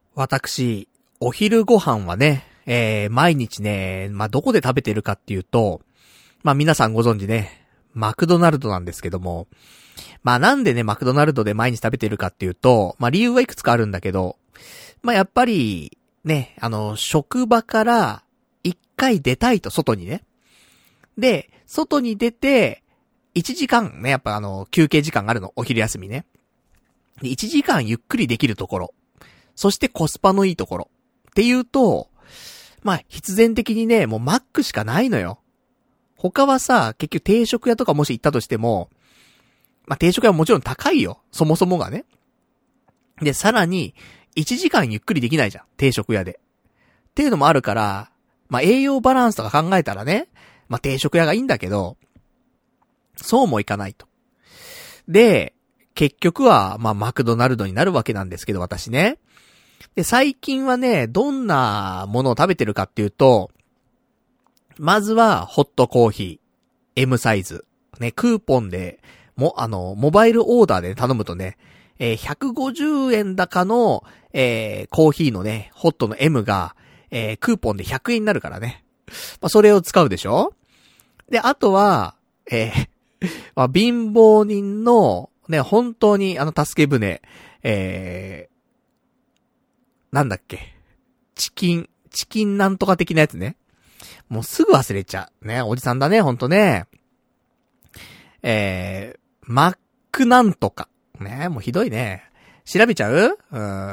私、お昼ご飯はね、毎日ね、どこで食べてるかっていうと、皆さんご存知ね、マクドナルドなんですけども、なんでね、マクドナルドで毎日食べてるかっていうと、理由はいくつかあるんだけど、やっぱり、ね、職場から一回出たいと、外にね。で、外に出て、1時間ね、やっぱ休憩時間があるの、お昼休みね。で、1時間ゆっくりできるところ。そしてコスパのいいところ。っていうと、必然的にね、もうマックしかないのよ。他はさ、結局定食屋とかもし行ったとしても、定食屋はもちろん高いよ。そもそもがね。で、さらに、1時間ゆっくりできないじゃん。定食屋で。っていうのもあるから、栄養バランスとか考えたらね、定食屋がいいんだけど、そうもいかないと。で、結局は、マクドナルドになるわけなんですけど、私ね。で、最近はね、どんなものを食べてるかっていうと、まずは、ホットコーヒー、M サイズ。ね、クーポンで、モバイルオーダーで頼むとね、150円高の、コーヒーのね、ホットの M が、クーポンで100円になるからね。それを使うでしょ？で、あとは、貧乏人の、ね、本当に助け舟、なんだっけ。チキンなんとか的なやつね。もうすぐ忘れちゃう。ね、おじさんだね、ほんとね。マックなんとか。ね、もうひどいね。調べちゃう？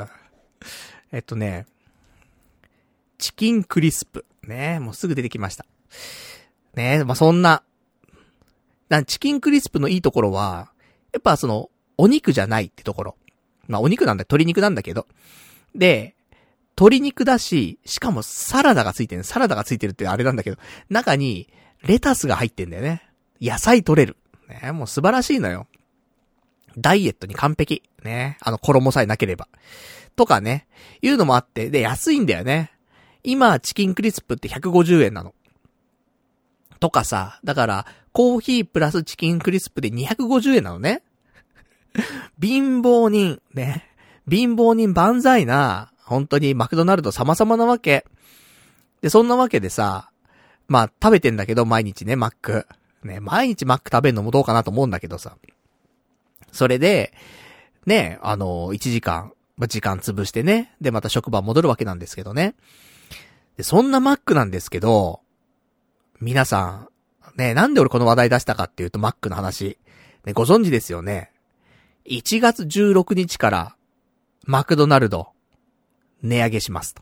チキンクリスプ。ね、もうすぐ出てきました。ね、そんな。チキンクリスプのいいところは、やっぱお肉じゃないってところ。お肉なんだ、鶏肉なんだけど。で、鶏肉だし、しかもサラダがついてる。サラダがついてるってあれなんだけど、中にレタスが入ってんだよね。野菜取れる。ね、もう素晴らしいのよ。ダイエットに完璧。ね、衣さえなければ。とかね、いうのもあって、で、安いんだよね。今、チキンクリスプって150円なの。とかさ、だから、コーヒープラスチキンクリスプで250円なのね。貧乏人、ね。貧乏人万歳な、本当にマクドナルド様々なわけ。で、そんなわけでさ、食べてんだけど、毎日ね、マック。ね、毎日マック食べるのもどうかなと思うんだけどさ。それで、ね、1時間、時間潰してね。で、また職場戻るわけなんですけどね。で、そんなマックなんですけど、皆さん、ね、なんで俺この話題出したかっていうと、マックの話。ね、ご存知ですよね。1月16日から、マクドナルド、値上げしますと。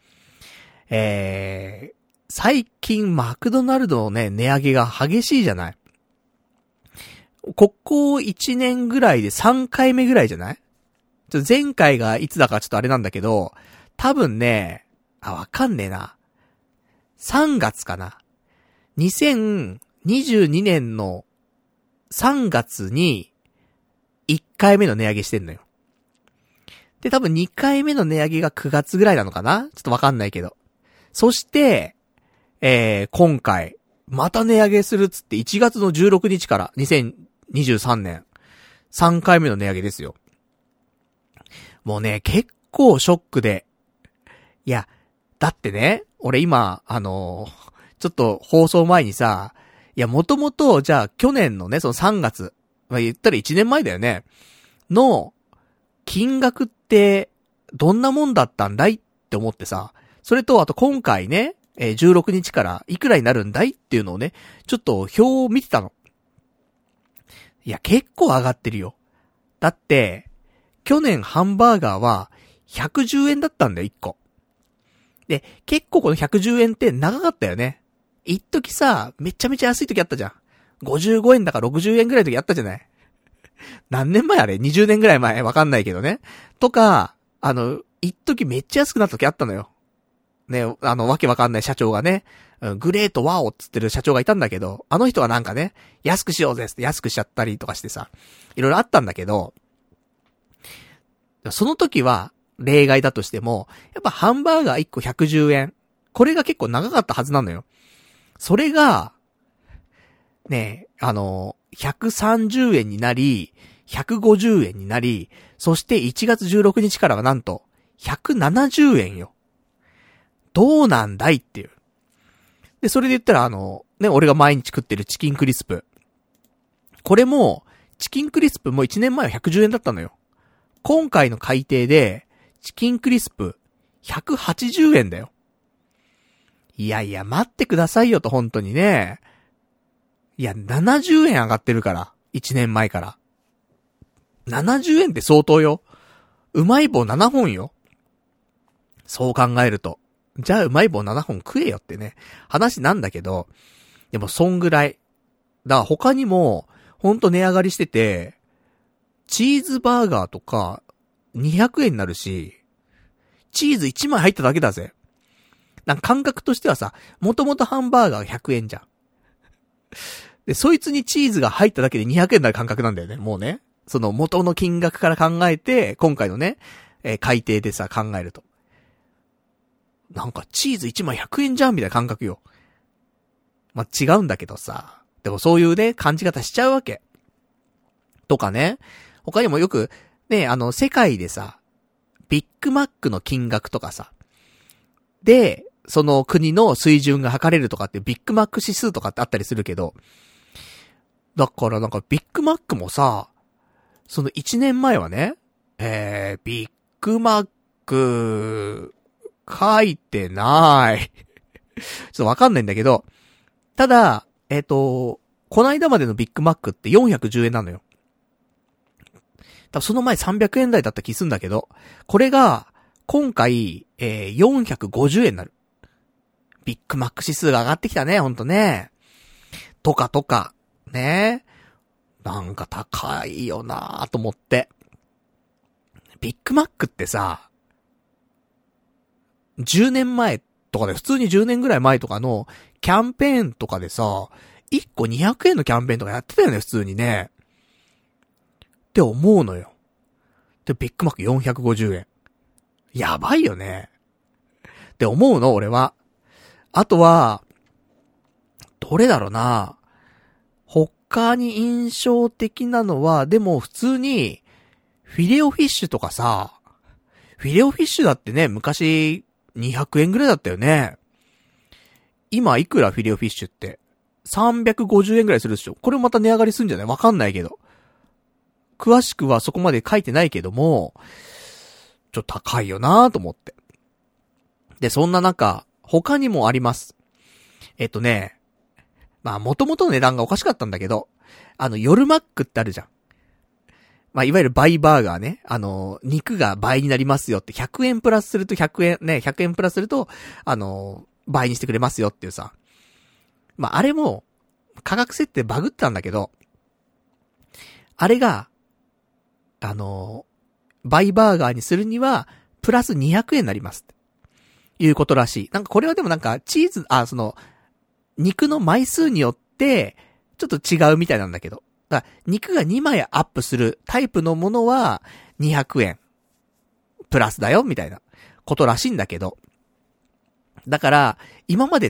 最近マクドナルドのね、値上げが激しいじゃない。ここ1年ぐらいで3回目ぐらいじゃない？前回がいつだかちょっとあれなんだけど、多分ね、わかんねえな。3月かな。2022年の3月に1回目の値上げしてんのよ。で、多分2回目の値上げが9月ぐらいなのかな？ちょっとわかんないけど。そして、今回、また値上げするっつって1月の16日から2023年3回目の値上げですよ。もうね、結構ショックで。いや、だってね、俺今、ちょっと放送前にさ、いや、もともと、じゃあ去年のね、その3月、言ったら1年前だよね、の、金額って、どんなもんだったんだいって思ってさ、それとあと今回ね、16日からいくらになるんだいっていうのをね、ちょっと表を見てたの。いや、結構上がってるよ。だって、去年ハンバーガーは110円だったんだよ、1個。で、結構この110円って長かったよね。一時さ、めちゃめちゃ安い時あったじゃん。55円だか60円ぐらいの時あったじゃない。何年前あれ ?20 年ぐらい前わかんないけどね。とか、一時めっちゃ安くなった時あったのよ。ね、わけわかんない社長がね、グレートワオっつってる社長がいたんだけど、あの人はなんかね、安くしようぜって安くしちゃったりとかしてさ、いろいろあったんだけど、その時は例外だとしても、やっぱハンバーガー1個110円。これが結構長かったはずなのよ。それが、ね、130円になり、150円になり、そして1月16日からはなんと、 170円よ。どうなんだいっていう。で、それで言ったら俺が毎日食ってるチキンクリスプ。これも、チキンクリスプも1年前は110円だったのよ。今回の改定で、チキンクリスプ180円だよ。いやいや、待ってくださいよと、本当にね。いや、70円上がってるから。1年前から。70円って相当よ。うまい棒7本よ。そう考えると。じゃあうまい棒7本食えよってね。話なんだけど。でもそんぐらい。だから他にも、ほんと値上がりしてて、チーズバーガーとか200円になるし、チーズ1枚入っただけだぜ。なんか感覚としてはさ、もともとハンバーガーが100円じゃん。で、そいつにチーズが入っただけで200円になる感覚なんだよね、もうね。その元の金額から考えて、今回のね、改定でさ、考えると。なんかチーズ1枚100円じゃんみたいな感覚よ。まあ、違うんだけどさ。でもそういうね、感じ方しちゃうわけ。とかね。他にもよく、ね、世界でさ、ビッグマックの金額とかさ。で、その国の水準が測れるとかってビッグマック指数とかってあったりするけど。だからなんかビッグマックもさ、その1年前はね、ビッグマック、書いてない。ちょっとわかんないんだけど、ただ、この間までのビッグマックって410円なのよ。多分その前300円台だった気すんだけど、これが、今回、450円になる。ビッグマック指数が上がってきたね、ほんとね。とか、ね。なんか高いよなぁと思って。ビッグマックってさ、10年前とかで、普通に10年ぐらい前とかのキャンペーンとかでさ、1個200円のキャンペーンとかやってたよね、普通にね。って思うのよ。で、ビッグマック450円。やばいよね。って思うの、俺は。あとは、どれだろうな。他に印象的なのは、でも普通に、フィレオフィッシュとかさ、フィレオフィッシュだってね、昔200円ぐらいだったよね。今いくらフィレオフィッシュって。350円ぐらいするでしょ。これまた値上がりするんじゃない？わかんないけど。詳しくはそこまで書いてないけども、ちょっと高いよなぁと思って。で、そんな中、他にもあります。まあ、元々の値段がおかしかったんだけど、夜マックってあるじゃん。まあ、いわゆる倍バーガーね。肉が倍になりますよって、100円プラスすると100円、ね、100円プラスすると、倍にしてくれますよっていうさ。まあ、あれも、価格設定バグったんだけど、あれが、倍バーガーにするには、プラス200円になりますって。いうことらしい。なんかこれはでもなんか、チーズ、肉の枚数によって、ちょっと違うみたいなんだけど。だから肉が2枚アップするタイプのものは、200円。プラスだよ、みたいなことらしいんだけど。だから、今までって、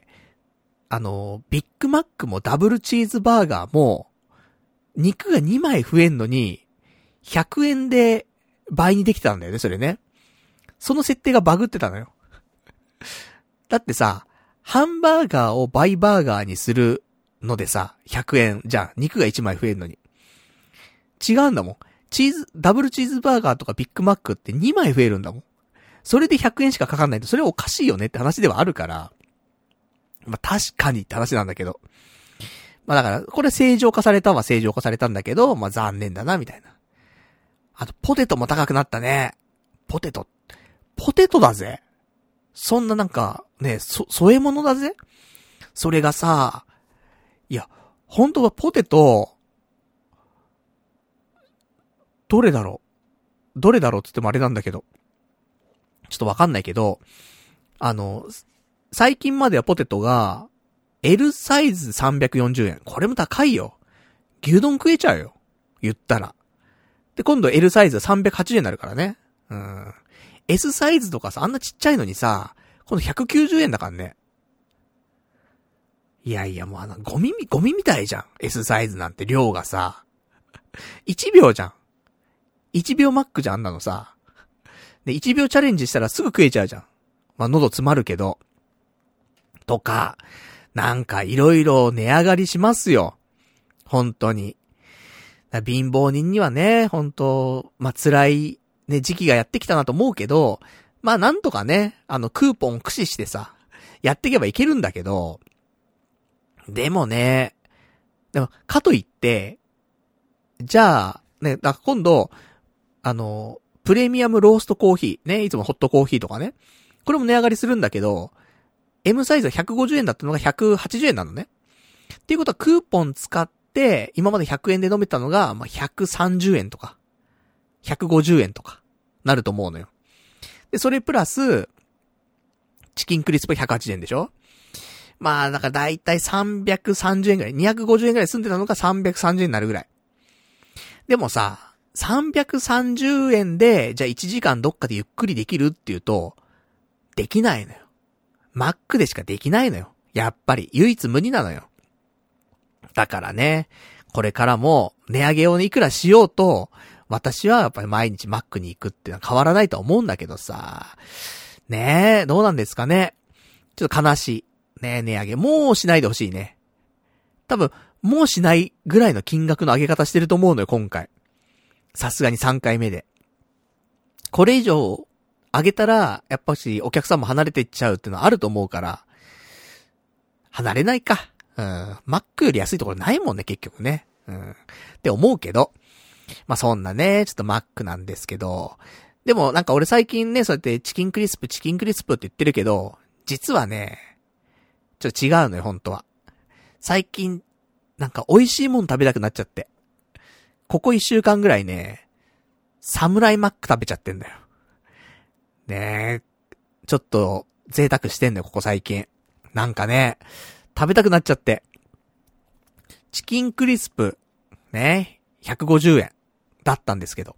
ビッグマックもダブルチーズバーガーも、肉が2枚増えんのに、100円で倍にできたんだよね、それね。その設定がバグってたのよ。だってさ、ハンバーガーを倍バーガーにするのでさ、100円じゃん。肉が1枚増えんのに。違うんだもん。ダブルチーズバーガーとかビッグマックって2枚増えるんだもん。それで100円しかかかんないと、それおかしいよねって話ではあるから。まあ、確かにって話なんだけど。まあだから、これ正常化されたんだけど、まあ残念だな、みたいな。あと、ポテトも高くなったね。ポテトだぜ。そんななんか、ね、添え物だぜ。それがさ、いや、本当はポテト、どれだろうって言ってもあれなんだけど。ちょっとわかんないけど、最近まではポテトが、L サイズ340円。これも高いよ。牛丼食えちゃうよ。言ったら。で、今度 L サイズは380円になるからね。S サイズとかさ、あんなちっちゃいのにさ、今度190円だからね。いやいや、もうゴミみたいじゃん。S サイズなんて量がさ。1秒じゃん。1秒マックじゃん、あんなのさ。 で、1秒チャレンジしたらすぐ食えちゃうじゃん。まあ、喉詰まるけど。とか、なんかいろいろ値上がりしますよ。本当に。貧乏人にはね、本当まあ、辛いね、時期がやってきたなと思うけど、まあ、なんとかね、クーポン駆使してさ、やっていけばいけるんだけど、でもね、かといって、じゃあ、ね、今度、プレミアムローストコーヒー、ね、いつもホットコーヒーとかね、これも値上がりするんだけど、M サイズは150円だったのが180円なのね。っていうことはクーポン使って、今まで100円で飲めたのが、まあ、130円とか、150円とか、なると思うのよ。で、それプラス、チキンクリスプ180円でしょ？まあ、だからだいたい330円ぐらい、250円ぐらい住んでたのが330円になるぐらい。でもさ、330円で、じゃあ1時間どっかでゆっくりできるっていうと、できないのよ。マックでしかできないのよ。やっぱり、唯一無二なのよ。だからね、これからも値上げをいくらしようと、私はやっぱり毎日マックに行くっていうのは変わらないと思うんだけどさ。ねえ、どうなんですかね。ちょっと悲しい。ねえ、値上げ。もうしないでほしいね。多分、もうしないぐらいの金額の上げ方してると思うのよ、今回。さすがに3回目で。これ以上上げたら、やっぱしお客さんも離れていっちゃうっていうのはあると思うから、離れないか。マックより安いところないもんね、結局ね。って思うけど。まあ、そんなね、ちょっとマックなんですけど。でもなんか俺最近ね、そうやってチキンクリスプって言ってるけど、実はね、ちょっと違うのよ、本当は。最近、なんか美味しいもん食べたくなっちゃって。ここ1週間ぐらいね、サムライマック食べちゃってんだよ。ねえ、ちょっと贅沢してんのよ、ここ最近。なんかね、食べたくなっちゃって。チキンクリスプ、ね、150円だったんですけど。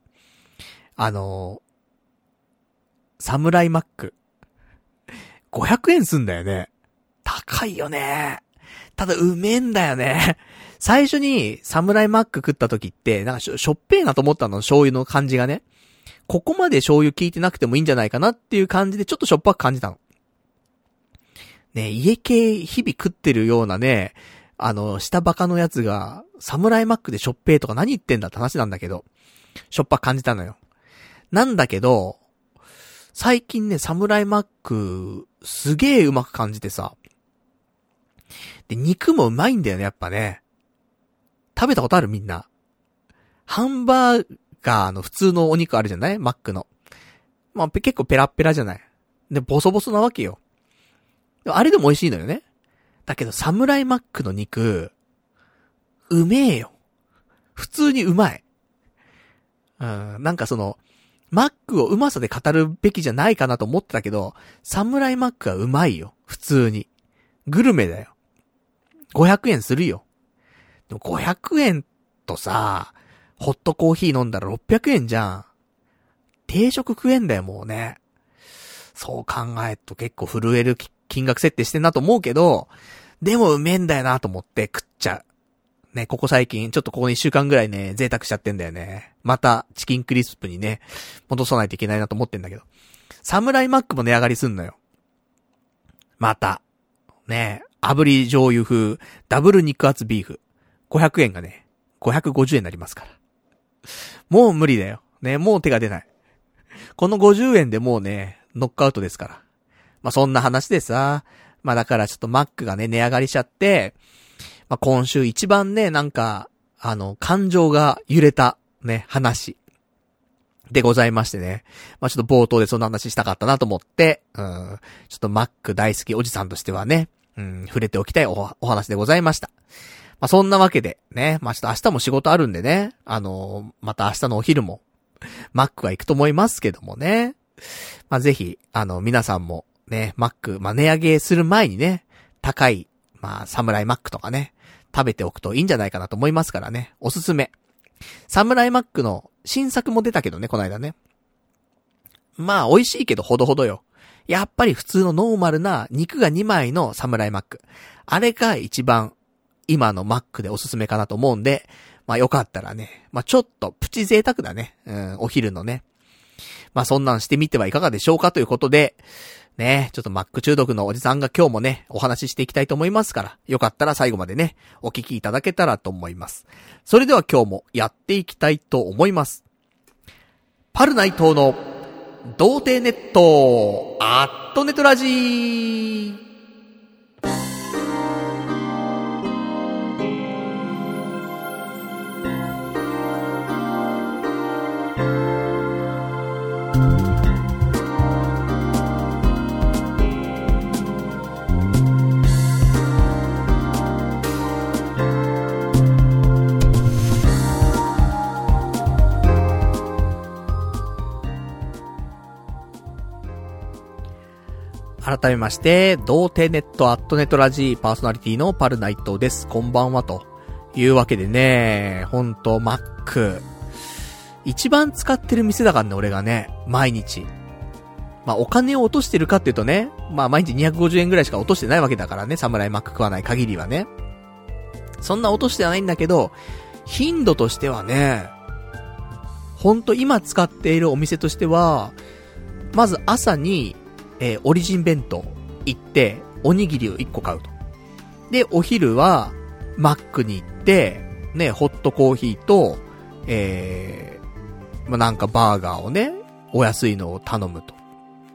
サムライマック、500円すんだよね。高いよね。ただうめえんだよね。最初にサムライマック食った時って、なんかしょっぺーなと思ったの、醤油の感じがね。ここまで醤油効いてなくてもいいんじゃないかなっていう感じでちょっとしょっぱく感じたの。ね、家系日々食ってるようなね、下バカのやつが、サムライマックでしょっぺーとか何言ってんだって話なんだけど、しょっぱく感じたのよ。なんだけど、最近ね、サムライマック、すげえうまく感じてさ。で、肉もうまいんだよね、やっぱね。食べたことあるみんな。ハンバーガーの普通のお肉あるじゃないマックの。まあ、結構ペラッペラじゃない。で、ボソボソなわけよ。あれでも美味しいのよね。だけど、サムライマックの肉、うめえよ。普通にうまい。なんかその、マックをうまさで語るべきじゃないかなと思ってたけど、サムライマックはうまいよ。普通に。グルメだよ。500円するよ。でも500円とさ、ホットコーヒー飲んだら600円じゃん。定食食えんだよ、もうね。そう考えると結構震える金額設定してんなと思うけど、でもうめえんだよなと思って食っちゃう。ね、ここ最近、ちょっとここ1週間ぐらいね、贅沢しちゃってんだよね。また、チキンクリスプにね、戻さないといけないなと思ってんだけど。サムライマックも値上がりすんのよ。また。ね、炙り醤油風、ダブル肉厚ビーフ。500円がね、550円になりますから。もう無理だよ。ね、もう手が出ない。この50円でもうね、ノックアウトですから。まあ、そんな話でさ、まあだからちょっとマックがね、値上がりしちゃって、まあ、今週一番ね、なんか、感情が揺れた、ね、話。でございましてね。まあ、ちょっと冒頭でそんな話したかったなと思って、ちょっとマック大好きおじさんとしてはね、触れておきたいお話でございました。まあ、そんなわけで、ね、まあ、ちょっと明日も仕事あるんでね、また明日のお昼も、マックは行くと思いますけどもね。まあ、ぜひ、皆さんも、ね、マック、まあ、値上げする前にね、高い、まあ、サムライマックとかね、食べておくといいんじゃないかなと思いますからね。おすすめ。サムライマックの新作も出たけどね、この間ね。まあ、美味しいけどほどほどよ。やっぱり普通のノーマルな肉が2枚のサムライマック。あれが一番今のマックでおすすめかなと思うんで、まあよかったらね、まあちょっとプチ贅沢だね。お昼のね。 まあそんなんしてみてはいかがでしょうかということで、ね、ちょっと Mac 中毒のおじさんが今日もね、お話ししていきたいと思いますから、よかったら最後までね、お聞きいただけたらと思います。それでは今日もやっていきたいと思います。パルナイトの童貞ネット、アットネトラジー。改めまして、童貞ネットアットネトラジーパーソナリティのパルナイトです。こんばんはというわけでね、ほんと Mac 一番使ってる店だからね、俺がね、毎日。まあお金を落としてるかっていうとね、まあ毎日250円ぐらいしか落としてないわけだからね、サムライマック食わない限りはね。そんな落としてはないんだけど、頻度としてはね、ほんと今使っているお店としては、まず朝にオリジン弁当行って、おにぎりを1個買うと。で、お昼は、マックに行って、ね、ホットコーヒーと、まあ、なんかバーガーをね、お安いのを頼むと。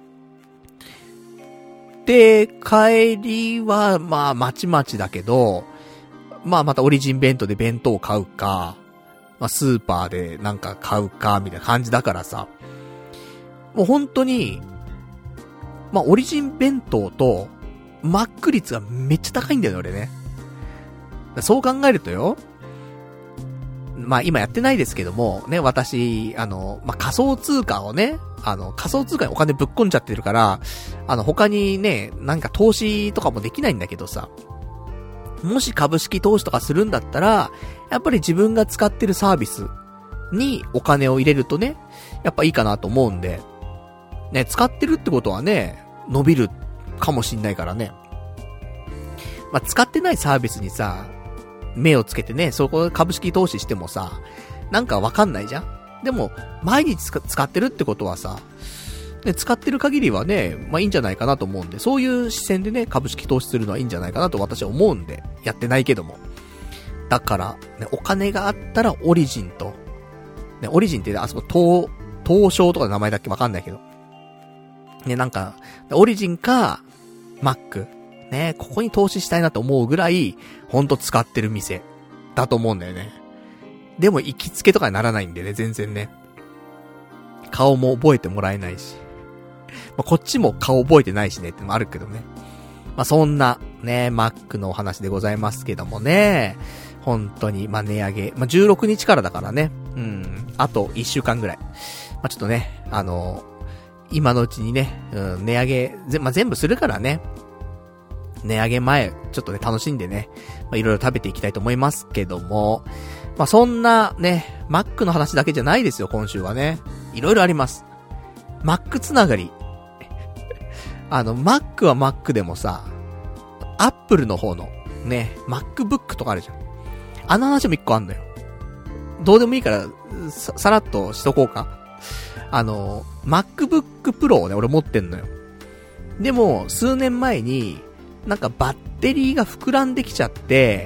で、帰りは、まあ、まちまちだけど、まあ、またオリジン弁当で弁当を買うか、まあ、スーパーでなんか買うか、みたいな感じだからさ、もう本当に、まあ、オリジン弁当と、マック率がめっちゃ高いんだよね、俺ね。そう考えるとよ、まあ、今やってないですけども、ね、私、まあ、仮想通貨をね、仮想通貨にお金ぶっ込んじゃってるから、他にね、なんか投資とかもできないんだけどさ、もし株式投資とかするんだったら、やっぱり自分が使ってるサービスにお金を入れるとね、やっぱいいかなと思うんで、ね、使ってるってことはね、伸びるかもしんないからね。まあ、使ってないサービスにさ、目をつけてね、そこで株式投資してもさ、なんかわかんないじゃん。でも、毎日使ってるってことはさ、ね、使ってる限りはね、まあいいんじゃないかなと思うんで、そういう視線でね、株式投資するのはいいんじゃないかなと私は思うんで、やってないけども。だから、ね、お金があったらオリジンと、ね、オリジンってあそこ東証とかの名前だっけわかんないけど、ね、なんか、オリジンか、マック。ね、ここに投資したいなと思うぐらい、ほんと使ってる店、だと思うんだよね。でも行きつけとかにならないんでね、全然ね。顔も覚えてもらえないし。まあ、こっちも顔覚えてないしねってのもあるけどね。まあ、そんな、ね、マックのお話でございますけどもね。本当に、まあ、値上げ。まあ、16日からだからね。あと1週間ぐらい。まあ、ちょっとね、今のうちにね、値上げ、まあ、全部するからね。値上げ前、ちょっとね、楽しんでね、まあ、いろいろ食べていきたいと思いますけども、まあ、そんなね、マックの話だけじゃないですよ、今週はね。いろいろあります。マックつながり。マックはマックでもさ、アップルの方の、ね、MacBook とかあるじゃん。あの話も一個あんのよ。どうでもいいから、さらっとしとこうか。MacBook Pro をね、俺持ってんのよ。でも、数年前に、なんかバッテリーが膨らんできちゃって、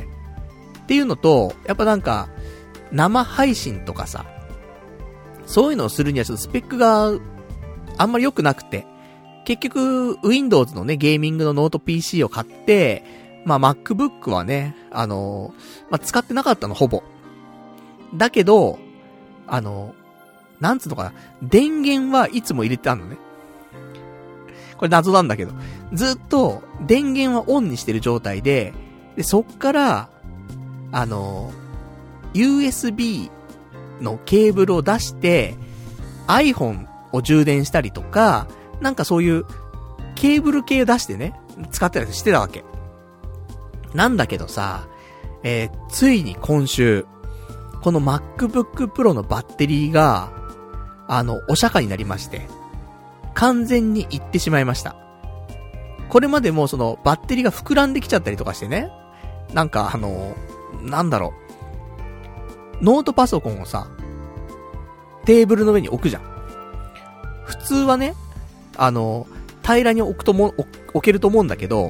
っていうのと、やっぱなんか、生配信とかさ、そういうのをするにはちょっとスペックがあんまり良くなくて、結局、Windows のね、ゲーミングのノート PC を買って、まあ MacBook はね、まあ使ってなかったの、ほぼ。だけど、なんつうのかな、電源はいつも入れてあんのね。これ謎なんだけど、ずっと電源はオンにしてる状態で、そっから、USB のケーブルを出して、iPhone を充電したりとか、なんかそういうケーブル系を出してね、使ったりしてたわけ。なんだけどさ、ついに今週、この MacBook Pro のバッテリーが、お釈迦になりまして、完全にいってしまいました。これまでもそのバッテリーが膨らんできちゃったりとかしてね、なんかなんだろう、ノートパソコンをさ、テーブルの上に置くじゃん。普通はね、平らに置けると思うんだけど、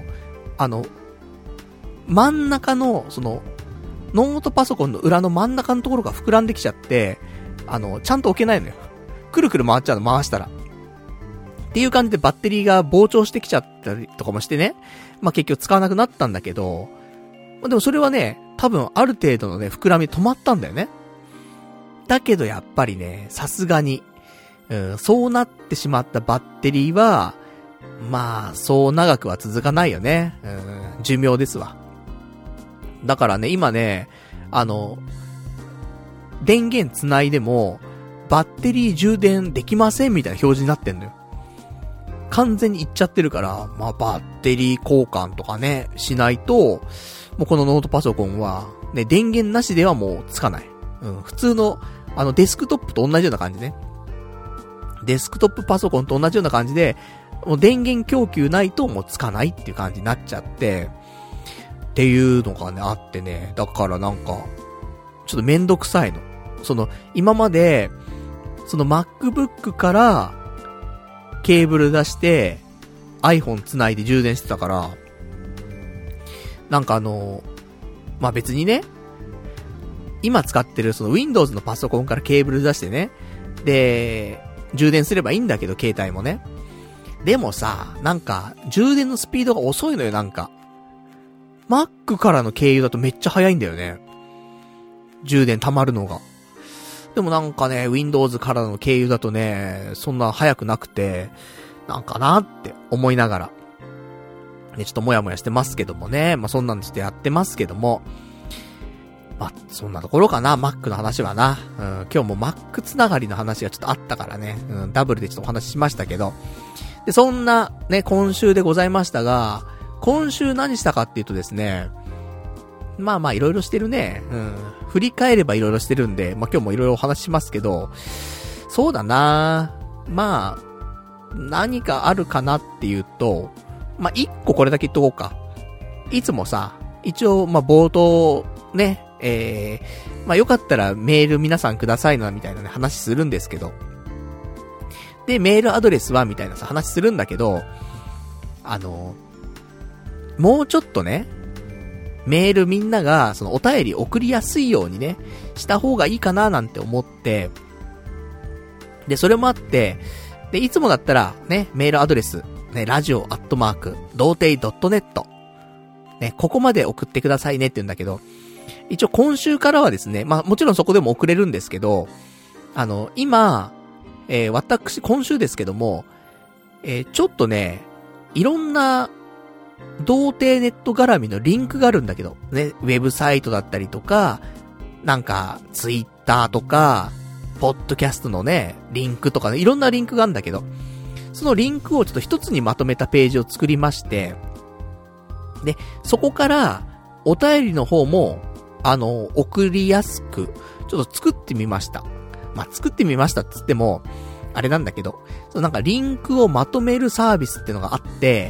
真ん中の、ノートパソコンの裏の真ん中のところが膨らんできちゃって、ちゃんと置けないのよ。くるくる回っちゃうの、回したら。っていう感じでバッテリーが膨張してきちゃったりとかもしてね、まあ、結局使わなくなったんだけど、でもそれはね、多分ある程度のね、膨らみ止まったんだよね。だけどやっぱりね、さすがに、そうなってしまったバッテリーは、まあ、そう長くは続かないよね。寿命ですわ。だからね、今ね、電源つないでも、バッテリー充電できませんみたいな表示になってんのよ。完全にいっちゃってるから、まあ、バッテリー交換とかね、しないと、もうこのノートパソコンは、ね、電源なしではもうつかない。普通の、デスクトップと同じような感じね。デスクトップパソコンと同じような感じで、もう電源供給ないともうつかないっていう感じになっちゃって、っていうのがね、あってね、だからなんか、ちょっとめんどくさいの。今まで、MacBook から、ケーブル出して、iPhone つないで充電してたから、なんかまあ、別にね、今使ってるWindows のパソコンからケーブル出してね、で、充電すればいいんだけど、携帯もね。でもさ、なんか、充電のスピードが遅いのよ、なんか。Mac からの経由だとめっちゃ早いんだよね。充電溜まるのが。でもなんかね、Windows からの経由だとね、そんな早くなくて、なんかなって思いながら。ね、ちょっともやもやしてますけどもね。まあ、そんなんしてやってますけども。まあ、そんなところかな、Mac の話はな。今日も Mac つながりの話がちょっとあったからね。ダブルでちょっとお話ししましたけど。で、そんなね、今週でございましたが、今週何したかっていうとですね、まあまあいろいろしてるね。振り返ればいろいろしてるんで、まあ今日もいろいろお話しますけど、そうだなまあ、何かあるかなっていうと、まあ一個これだけ言っとこうか。いつもさ、一応まあ冒頭、ね、まあよかったらメール皆さんくださいな、みたいなね、話するんですけど。で、メールアドレスはみたいなさ、話するんだけど、もうちょっとね、メールみんなが、お便り送りやすいようにね、した方がいいかななんて思って、で、それもあって、で、いつもだったら、ね、メールアドレス、ね、radio@童貞 .net、ね、ここまで送ってくださいねって言うんだけど、一応今週からはですね、まあもちろんそこでも送れるんですけど、今、私、今週ですけども、ちょっとね、いろんな、童貞ネット絡みのリンクがあるんだけど、ね、ウェブサイトだったりとか、なんか、ツイッターとか、ポッドキャストのね、リンクとかね、いろんなリンクがあるんだけど、そのリンクをちょっと一つにまとめたページを作りまして、で、そこから、お便りの方も、送りやすく、ちょっと作ってみました。まあ、作ってみましたっつっても、あれなんだけど、なんかリンクをまとめるサービスっていうのがあって、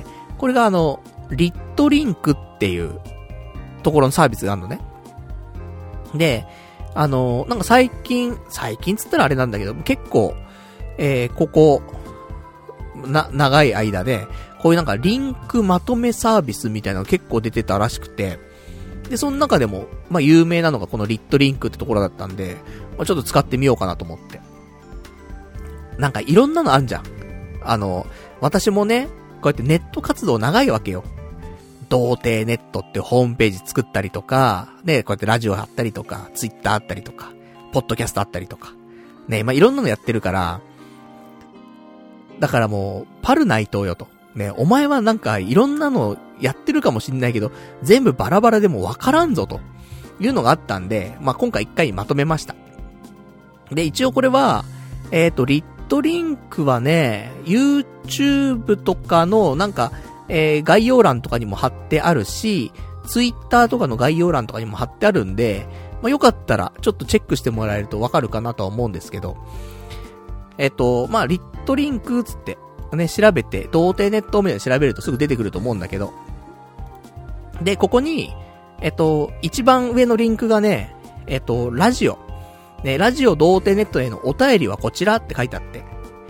これがリットリンクっていうところのサービスがあるのね。で、なんか最近つったらあれなんだけど、結構、ここ、長い間で、こういうなんかリンクまとめサービスみたいなの結構出てたらしくて、で、その中でも、まあ、有名なのがこのリットリンクってところだったんで、まあ、ちょっと使ってみようかなと思って。なんかいろんなのあんじゃん。私もね、こうやってネット活動長いわけよ。童貞ネットってホームページ作ったりとか、ね、こうやってラジオ貼ったりとか、ツイッターあったりとか、ポッドキャストあったりとか。ね、まあ、いろんなのやってるから、だからもう、パルナイトーよと。ね、お前はなんかいろんなのやってるかもしんないけど、全部バラバラでもわからんぞというのがあったんで、まあ、今回一回まとめました。で、一応これは、リットリンクはね、YouTube とかのなんか、概要欄とかにも貼ってあるし、Twitter とかの概要欄とかにも貼ってあるんで、まあ、よかったらちょっとチェックしてもらえるとわかるかなとは思うんですけど、まあ、リットリンクつって、ね、調べて、童貞ネット名で調べるとすぐ出てくると思うんだけど。で、ここに、一番上のリンクがね、ラジオ。ね、ラジオ童貞ネットへのお便りはこちらって書いてあって。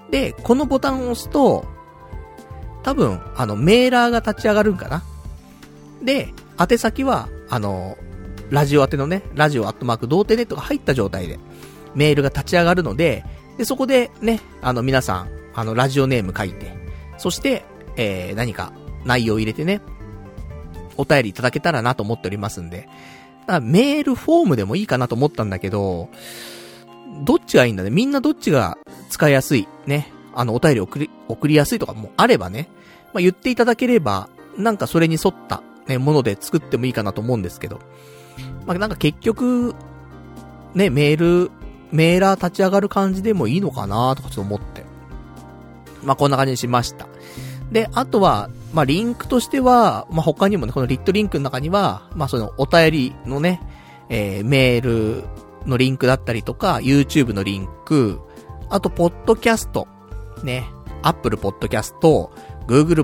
で、このボタンを押すと、多分、メーラーが立ち上がるんかな。で、宛先は、ラジオ宛てのね、ラジオ@童貞ネットが入った状態で、メールが立ち上がるので、で、そこでね、皆さん、ラジオネーム書いて、そして、何か内容を入れてね、お便りいただけたらなと思っておりますんで、だからメールフォームでもいいかなと思ったんだけど、どっちがいいんだね。みんなどっちが使いやすい、ね。お便り送りやすいとかもあればね、まあ、言っていただければ、なんかそれに沿った、ね、もので作ってもいいかなと思うんですけど、まあ、なんか結局、ね、メーラー立ち上がる感じでもいいのかなとかちょっと思って。まあ、こんな感じにしました。で、あとは、まあ、リンクとしては、まあ、他にもね、このリットリンクの中には、まあ、そのお便りのね、メールのリンクだったりとか、YouTube のリンク、あと、ポッドキャスト、ね、Apple Podcast、Google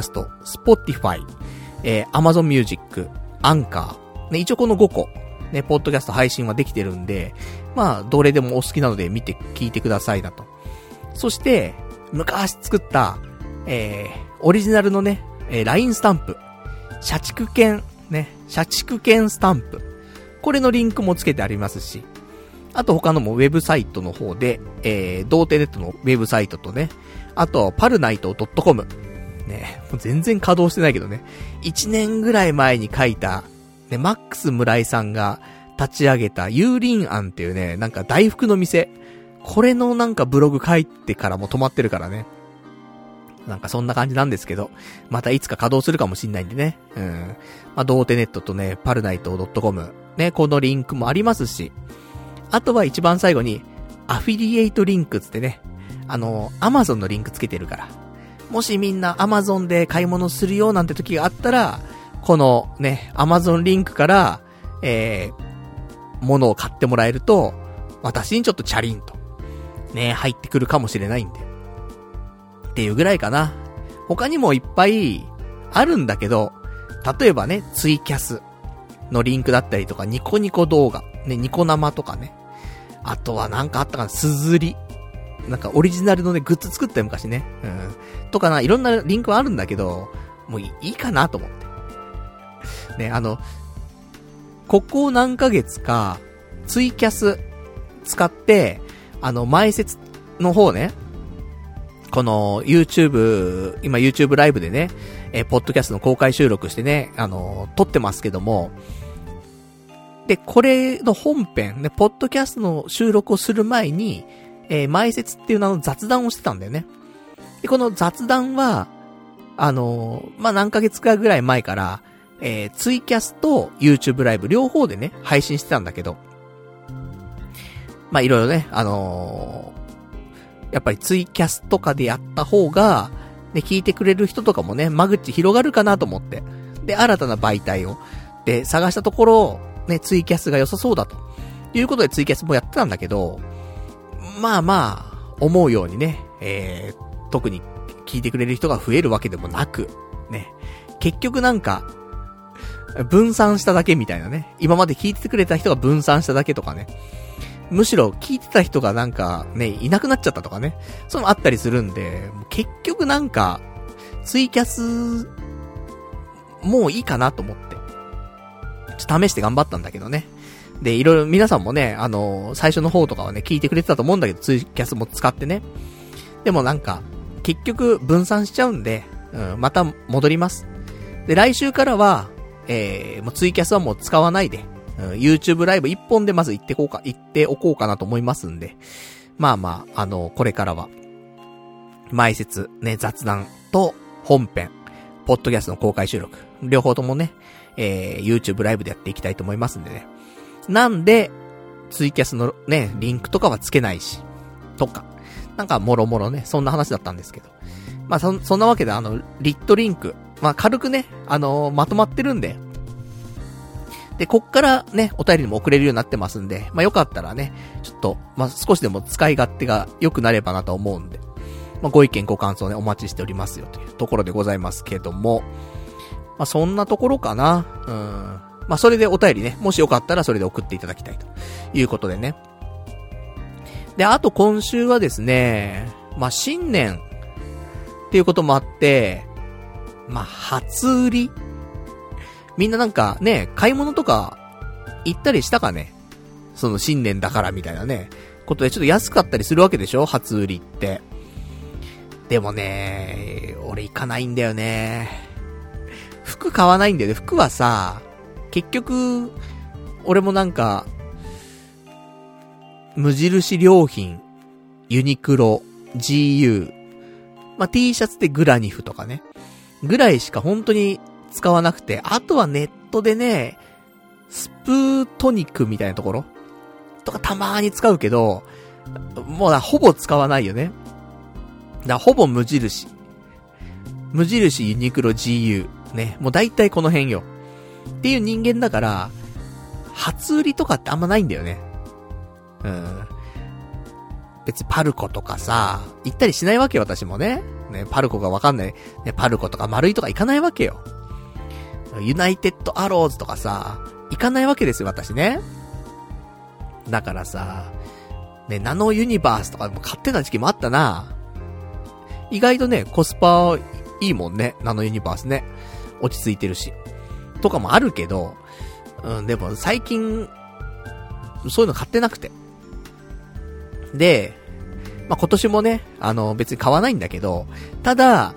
Podcast、Spotify、Amazon Music、Anchor、ね、一応この5個、ね、ポッドキャスト配信はできてるんで、まあ、どれでもお好きなので見て、聞いてくださいなと。そして、昔作った、オリジナルのね、LINE スタンプ、社畜券、ね、社畜券スタンプ。これのリンクもつけてありますし、あと他のもウェブサイトの方で、童貞ネットのウェブサイトとね、あと、パルナイト .com。ね、もう全然稼働してないけどね、1年ぐらい前に書いた、ね、マックス村井さんが立ち上げたユーリンアンっていうね、なんか大福の店。これのなんかブログ書いてからも止まってるからね。なんかそんな感じなんですけど、またいつか稼働するかもしんないんでね。まあ、童貞ネットとね、パルナイト .com。ね、このリンクもありますし、あとは一番最後に、アフィリエイトリンクつってね、Amazon のリンクつけてるから。もしみんな Amazon で買い物するよなんて時があったら、このね、Amazon リンクから、物を買ってもらえると、私にちょっとチャリンと、ね、入ってくるかもしれないんで。っていうぐらいかな。他にもいっぱいあるんだけど、例えばね、ツイキャスのリンクだったりとか、ニコニコ動画、ね、ニコ生とかね。あとはなんかあったかな、すずり。なんかオリジナルのね、グッズ作ったよ昔ね。とかな、いろんなリンクはあるんだけど、もういいかなと思って。ね、ここ何ヶ月か、ツイキャス使って、前説の方ね、この YouTube、今 YouTube ライブでね、ポッドキャストの公開収録してね、撮ってますけども、で、これの本編、ね、ポッドキャストの収録をする前に、前説っていう名の雑談をしてたんだよね。で、この雑談は、まあ、何ヶ月かぐらい前から、ツイキャスと YouTube ライブ両方でね、配信してたんだけど、まあ、いろいろね、やっぱりツイキャスとかでやった方が、ね、聞いてくれる人とかもね、間口広がるかなと思って。で、新たな媒体を、で、探したところ、ね、ツイキャスが良さそうだと。いうことでツイキャスもやってたんだけど、まあまあ、思うようにね、特に聞いてくれる人が増えるわけでもなく、ね、結局なんか、分散しただけみたいなね、今まで聞いてくれた人が分散しただけとかね、むしろ聞いてた人がなんかね、いなくなっちゃったとかね、そういうのあったりするんで、結局なんか、ツイキャス、もういいかなと思って、ちょっと試して頑張ったんだけどね。で、いろいろ皆さんもね、最初の方とかはね、聞いてくれてたと思うんだけど、ツイキャスも使ってね。でもなんか、結局分散しちゃうんで、また戻ります。で、来週からは、もうツイキャスはもう使わないで、YouTube ライブ一本でまず行っておこうかなと思いますんで、まあまあ、これからは、前説、ね、雑談と本編、ポッドキャストの公開収録、両方ともね、YouTube ライブでやっていきたいと思いますんでね。なんで、ツイキャスのね、リンクとかはつけないし、とか、なんかもろもろね、そんな話だったんですけど。まあそんなわけでリットリンク、まあ軽くね、まとまってるんで、で、こっからね、お便りにも送れるようになってますんで、まあよかったらね、ちょっと、まあ少しでも使い勝手が良くなればなと思うんで、まあご意見ご感想ね、お待ちしておりますよというところでございますけども、まあそんなところかな。まあそれでお便りね、もしよかったらそれで送っていただきたいということでね。で、あと今週はですね、 まあ、新年っていうこともあって、まあ、初売りみんななんかね、買い物とか行ったりしたかね、その新年だからみたいなね、ことでちょっと安かったりするわけでしょ、初売りって。でもね、俺行かないんだよね。服買わないんだよね。服はさ、結局、俺もなんか、無印良品、ユニクロ、GU、まあ、T シャツでグラニフとかね、ぐらいしか本当に使わなくて、あとはネットでね、スプートニクみたいなところとかたまーに使うけど、もうほぼ使わないよね。ほぼ無印。無印、ユニクロ、GU。ね。もう大体この辺よ。っていう人間だから、初売りとかってあんまないんだよね。別にパルコとかさ、行ったりしないわけよ、私もね。ね、パルコがわかんない。ね、パルコとか丸いとか行かないわけよ。ユナイテッドアローズとかさ、行かないわけですよ、私ね。だからさ、ね、ナノユニバースとかも買ってた時期もあったな。意外とね、コスパいいもんね、ナノユニバースね。落ち着いてるし。とかもあるけど、でも最近、そういうの買ってなくて。で、まあ、今年もね、別に買わないんだけど、ただ、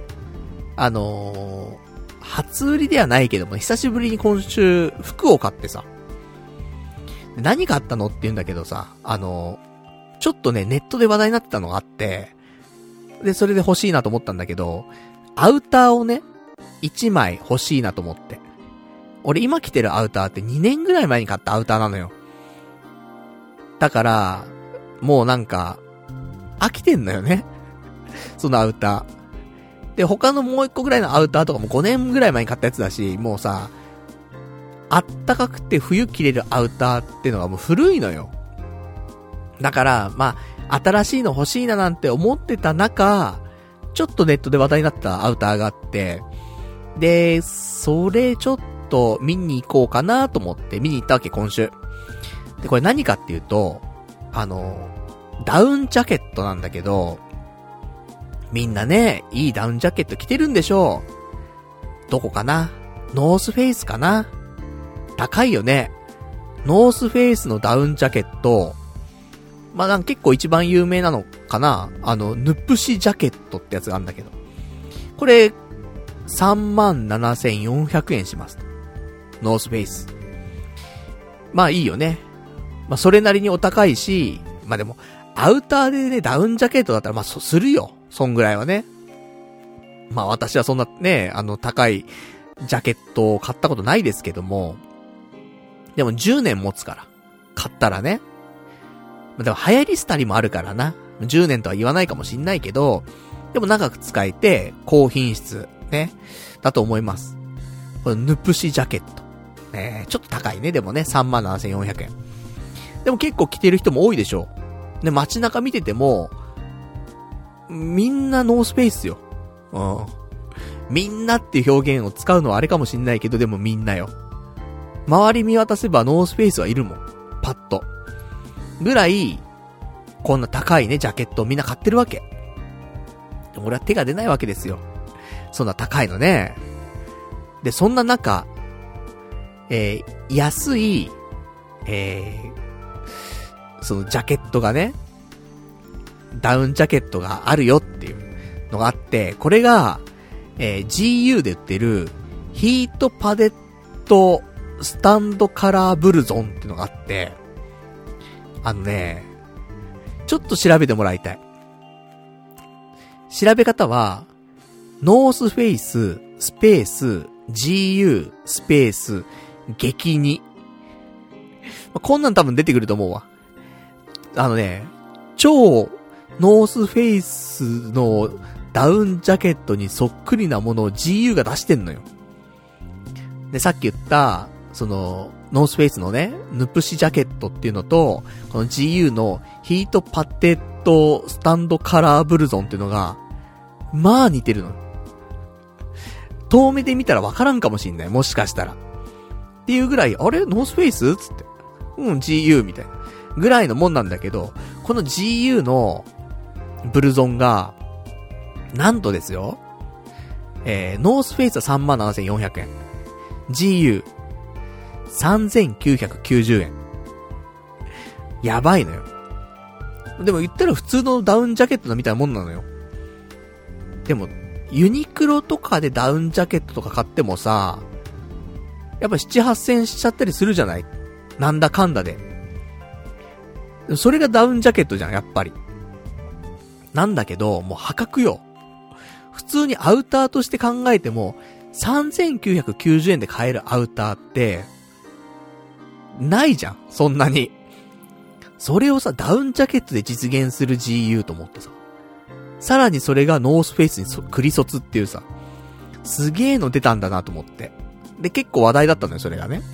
初売りではないけども、久しぶりに今週、服を買ってさ、何買ったのって言うんだけどさ、ちょっとね、ネットで話題になってたのがあって、で、それで欲しいなと思ったんだけど、アウターをね、1枚欲しいなと思って。俺今着てるアウターって2年ぐらい前に買ったアウターなのよ。だから、もうなんか、飽きてんのよね。そのアウター。で、他のもう1個ぐらいのアウターとかも5年ぐらい前に買ったやつだし、もうさ、あったかくて冬着れるアウターってのがもう古いのよ。だから、まあ、新しいの欲しいななんて思ってた中、ちょっとネットで話題になったアウターがあって、で、それちょっと見に行こうかなと思って見に行ったわけ、今週。で、これ何かっていうと、ダウンジャケットなんだけど、みんなね、いいダウンジャケット着てるんでしょう。どこかな？ノースフェイスかな？高いよね。ノースフェイスのダウンジャケット、まあ、なんか結構一番有名なのかな？ヌプシジャケットってやつがあるんだけど。これ、37,400 円します。ノースフェイス。まあいいよね。まあそれなりにお高いし、まあでも、アウターでね、ダウンジャケットだったらまあするよ。そんぐらいはね。まあ私はそんなね、高いジャケットを買ったことないですけども、でも10年持つから。買ったらね。でも流行り廃りもあるからな。10年とは言わないかもしんないけど、でも長く使えて、高品質、ね。だと思います。これ、ヌプシジャケット。ちょっと高いね。でもね、37,400 円。でも結構着てる人も多いでしょう。ね、街中見てても、みんなノースペースよ。みんなっていう表現を使うのはあれかもしんないけど、でもみんなよ。周り見渡せばノースペースはいるもん。パッと。ぐらい、こんな高いね、ジャケットをみんな買ってるわけ。でも俺は手が出ないわけですよ。そんな高いのね。で、そんな中、安い、そのジャケットがね、ダウンジャケットがあるよっていうのがあって、これが、GU で売ってるヒートパデットスタンドカラーブルゾンっていうのがあって、ちょっと調べてもらいたい。調べ方は、ノースフェイス、スペース、GU、スペース、激2。こんなん多分出てくると思うわ。超ノースフェイスのダウンジャケットにそっくりなものを GU が出してんのよ。で、さっき言った、ノースフェイスのね、ヌプシジャケットっていうのと、この GU のヒートパテッドスタンドカラーブルゾンっていうのが、まあ似てるの。遠目で見たらわからんかもしんない。もしかしたら。っていうぐらい、あれノースフェイスつって。GU みたいな。ぐらいのもんなんだけど、この GU の、 ブルゾンが、なんとですよ、ノースフェイスは 37,400 円。GU、3,990 円。やばいのよ。でも言ったら普通のダウンジャケットみたいなもんなのよ。でも、ユニクロとかでダウンジャケットとか買ってもさ、やっぱ7、8千しちゃったりするじゃない？なんだかんだで。それがダウンジャケットじゃん、やっぱり。なんだけど、もう破格よ。普通にアウターとして考えても、3,990 円で買えるアウターって、ないじゃん、そんなに。それをさ、ダウンジャケットで実現する GU と思ってさ。さらにそれがノースフェイスにクリソツっていうさ、すげえの出たんだなと思って。で、結構話題だったのよ、それがね。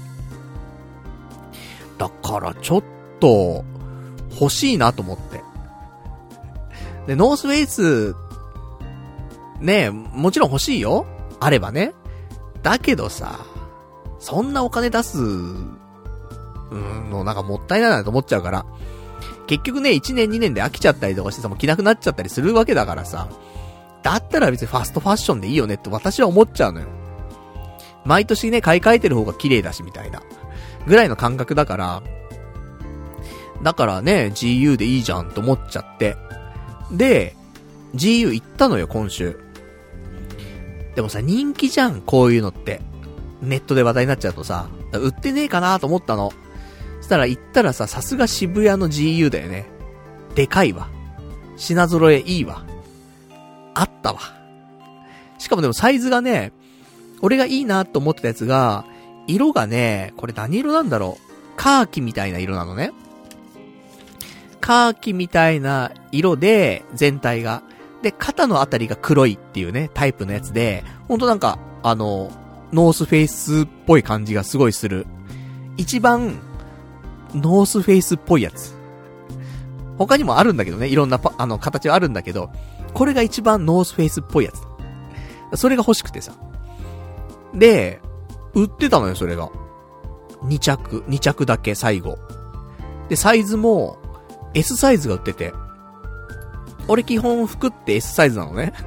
だからちょっと、欲しいなと思って。で、ノースフェイス、ねえ、もちろん欲しいよ。あればね。だけどさ、そんなお金出す、のなんかもったいないなと思っちゃうから。結局ね、1年2年で飽きちゃったりとかしてさ、もう着なくなっちゃったりするわけだからさ。だったら別にファストファッションでいいよねって私は思っちゃうのよ。毎年ね、買い替えてる方が綺麗だしみたいな。ぐらいの感覚だから。だからね、GU でいいじゃんと思っちゃって。で、GU 行ったのよ、今週。でもさ、人気じゃん、こういうのって。ネットで話題になっちゃうとさ、売ってねえかなと思ったの。そしたら行ったらさ、さすが渋谷の GU だよね。でかいわ。品揃えいいわ。あったわ。しかもでもサイズがね、俺がいいなと思ってたやつが、色がね、これ何色なんだろう。カーキみたいな色なのね。カーキみたいな色で、全体が。で、肩のあたりが黒いっていうね、タイプのやつで、ほんとなんか、ノースフェイスっぽい感じがすごいする。一番、ノースフェイスっぽいやつ。他にもあるんだけどね、いろんな形はあるんだけど、これが一番ノースフェイスっぽいやつ。それが欲しくてさ。で、売ってたのよ、それが。2着だけ、最後。で、サイズも、S サイズが売ってて。俺基本服って S サイズなのね。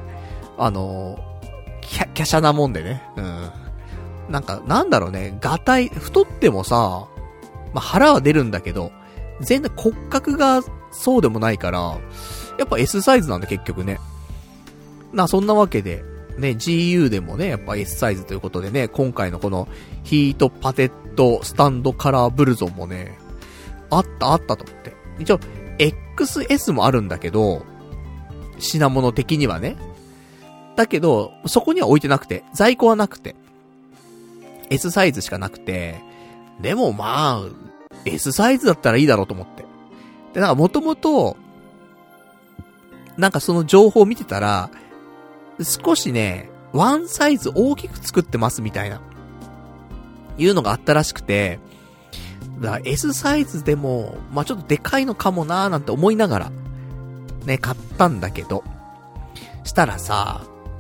華奢なもんでね。うん。なんか、なんだろうね、太ってもさ、まあ、腹は出るんだけど、全然骨格がそうでもないから、やっぱ S サイズなんで結局ね。そんなわけで、ね、GU でもね、やっぱ S サイズということでね、今回のこのヒートパテッドスタンドカラーブルゾンもね、あったと思って。一応、XS もあるんだけど、品物的にはね。だけど、そこには置いてなくて、在庫はなくて、S サイズしかなくて、でもまあ、S サイズだったらいいだろうと思って。で、なんかもともと、なんかその情報を見てたら、少しね、ワンサイズ大きく作ってますみたいな、いうのがあったらしくて、だから S サイズでも、まあちょっとでかいのかもなーなんて思いながら、ね、買ったんだけど、したらさ、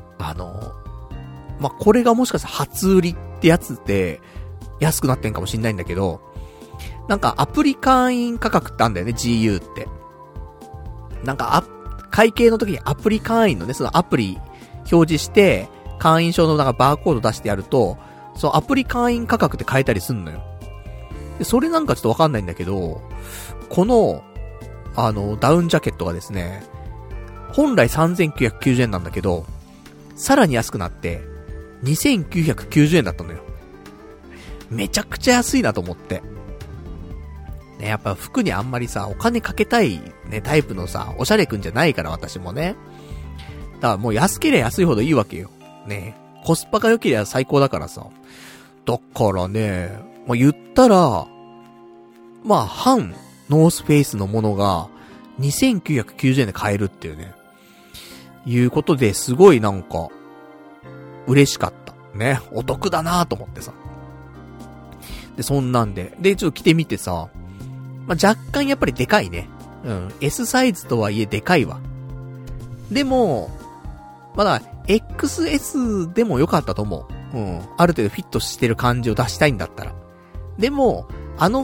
まあこれがもしかしたら初売りってやつで、安くなってんかもしんないんだけど、なんかアプリ会員価格ってあんだよね、GU って。なんか会計の時にアプリ会員のね、そのアプリ表示して、会員証のなんかバーコード出してやると、そのアプリ会員価格って変えたりすんのよ。で、それなんかちょっとわかんないんだけど、この、ダウンジャケットがですね、本来 3,990 円なんだけど、さらに安くなって、2,990 円だったのよ。めちゃくちゃ安いなと思って。ね、やっぱ服にあんまりさ、お金かけたいね、タイプのさ、おしゃれくんじゃないから私もね。だからもう安ければ安いほどいいわけよ。ね。コスパが良ければ最高だからさ。だからね、まあ、言ったら、まあ、反ノースフェイスのものが、2,990 円で買えるっていうね。いうことですごいなんか、嬉しかった。ね。お得だなぁと思ってさ。で、そんなんで。で、ちょっと着てみてさ、まあ、若干やっぱりでかいね。うん。S サイズとはいえでかいわ。でも、まだ、XS でも良かったと思う。うん。ある程度フィットしてる感じを出したいんだったら。でも、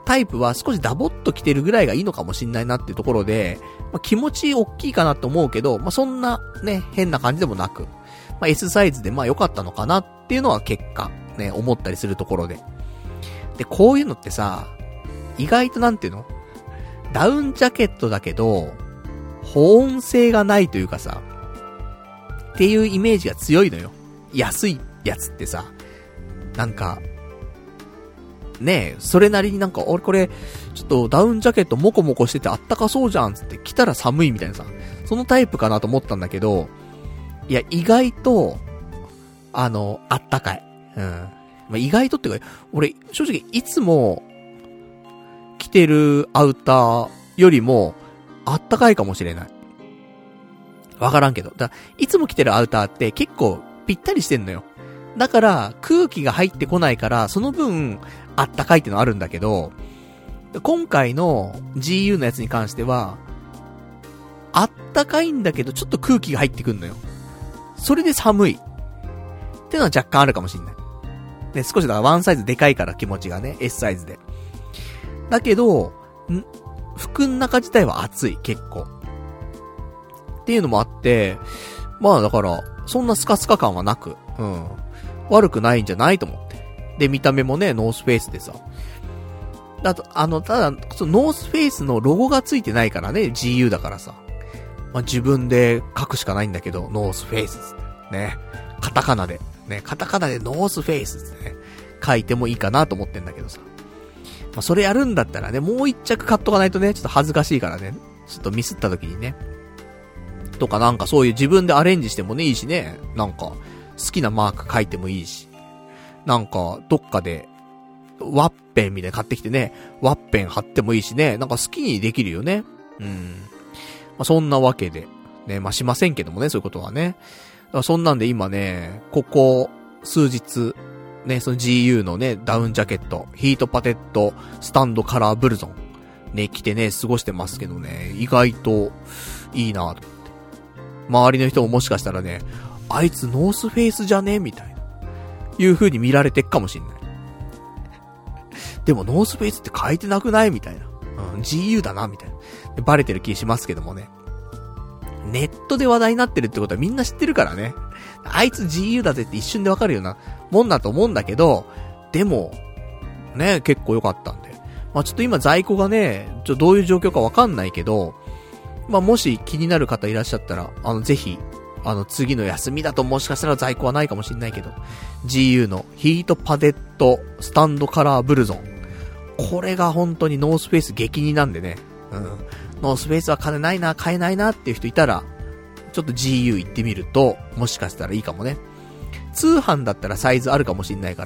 タイプは少しダボっと着てるぐらいがいいのかもしんないなっていうところで、まあ、気持ち大きいかなと思うけど、まあ、そんなね、変な感じでもなく、まあ、S サイズでまあ良かったのかなっていうのは結果、ね、思ったりするところで。で、こういうのってさ、意外となんていうの？ダウンジャケットだけど、保温性がないというかさ、っていうイメージが強いのよ。安いやつってさ、なんか、ねえ、それなりになんか、俺これ、ちょっとダウンジャケットモコモコしててあったかそうじゃんつって着たら寒いみたいなさ、そのタイプかなと思ったんだけど、いや、意外と、あったかい。うん。まあ、意外とってか、俺、正直いつも、着てるアウターよりも、あったかいかもしれない。わからんけど。だからいつも着てるアウターって結構ぴったりしてんのよ。だから空気が入ってこないからその分あったかいってのあるんだけど、今回の GU のやつに関してはあったかいんだけどちょっと空気が入ってくんのよ。それで寒いってのは若干あるかもしんない。ね、少しだからワンサイズでかいから気持ちがね、S サイズで。だけど、服の中自体は暑い、結構。っていうのもあって、まあだから、そんなスカスカ感はなく、うん。悪くないんじゃないと思って。で、見た目もね、ノースフェイスでさ。ただ、そのノースフェイスのロゴがついてないからね、GU だからさ。まあ自分で書くしかないんだけど、ノースフェイスってね。カタカナで、ね、カタカナでノースフェイスってね、書いてもいいかなと思ってんだけどさ。まあそれやるんだったらね、もう一着買っとかないとね、ちょっと恥ずかしいからね。ちょっとミスった時にね。とかなんかそういう自分でアレンジしてもね、いいしね。なんか、好きなマーク書いてもいいし。なんか、どっかで、ワッペンみたいな買ってきてね、ワッペン貼ってもいいしね。なんか好きにできるよね。まあそんなわけで。ね、まあしませんけどもね、そういうことはね。だからそんなんで今ね、ここ、数日、ね、その GU のね、ダウンジャケット、ヒートパテット、スタンドカラーブルゾン、ね、着てね、過ごしてますけどね、意外と、いいなぁと思って。周りの人ももしかしたらね、あいつノースフェイスじゃねみたいな、いう風に見られてっかもしんない。でもノースフェイスって書いてなくないみたいな。GU だな、みたいな。バレてる気しますけどもね。ネットで話題になってるってことはみんな知ってるからね。あいつ GU だぜって一瞬でわかるようなもんだと思うんだけど、でも、ね、結構良かったんで。まあちょっと今在庫がね、どういう状況かわかんないけど、まあもし気になる方いらっしゃったら、ぜひ、次の休みだともしかしたら在庫はないかもしれないけど、GU のヒートパデットスタンドカラーブルゾン。これが本当にノースフェイス激似なんでね。ノースフェイスは買えないなっていう人いたら、ちょっと GU 行ってみると、もしかしたらいいかもね。通販だったらサイズあるかもしんないから、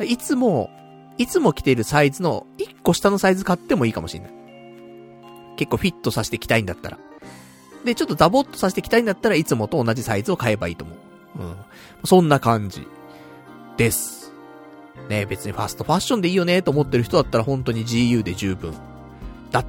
いつも着ているサイズの1個下のサイズ買ってもいいかもしんない。結構フィットさせて着たいんだったら。で、ちょっとダボっとさせて着たいんだったらいつもと同じサイズを買えばいいと思う。そんな感じです。ね、別にファストファッションでいいよねと思ってる人だったら本当に GU で十分。だって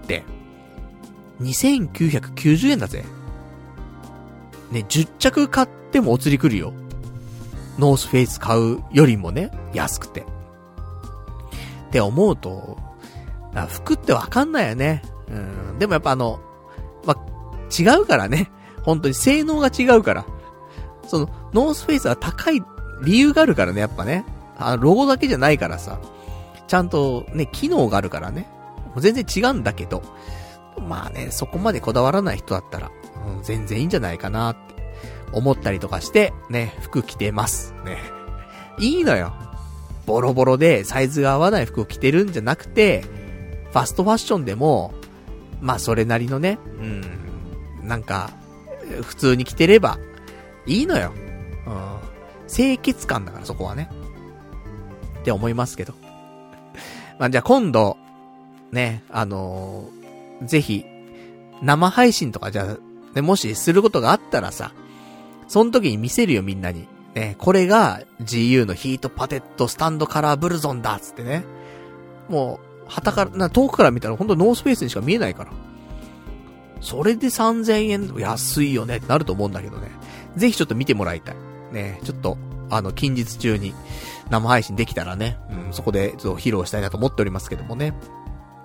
、2990円だぜ。ね、10着買ってもお釣り来るよ。ノースフェイス買うよりもね、安くて。って思うと、服ってわかんないよね。でもやっぱ違うからね。本当に性能が違うから。その、ノースフェイスは高い理由があるからね、やっぱね。ロゴだけじゃないからさ。ちゃんとね、機能があるからね。全然違うんだけど。まあね、そこまでこだわらない人だったら、全然いいんじゃないかなって思ったりとかして、ね、服着てます。ね。いいのよ。ボロボロでサイズが合わない服を着てるんじゃなくて、ファストファッションでも、まあそれなりのね、なんか、普通に着てれば、いいのよ。清潔感だからそこはね。って思いますけど。まあじゃあ今度、ね、ぜひ、生配信とかじゃあ、ね、もしすることがあったらさ、その時に見せるよみんなに。ね、これが GU のヒートパテットスタンドカラーブルゾンだっつってね。もう、旗から、遠くから見たらほんとノースフェイスにしか見えないから。それで3000円安いよねってなると思うんだけどね。ぜひちょっと見てもらいたい。ね、ちょっと、近日中に生配信できたらね、そこでちょっと披露したいなと思っておりますけどもね。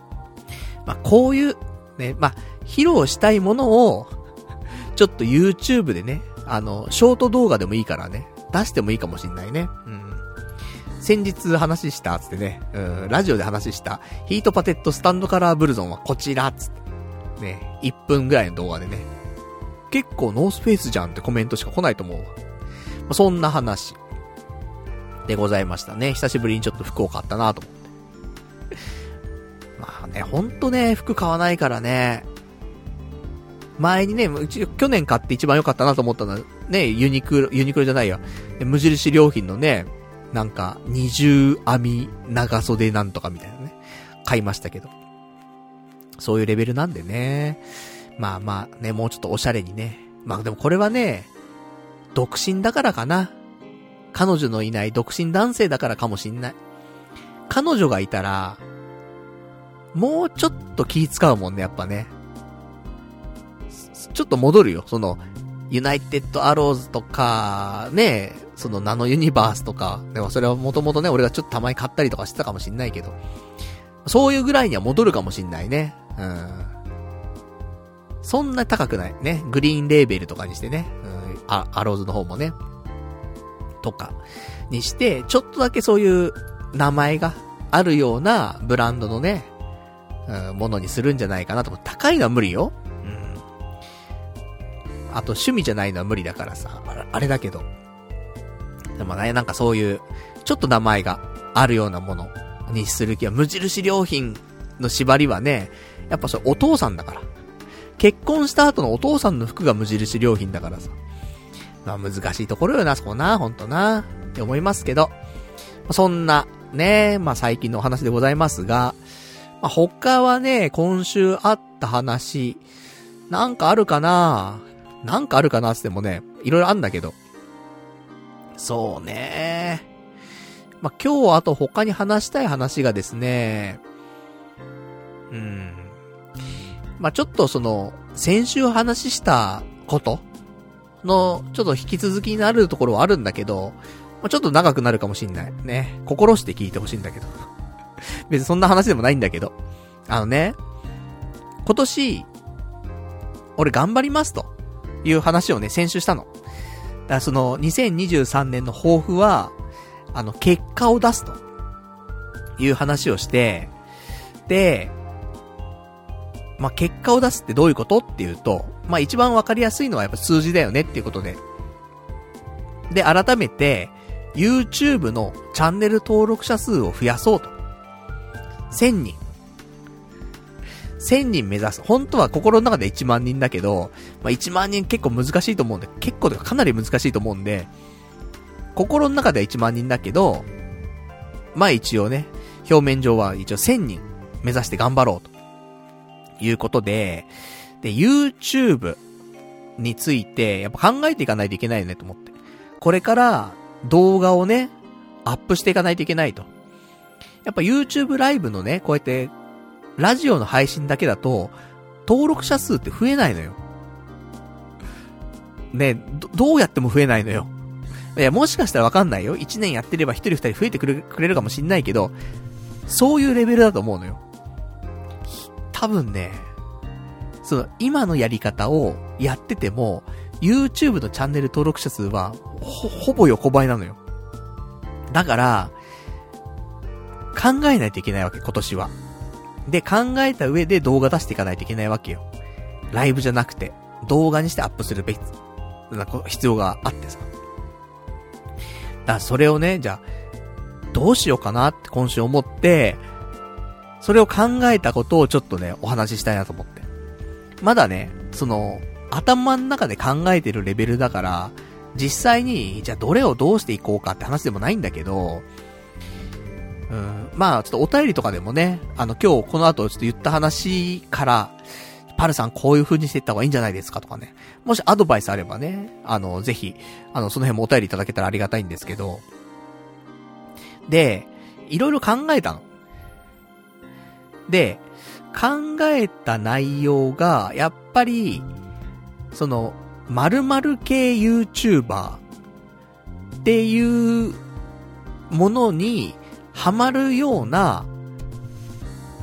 まあ、こういう、ね、まあ、披露したいものを、ちょっと YouTube でね、ショート動画でもいいからね、出してもいいかもしんないね。うん。先日話したつってね、ラジオで話したヒートパテッドスタンドカラーブルゾンはこちらつってね、1分ぐらいの動画でね、結構ノースフェイスじゃんってコメントしか来ないと思うわ。まあ、そんな話でございましたね。久しぶりにちょっと服を買ったなと思って。まあね、ほんとね、服買わないからね。前にね、去年買って一番良かったなと思ったのは、ね、ユニクロじゃないよ。無印良品のね、なんか、二重編み長袖なんとかみたいなね、買いましたけど。そういうレベルなんでね。まあまあね、もうちょっとおしゃれにね。まあでもこれはね、独身だからかな。彼女のいない独身男性だからかもしんない。彼女がいたら、もうちょっと気使うもんね、やっぱね。ちょっと戻るよ。その、ユナイテッドアローズとか、ね、そのナノユニバースとか、でもそれはもともとね、俺がちょっとたまに買ったりとかしてたかもしんないけど、そういうぐらいには戻るかもしんないね。うん。そんな高くない。ね。グリーンレーベルとかにしてね。アローズの方もね。とか、にして、ちょっとだけそういう名前があるようなブランドのね、ものにするんじゃないかなと思う。高いのは無理よ。あと趣味じゃないのは無理だからさ、あれだけど。でもね、なんかそういう、ちょっと名前があるようなものにする気は、無印良品の縛りはね、やっぱそれお父さんだから。結婚した後のお父さんの服が無印良品だからさ。まあ難しいところよな、そこな、ほんとな、って思いますけど。そんな、ね、まあ最近のお話でございますが、まあ他はね、今週あった話、なんかあるかなつってもね、いろいろあんだけど。そうね。まあ、今日あと他に話したい話がですね、まあ、ちょっとその、先週話したことの、ちょっと引き続きになるところはあるんだけど、まあ、ちょっと長くなるかもしんない。ね。心して聞いてほしいんだけど。別にそんな話でもないんだけど。今年、俺頑張りますという話をね、先週したの。だからその、2023年の抱負は、結果を出すという話をして、で、まあ、結果を出すってどういうことっていうと、まあ、一番わかりやすいのはやっぱ数字だよねっていうことで。で、改めて、YouTube のチャンネル登録者数を増やそうと。1000人。1000人目指す。本当は心の中で1万人だけど、まあ、1万人結構難しいと思うんで、結構かなり難しいと思うんで、心の中では1万人だけど、まあ一応ね、表面上は一応1000人目指して頑張ろうと。いうことで、YouTube について、やっぱ考えていかないといけないよねと思って。これから動画をね、アップしていかないといけないと。やっぱ YouTube ライブのね、こうやって、ラジオの配信だけだと、登録者数って増えないのよ。ね、どうやっても増えないのよ。いや、もしかしたらわかんないよ。1年やってれば1人2人増えてくれるかもしんないけど、そういうレベルだと思うのよ。多分ね、その、今のやり方をやってても、YouTube のチャンネル登録者数は、ほぼ横ばいなのよ。だから、考えないといけないわけ、今年は。で、考えた上で動画出していかないといけないわけよ。ライブじゃなくて、動画にしてアップする必要があってさ。だからそれをね、じゃあ、どうしようかなって今週思って、それを考えたことをちょっとね、お話ししたいなと思って。まだね、その、頭の中で考えてるレベルだから、実際に、じゃあどれをどうしていこうかって話でもないんだけど、まあ、ちょっとお便りとかでもね、今日この後ちょっと言った話から、パルさんこういう風にしていった方がいいんじゃないですかとかね。もしアドバイスあればね、ぜひ、その辺もお便りいただけたらありがたいんですけど、で、いろいろ考えたの。で、考えた内容が、やっぱり、その、〇〇系 YouTuber っていうものにハマるような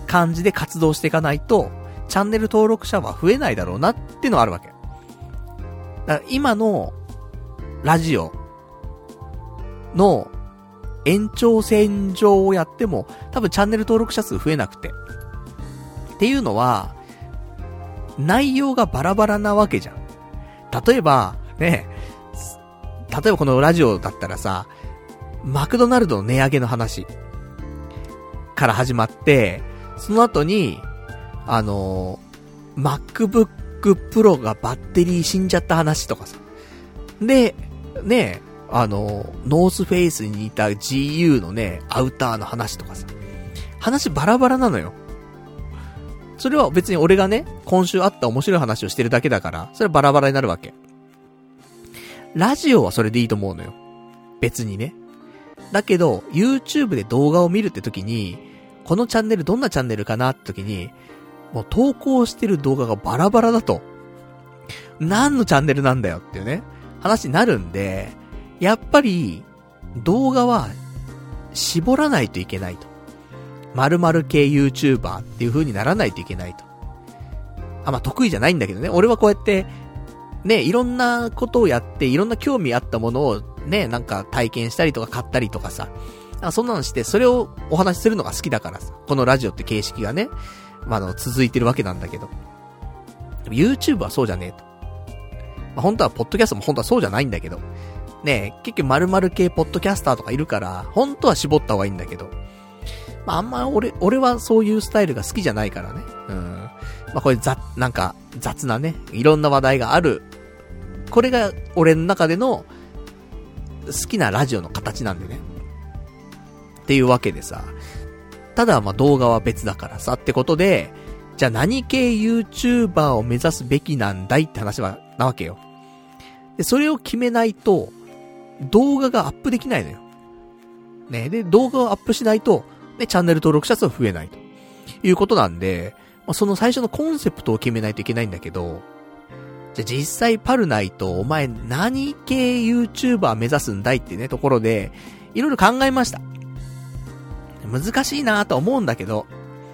感じで活動していかないと、チャンネル登録者は増えないだろうなっていうのがあるわけ。だから今のラジオの延長線上をやっても多分チャンネル登録者数増えなくて。っていうのは、内容がバラバラなわけじゃん。例えば、ね、例えばこのラジオだったらさ、マクドナルドの値上げの話から始まって、その後に、MacBook Pro がバッテリー死んじゃった話とかさ。で、ね、ノースフェイスにいた GU のね、アウターの話とかさ。話バラバラなのよ。それは別に俺がね、今週あった面白い話をしてるだけだから、それはバラバラになるわけ。ラジオはそれでいいと思うのよ。別にね。だけど、YouTube で動画を見るって時に、このチャンネルどんなチャンネルかなって時に、もう投稿してる動画がバラバラだと。何のチャンネルなんだよっていうね、話になるんで、やっぱり、動画は、絞らないといけないと。〇〇系 YouTuber っていう風にならないといけないと。まあ、得意じゃないんだけどね。俺はこうやって、ね、いろんなことをやって、いろんな興味あったものをね、なんか体験したりとか買ったりとかさ。そんなのして、それをお話しするのが好きだからさ。このラジオって形式がね、続いてるわけなんだけど。YouTube はそうじゃねえと。本当は、ポッドキャストも本当はそうじゃないんだけど。ね、結局〇〇系ポッドキャスターとかいるから、本当は絞った方がいいんだけど。あんま俺はそういうスタイルが好きじゃないからね。これなんか雑なね、いろんな話題がある。これが俺の中での好きなラジオの形なんでね。っていうわけでさ。ただ動画は別だからさってことで、じゃあ何系 YouTuber を目指すべきなんだいって話なわけよ。で、それを決めないと、動画がアップできないのよ。ね、で、動画をアップしないと、ね、チャンネル登録者数は増えないということなんで、その最初のコンセプトを決めないといけないんだけど、じゃあ実際パルナイトお前何系 YouTuber 目指すんだいってねところで、いろいろ考えました。難しいなぁと思うんだけど、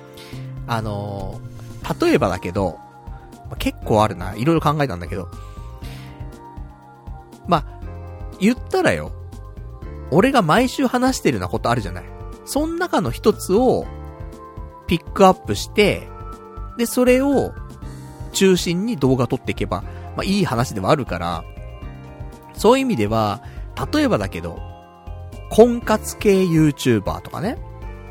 例えばだけど、結構あるな、いろいろ考えたんだけど、言ったらよ、俺が毎週話してるようなことあるじゃない。その中の一つをピックアップして、で、それを中心に動画撮っていけば、いい話ではあるから、そういう意味では、例えばだけど、婚活系 YouTuber とかね。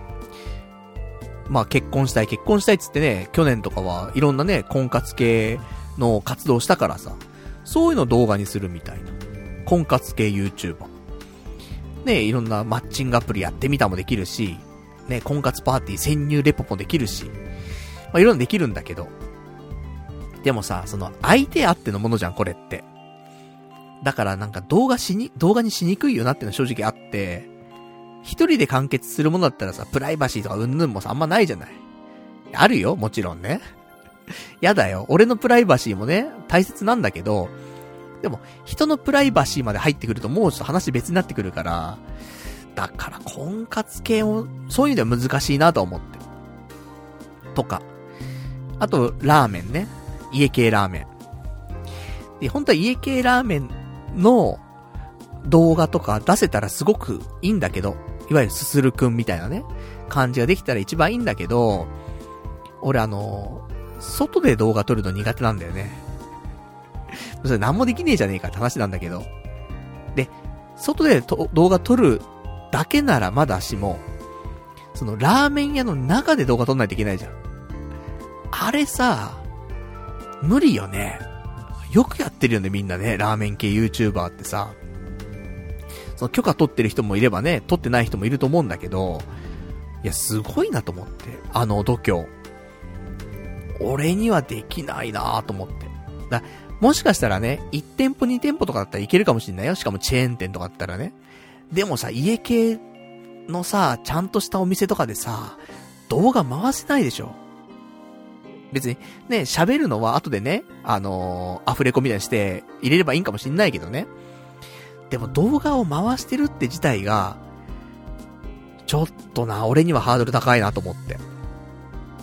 結婚したいっつってね、去年とかはいろんなね、婚活系の活動したからさ、そういうのを動画にするみたいな。婚活系 YouTuber。ね、いろんなマッチングアプリやってみたもできるし、ね、婚活パーティー潜入レポもできるし、いろいろできるんだけど。でもさ、その相手あってのものじゃん、これって。だからなんか動画にしにくいよなってのは正直あって、一人で完結するものだったらさ、プライバシーとかうんぬんもさ、あんまないじゃない。あるよ、もちろんね。やだよ、俺のプライバシーもね、大切なんだけど、でも、人のプライバシーまで入ってくるともうちょっと話別になってくるから、だから婚活系も、そういう意味では難しいなと思って。とか。あと、ラーメンね。家系ラーメン。で、本当は家系ラーメンの動画とか出せたらすごくいいんだけど、いわゆるすするくんみたいなね、感じができたら一番いいんだけど、俺外で動画撮るの苦手なんだよね。それ何もできねえじゃねえかって話なんだけど。で、外で動画撮るだけならまだしも、そのラーメン屋の中で動画撮んないといけないじゃん。あれさ、無理よね。よくやってるよねみんなね、ラーメン系 YouTuber ってさ。その許可取ってる人もいればね、取ってない人もいると思うんだけど、いや、すごいなと思って。度胸。俺にはできないなと思って。もしかしたらね、1店舗2店舗とかだったらいけるかもしんないよ。しかもチェーン店とかだったらね。でもさ、家系のさ、ちゃんとしたお店とかでさ、動画回せないでしょ。別に、ね、喋るのは後でね、アフレコみたいにして入れればいいんかもしんないけどね。でも動画を回してるって自体が、ちょっとな、俺にはハードル高いなと思って。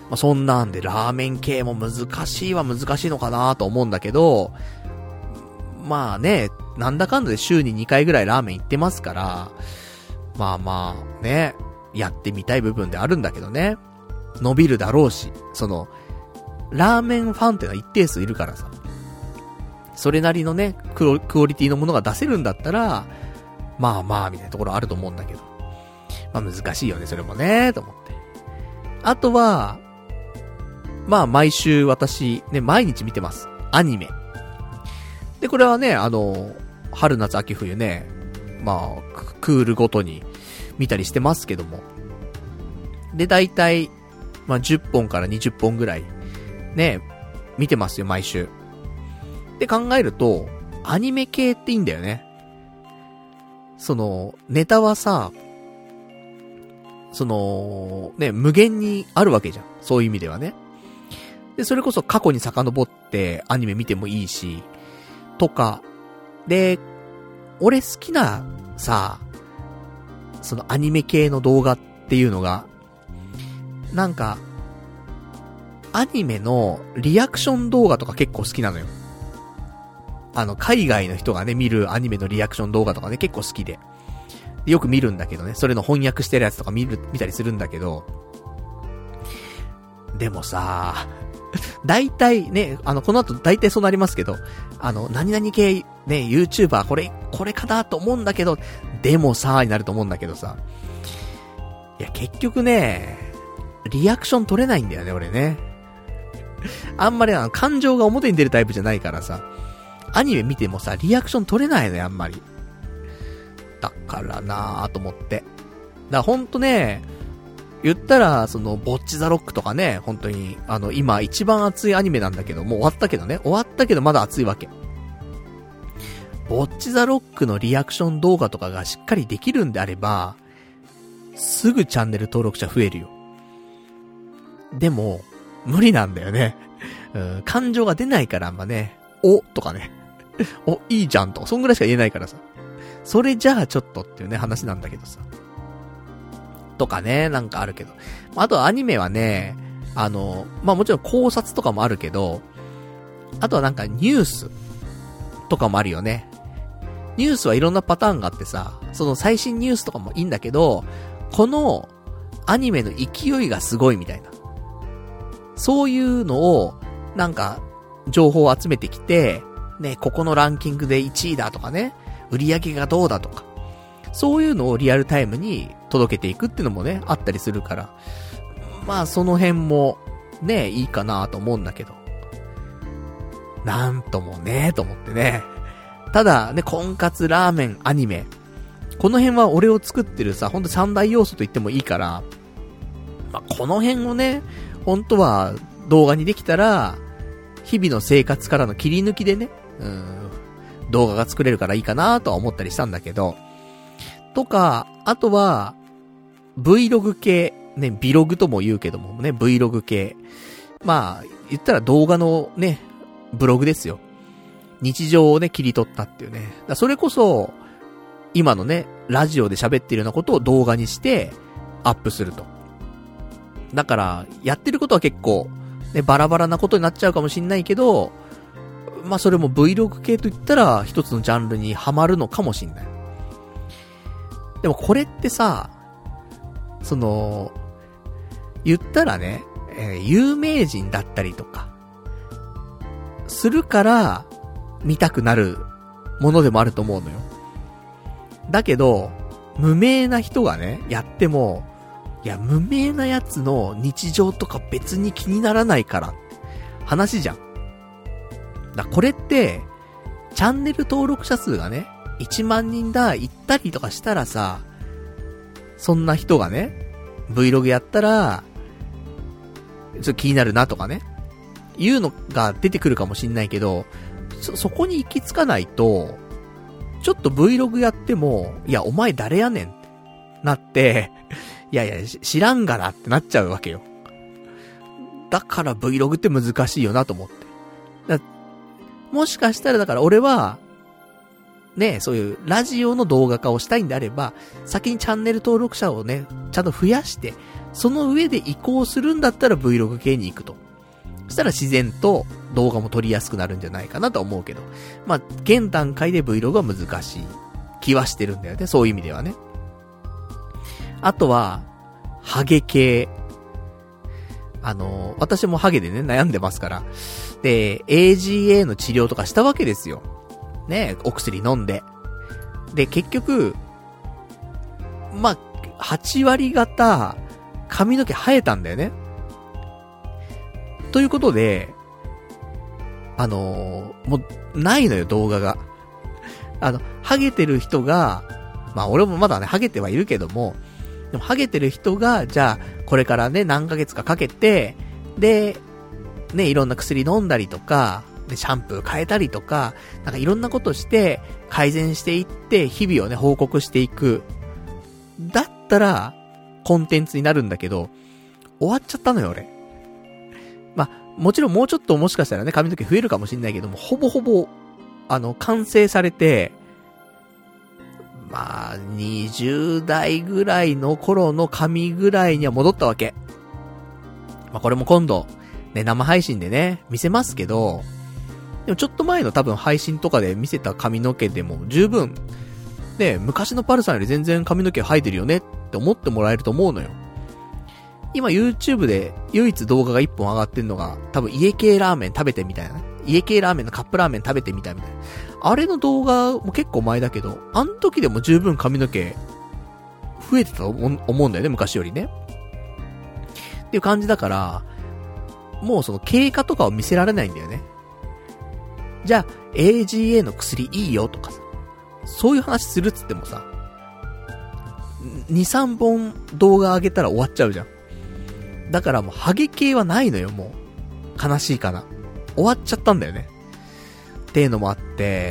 あ、そんなんでラーメン系も難しいは難しいのかなと思うんだけど、まあね、なんだかんだで週に2回ぐらいラーメン行ってますから、まあまあね、やってみたい部分であるんだけどね。伸びるだろうし、ラーメンファンってのは一定数いるからさ。それなりのね、クオリティのものが出せるんだったら、まあまあみたいなところあると思うんだけど。まあ難しいよね、それもね、と思って。あとは、まあ毎週私、ね、毎日見てます。アニメ。で、これはね、春夏秋冬ね、まあ、クールごとに見たりしてますけども。で、だいたい、まあ10本から20本ぐらい、ね、見てますよ、毎週。って考えると、アニメ系っていいんだよね。ネタはさ、ね、無限にあるわけじゃん。そういう意味ではね。で、それこそ過去に遡ってアニメ見てもいいし、とか、で、俺好きなさ、アニメ系の動画っていうのが、なんか、アニメのリアクション動画とか結構好きなのよ。海外の人がね、見るアニメのリアクション動画とかね、結構好きで。よく見るんだけどね、それの翻訳してるやつとか見たりするんだけど、でもさ、大体ね、この後大体そうなりますけど、何々系、ね、YouTuber これかなと思うんだけど、でもさ、になると思うんだけどさ、いや、結局ね、リアクション取れないんだよね、俺ね。あんまり感情が表に出るタイプじゃないからさ、アニメ見てもさ、リアクション取れないのよ、あんまり。だからなぁと思って。だからほんとね、言ったら、ボッチザロックとかね、本当に、今一番熱いアニメなんだけど、もう終わったけどね、終わったけどまだ熱いわけ。ボッチザロックのリアクション動画とかがしっかりできるんであれば、すぐチャンネル登録者増えるよ。でも、無理なんだよね。感情が出ないからあんまね、おとかね、お、いいじゃんとか、そんぐらいしか言えないからさ。それじゃあちょっとっていうね、話なんだけどさ。とかね、なんかあるけど。あとはアニメはね、まあもちろん考察とかもあるけど、あとはなんかニュースとかもあるよね。ニュースはいろんなパターンがあってさ、最新ニュースとかもいいんだけど、このアニメの勢いがすごいみたいな。そういうのを、なんか、情報を集めてきて、ね、ここのランキングで1位だとかね、売り上げがどうだとか、そういうのをリアルタイムに届けていくっていうのもね、あったりするから、まあその辺も、ね、いいかなと思うんだけど。なんともね、と思ってね。ただね、婚活、ラーメン、アニメ。この辺は俺を作ってるさ、ほんと三大要素と言ってもいいから、まあこの辺をね、本当は動画にできたら、日々の生活からの切り抜きでね、動画が作れるからいいかなとは思ったりしたんだけど、とか、あとは、Vlog 系、ね、Vlog とも言うけどもね、Vlog 系。まあ、言ったら動画のね、ブログですよ。日常をね、切り取ったっていうね。それこそ、今のね、ラジオで喋ってるようなことを動画にして、アップすると。だから、やってることは結構、ね、バラバラなことになっちゃうかもしんないけど、まあそれも Vlog 系と言ったら、一つのジャンルにはまるのかもしんない。でもこれってさ、言ったらね、有名人だったりとか、するから、見たくなるものでもあると思うのよ。だけど、無名な人がね、やっても、いや、無名なやつの日常とか別に気にならないから、話じゃん。これって、チャンネル登録者数がね、1万人だ、行ったりとかしたらさ、そんな人がね、Vlog やったら、ちょっと気になるなとかね、いうのが出てくるかもしんないけど、そこに行き着かないと、ちょっと Vlog やっても、いや、お前誰やねんってなって、いやいや、知らんがなってなっちゃうわけよ。だから Vlog って難しいよなと思って。もしかしたらだから俺は、ね、そういうラジオの動画化をしたいんであれば、先にチャンネル登録者をね、ちゃんと増やして、 その上で移行するんだったら Vlog 系に行くと。そしたら自然と動画も撮りやすくなるんじゃないかなと思うけど。まあ、現段階で Vlog は難しい気はしてるんだよね。そういう意味ではね。あとは、ハゲ系。私もハゲでね、悩んでますから。で、AGA の治療とかしたわけですよ。ね、お薬飲んで。で、結局、まあ、8割方、髪の毛生えたんだよね。ということで、もう、ないのよ、動画が。ハゲてる人が、まあ俺もまだね、ハゲてはいるけども、でもハゲてる人が、じゃあ、これからね、何ヶ月かかけて、で、ね、いろんな薬飲んだりとか、で、シャンプー変えたりとか、なんかいろんなことして、改善していって、日々をね、報告していく。だったら、コンテンツになるんだけど、終わっちゃったのよ、俺。まあ、もちろんもうちょっともしかしたらね、髪の毛増えるかもしんないけども、ほぼほぼ、完成されて、まあ、20代ぐらいの頃の髪ぐらいには戻ったわけ。まあ、これも今度、ね、生配信でね、見せますけど、でもちょっと前の多分配信とかで見せた髪の毛でも十分、ね、昔のパルさんより全然髪の毛生えてるよねって思ってもらえると思うのよ。今 YouTube で唯一動画が1本上がってんのが、多分家系ラーメン食べてみたいなね。家系ラーメンのカップラーメン食べてみたいな。あれの動画も結構前だけど、あの時でも十分髪の毛増えてたと思うんだよね、昔よりね。っていう感じだから、もうその経過とかを見せられないんだよね。じゃあ、AGA の薬いいよとかさ、そういう話するっつってもさ、2、3本動画上げたら終わっちゃうじゃん。だからもうハゲ系はないのよ、もう。悲しいかな。終わっちゃったんだよね。っていうのもあって、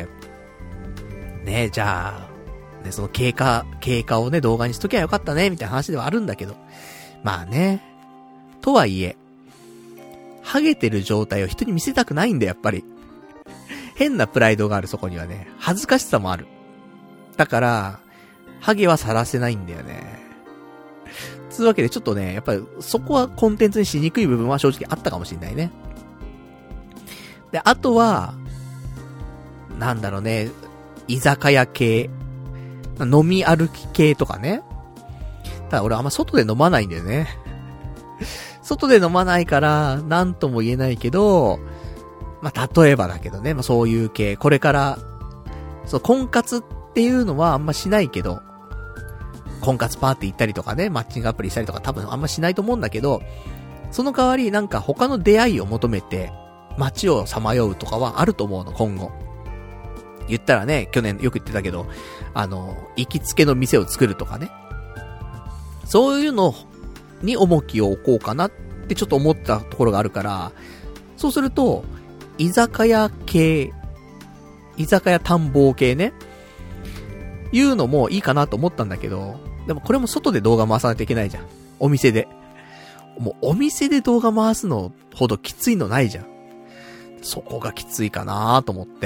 ね、じゃあ、ね、その経過をね、動画にしときゃよかったね、みたいな話ではあるんだけど。まあね。とはいえ、ハゲてる状態を人に見せたくないんだよ、やっぱり。変なプライドがあるそこにはね、恥ずかしさもある。だから、ハゲは晒せないんだよね。つうわけでちょっとね、やっぱりそこはコンテンツにしにくい部分は正直あったかもしれないね。で、あとは、なんだろうね、居酒屋系、飲み歩き系とかね。ただ俺あんま外で飲まないんだよね。外で飲まないから、なんとも言えないけど、まあ、例えばだけどね、まあ、そういう系、これから、そう、婚活っていうのはあんましないけど、婚活パーティー行ったりとかね、マッチングアプリしたりとか多分あんましないと思うんだけど、その代わりなんか他の出会いを求めて、街をさまようとかはあると思うの、今後。言ったらね、去年よく言ってたけど、行きつけの店を作るとかね。そういうのに重きを置こうかなってちょっと思ったところがあるから、そうすると、居酒屋系、居酒屋探訪系ね、いうのもいいかなと思ったんだけど、でもこれも外で動画回さないといけないじゃん。お店で。もうお店で動画回すのほどきついのないじゃん。そこがきついかなと思って。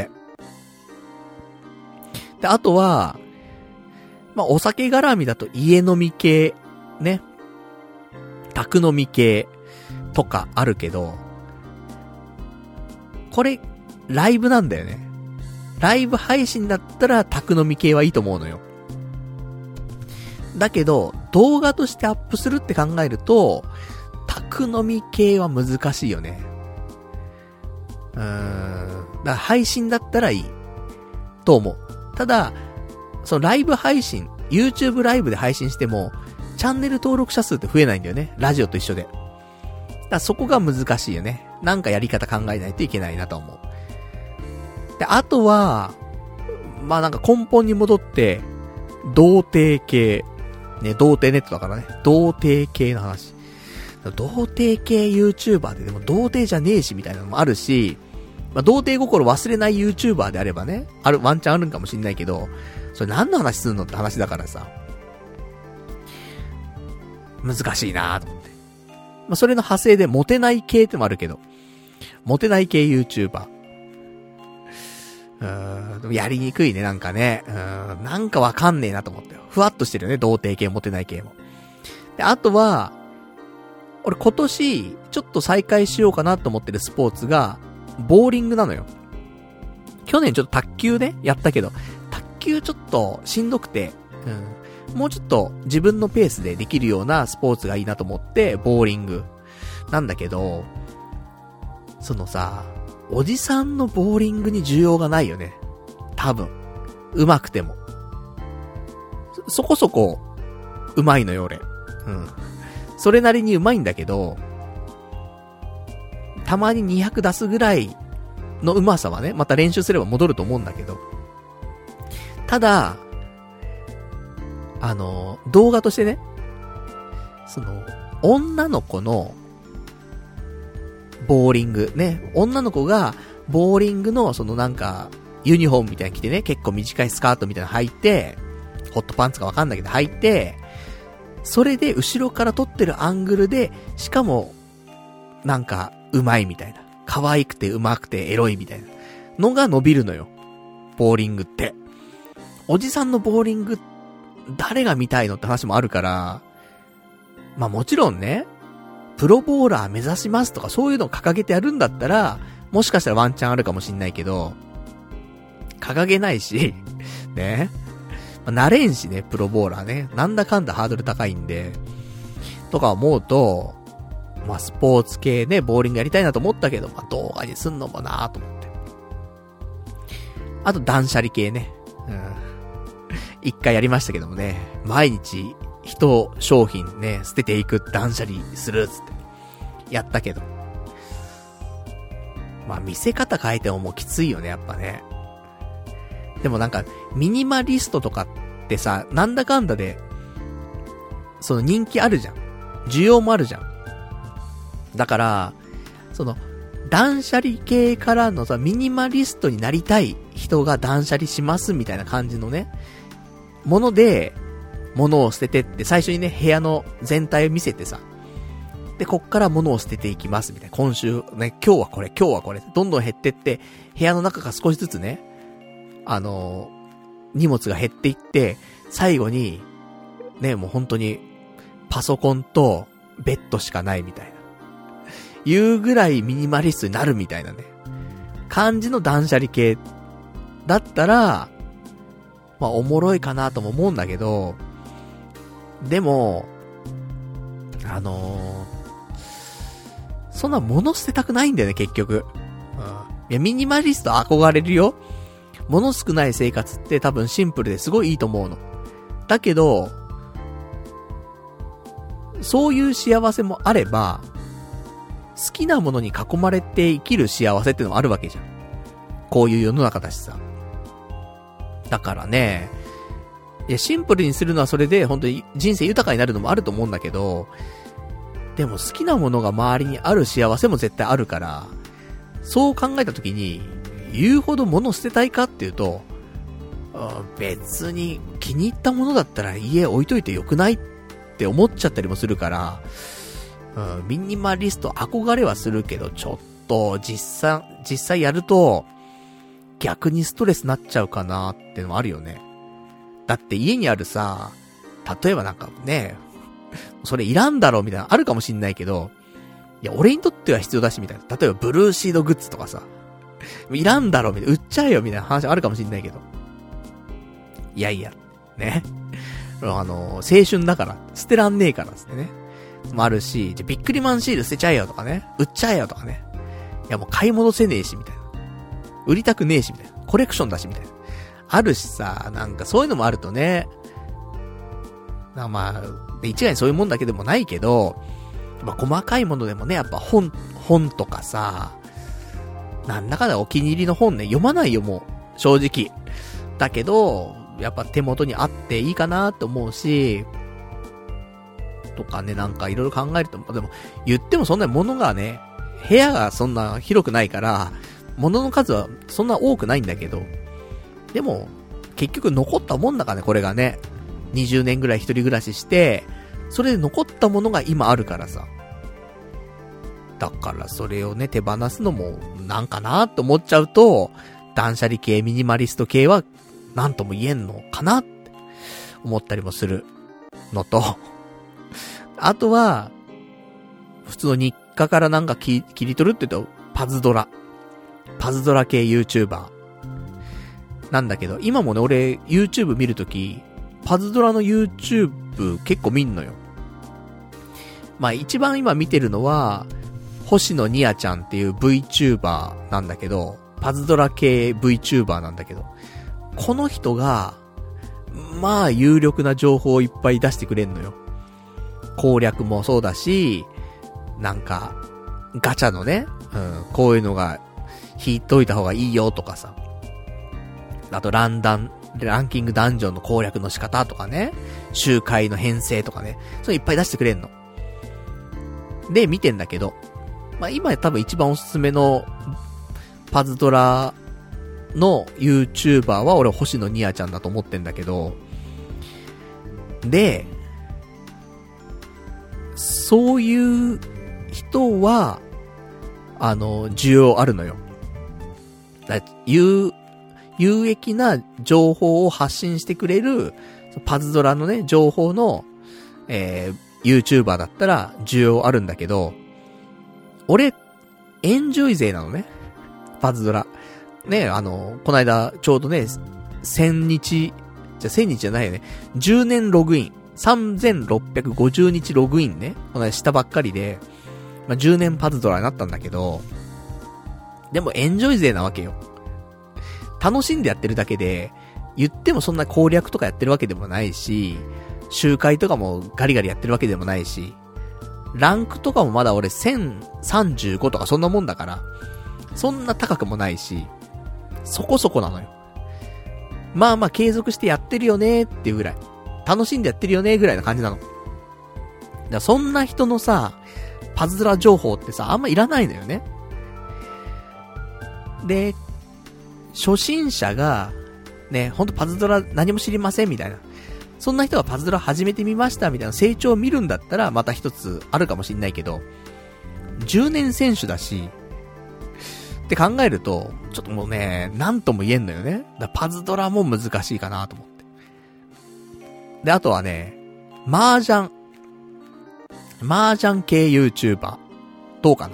で、あとは、まあ、お酒絡みだと家飲み系、ね。宅飲み系とかあるけど、これ、ライブなんだよね。ライブ配信だったら宅飲み系はいいと思うのよ。だけど、動画としてアップするって考えると、宅飲み系は難しいよね。だから配信だったらいい。と思う。ただ、そのライブ配信、YouTube ライブで配信しても、チャンネル登録者数って増えないんだよね。ラジオと一緒で。だからそこが難しいよね。なんかやり方考えないといけないなと思う。で、あとは、まあなんか根本に戻って、童貞系。ね、童貞ネットだからね。童貞系の話。童貞系 YouTuber ででも童貞じゃねえしみたいなのもあるし、まあ童貞心忘れない YouTuber であればね、ワンチャンあるんかもしんないけど、それ何の話するのって話だからさ。難しいなぁと思って。まあそれの派生でモテない系ってもあるけど、モテない系 YouTuber。でもやりにくいね、なんかね。なんかわかんねえなと思ったよ。ふわっとしてるよね、童貞系、モテない系も。で、あとは、 俺今年、ちょっと再開しようかなと思ってるスポーツが、ボーリングなのよ。去年ちょっと卓球ね、やったけど、卓球ちょっとしんどくて、もうちょっと自分のペースでできるようなスポーツがいいなと思って、ボーリング。なんだけど、そのさ、おじさんのボーリングに需要がないよね。多分。上手くても。そこそこ、上手いのよ、俺。それなりに上手いんだけど、たまに200出すぐらいの上手さはね、また練習すれば戻ると思うんだけど。ただ、動画としてね、その、女の子の、ボーリング、ね、女の子が、ボーリングの、そのなんか、ユニフォームみたいに着てね、結構短いスカートみたいなの履いて、ホットパンツかわかんないけど履いて、それで後ろから撮ってるアングルで、しかも、なんか、上手いみたいな。可愛くて上手くてエロいみたいなのが伸びるのよ。ボーリングって。おじさんのボーリング、誰が見たいのって話もあるから、まあもちろんね、プロボーラー目指しますとかそういうのを掲げてやるんだったら、もしかしたらワンチャンあるかもしんないけど、掲げないし、ね。慣れんしね、プロボーラーね。なんだかんだハードル高いんで、とか思うと、まあスポーツ系ね、ボーリングやりたいなと思ったけど、まあ動画にすんのもなーと思って。あと断捨離系ね。一回やりましたけどもね、毎日一商品ね、捨てていく断捨離するっつって、やったけど。まあ見せ方変えてももうきついよね、やっぱね。でもなんか、ミニマリストとかってさ、なんだかんだで、その人気あるじゃん。需要もあるじゃん。だから、その、断捨離系からのさ、ミニマリストになりたい人が断捨離しますみたいな感じのね、もので、物を捨ててって、最初にね、部屋の全体を見せてさ、で、こっから物を捨てていきますみたいな。今週ね、今日はこれ、今日はこれ、どんどん減ってって、部屋の中が少しずつね、荷物が減っていって、最後に、ね、もう本当に、パソコンと、ベッドしかないみたいな。いうぐらいミニマリストになるみたいなね。感じの断捨離系、だったら、まあ、おもろいかなとも思うんだけど、でも、そんな物捨てたくないんだよね、結局。いや、ミニマリスト憧れるよ。物少ない生活って多分シンプルですごいいいと思うの。だけど、そういう幸せもあれば、好きなものに囲まれて生きる幸せってのもあるわけじゃん。こういう世の中だしさ。だからね、いや、シンプルにするのはそれで本当に人生豊かになるのもあると思うんだけど、でも好きなものが周りにある幸せも絶対あるから、そう考えたときに、言うほど物捨てたいかっていうと、別に気に入ったものだったら家置いといてよくないって思っちゃったりもするから、ミニマリスト憧れはするけど、ちょっと実際やると逆にストレスになっちゃうかなってのもあるよね。だって家にあるさ、例えばなんかね、それいらんだろうみたいなあるかもしんないけど、いや俺にとっては必要だしみたいな。例えばブルーシードグッズとかさ、いらんだろみたいな、売っちゃえよみたいな話あるかもしんないけど、いやいやね、青春だから捨てらんねえからですね。もあるし、じゃビックリマンシール捨てちゃえよとかね、売っちゃえよとかね。いやもう買い戻せねえしみたいな。売りたくねえしみたいな。コレクションだしみたいな。あるしさ、なんかそういうのもあるとね。まあ、一概にそういうもんだけでもないけど、まあ細かいものでもね、やっぱ本とかさ、なんだかだお気に入りの本ね、読まないよもう、正直。だけど、やっぱ手元にあっていいかなって思うし、とかね、なんかいろいろ考えると、でも言ってもそんな物がね、部屋がそんな広くないから、物の数はそんな多くないんだけど、でも結局残ったもんだからね、これがね、20年ぐらい一人暮らしして、それで残ったものが今あるからさ、だからそれをね手放すのもなんかなと思っちゃうと、断捨離系ミニマリスト系はなんとも言えんのかなって思ったりもするのと、あとは普通の日課からなんか切り取るって言うと、パズドラ系 YouTuber。なんだけど、今もね、俺、YouTube 見るとき、パズドラの YouTube 結構見んのよ。まあ一番今見てるのは、星野ニアちゃんっていう VTuber なんだけど、パズドラ系 VTuber なんだけど、この人が、まあ有力な情報をいっぱい出してくれんのよ。攻略もそうだし、なんか、ガチャのね、こういうのが引いといた方がいいよとかさ。あとランキングダンジョンの攻略の仕方とかね、周回の編成とかね、それいっぱい出してくれんの。で、見てんだけど、まあ今多分一番おすすめのパズドラの YouTuber は俺星野ニアちゃんだと思ってんだけど、で、そういう人は、需要あるのよ。有益な情報を発信してくれる、パズドラのね、情報の、YouTuber だったら需要あるんだけど、俺、エンジョイ勢なのね。パズドラ。ね、この間、ちょうどね、1000日じゃないよね。10年ログイン。3650日ログインね。この間したばっかりで、まあ、10年パズドラになったんだけど、でもエンジョイ勢なわけよ。楽しんでやってるだけで、言ってもそんな攻略とかやってるわけでもないし、周回とかもガリガリやってるわけでもないし、ランクとかもまだ俺1035とかそんなもんだから、そんな高くもないし、そこそこなのよ。まあまあ継続してやってるよねっていうぐらい。楽しんでやってるよねぐらいな感じなの。だからそんな人のさ、パズドラ情報ってさ、あんまいらないのよね。で、初心者が、ね、ほんとパズドラ何も知りませんみたいな。そんな人がパズドラ始めてみましたみたいな成長を見るんだったらまた一つあるかもしんないけど、10年選手だし、って考えると、ちょっともうね、なんとも言えんのよね。だパズドラも難しいかなと思って。で、あとはね、麻雀系 YouTuber。どうかな？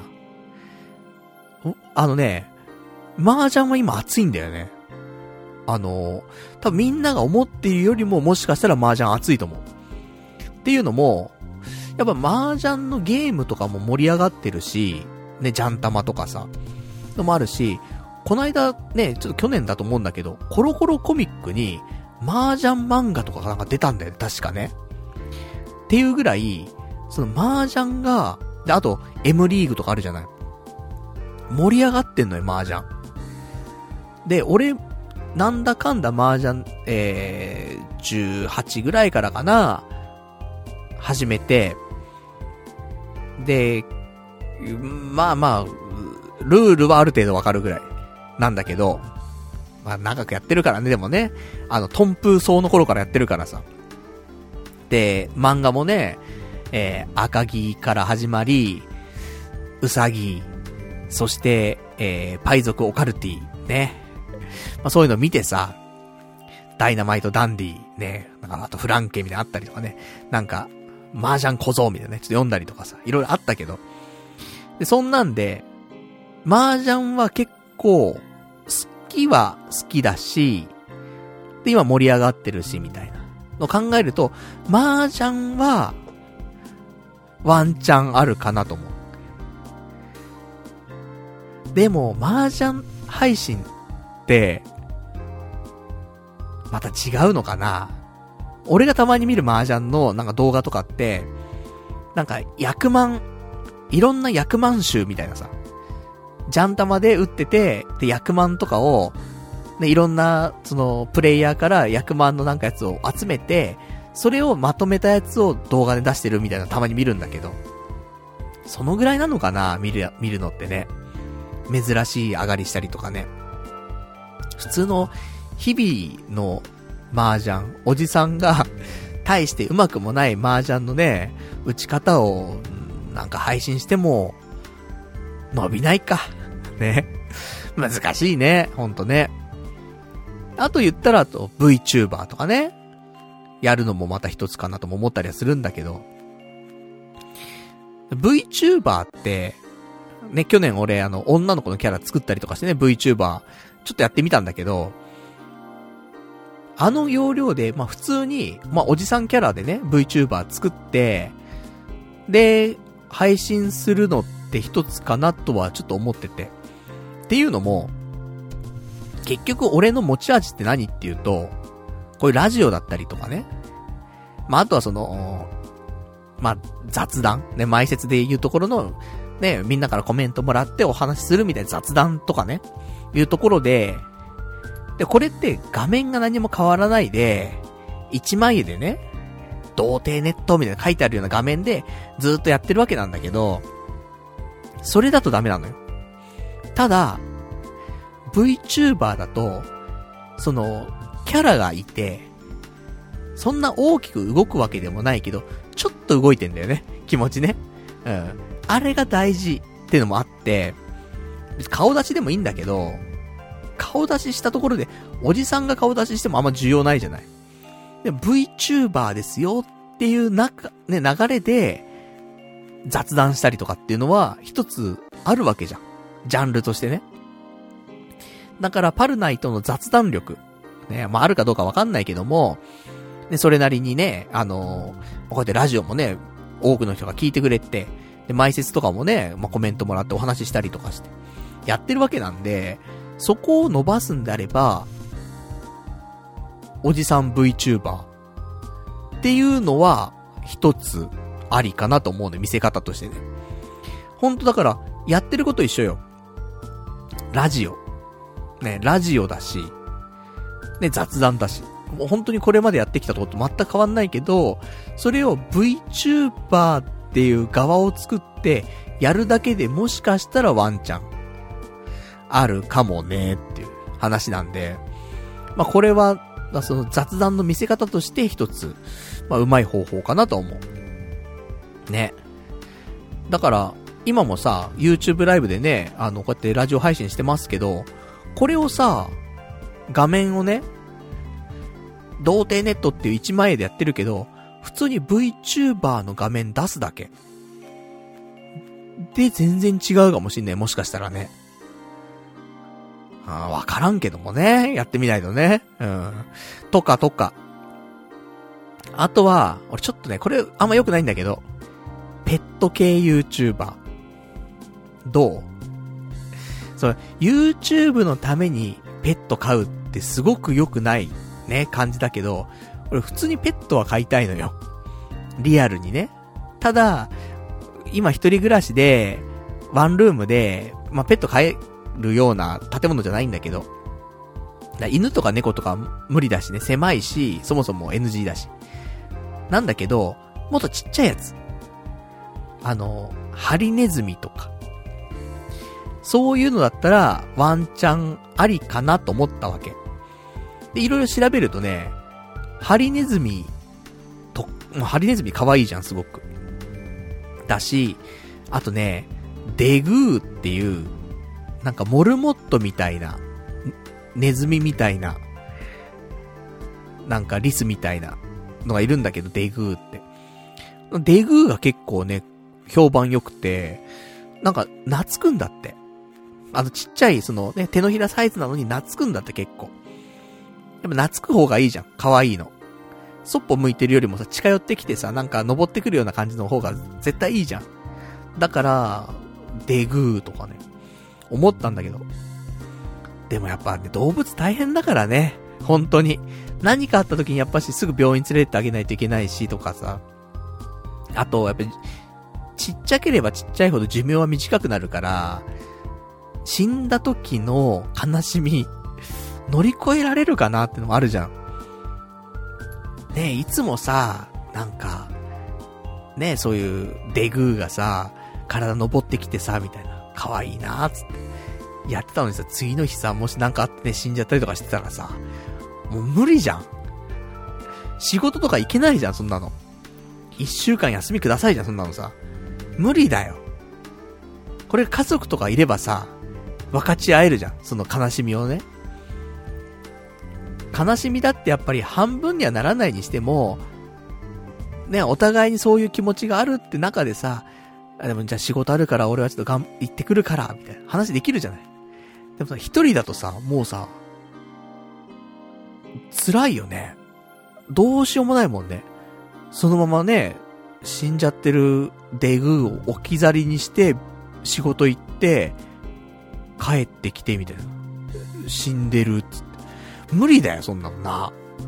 麻雀は今熱いんだよね。多分みんなが思っているよりももしかしたら麻雀熱いと思う。っていうのも、やっぱ麻雀のゲームとかも盛り上がってるし、ね、ジャンタマとかさ、のもあるし、この間ね、ちょっと去年だと思うんだけど、コロコロコミックに麻雀漫画とかがなんか出たんだよね、確かね。っていうぐらい、その麻雀が、で、あと、M リーグとかあるじゃない。盛り上がってんのよ、麻雀。で、俺、なんだかんだ麻雀、18ぐらいからかな、始めて、で、まあまあ、ルールはある程度わかるぐらいなんだけど、まあ長くやってるからね、でもね、トンプー層の頃からやってるからさ。で、漫画もね、赤木から始まり、うさぎ、そして、パイ族オカルティ、ね。まあそういうの見てさ、ダイナマイトダンディ、ね、なんかあとフランケみたいなのあったりとかね、なんか、麻雀小僧みたいなね、ちょっと読んだりとかさ、いろいろあったけど。で、そんなんで、麻雀は結構、好きは好きだし、で、今盛り上がってるし、みたいなの考えると、麻雀は、ワンチャンあるかなと思う。でも、麻雀配信って、また違うのかな？俺がたまに見る麻雀のなんか動画とかって、なんか役満、いろんな役満集みたいなさ、ジャンタマで打ってて、で、役満とかを、ね、いろんな、その、プレイヤーから役満のなんかやつを集めて、それをまとめたやつを動画で出してるみたいなたまに見るんだけど、そのぐらいなのかな、見るのってね。珍しい上がりしたりとかね。普通の、日々の麻雀、おじさんが、大して上手くもない麻雀のね、打ち方を、なんか配信しても、伸びないか。ね。難しいね。ほんとね。あと言ったら、あと VTuber とかね。やるのもまた一つかなとも思ったりはするんだけど。 VTuber って、ね、去年俺女の子のキャラ作ったりとかしてね、VTuber、ちょっとやってみたんだけど、要領で、普通に、おじさんキャラでね、VTuber 作って、で、配信するのって一つかなとはちょっと思ってて。っていうのも、結局俺の持ち味って何っていうと、こういうラジオだったりとかね。あとは雑談ね、前説で言うところの、ね、みんなからコメントもらってお話しするみたいな雑談とかね、いうところで、これって画面が何も変わらないで、1枚絵でね、童貞ネットみたいな書いてあるような画面でずっとやってるわけなんだけど、それだとダメなのよ。ただ、VTuber だと、キャラがいて、そんな大きく動くわけでもないけど、ちょっと動いてんだよね。気持ちね。うん。あれが大事ってのもあって、顔出しでもいいんだけど、顔出ししたところで、おじさんが顔出ししてもあんま重要ないじゃない。で、VTuber ですよっていう流れで、雑談したりとかっていうのは、一つあるわけじゃん。ジャンルとしてね。だから、パルナイトの雑談力。ね、あるかどうかわかんないけども、ね、それなりにね、こうやってラジオもね、多くの人が聞いてくれて、で、前説とかもね、コメントもらってお話ししたりとかして、やってるわけなんで、そこを伸ばすんであれば、おじさん VTuber っていうのは、一つありかなと思うね、見せ方としてね。ほんとだから、やってること一緒よ。ラジオ。ね、ラジオだし、ね、雑談だし。もう本当にこれまでやってきたとこと全く変わんないけど、それを VTuber っていう側を作ってやるだけでもしかしたらワンチャンあるかもねっていう話なんで、これはその雑談の見せ方として一つうまい方法かなと思うね。だから今もさ YouTube ライブでねこうやってラジオ配信してますけど、これをさ画面をね童貞ネットっていう1枚絵でやってるけど、普通に VTuber の画面出すだけ。で、全然違うかもしんない。もしかしたらね。わからんけどもね。やってみないとね。うん。とか。あとは、俺ちょっとね、これあんま良くないんだけど、ペット系 YouTuber。どう？YouTube のためにペット飼うってすごく良くないね、感じだけど、俺普通にペットは飼いたいのよ。リアルにね。ただ、今一人暮らしで、ワンルームで、ペット飼えるような建物じゃないんだけど、犬とか猫とか無理だしね、狭いし、そもそも NG だし。なんだけど、もっとちっちゃいやつ。ハリネズミとか。そういうのだったら、ワンチャンありかなと思ったわけ。で、いろいろ調べるとね、ハリネズミ可愛いじゃん、すごく。だし、あとね、デグーっていう、なんかモルモットみたいな、ネズミみたいな、なんかリスみたいなのがいるんだけど、デグーって。デグーが結構ね、評判良くて、なんか懐くんだって。ちっちゃい、手のひらサイズなのに懐くんだって結構。やっぱ懐く方がいいじゃん。可愛いの。そっぽ向いてるよりもさ、近寄ってきてさ、なんか登ってくるような感じの方が絶対いいじゃん。だから、デグーとかね、思ったんだけど。でもやっぱね、動物大変だからね。本当に。何かあった時にやっぱしすぐ病院連れてってあげないといけないしとかさ。あと、やっぱり、ちっちゃければちっちゃいほど寿命は短くなるから、死んだ時の悲しみ、乗り越えられるかなってのもあるじゃん。ねえ、いつもさ、なんか、ねえ、そういうデグーがさ、体登ってきてさ、みたいな、可愛いなーつって、やってたのにさ、次の日さ、もしなんかあってね、死んじゃったりとかしてたらさ、もう無理じゃん。仕事とか行けないじゃん、そんなの。1週間休みくださいじゃん、そんなのさ。無理だよ。これ家族とかいればさ、分かち合えるじゃん、その悲しみをね。悲しみだってやっぱり半分にはならないにしても、ね、お互いにそういう気持ちがあるって中でさ、 でもじゃあ仕事あるから俺はちょっと行ってくるから、みたいな話できるじゃない。でもさ、一人だとさ、もうさ、辛いよね。どうしようもないもんね。そのままね、死んじゃってるデグーを置き去りにして、仕事行って、帰ってきてみたいな。死んでるっつって。無理だよ、そんなのな。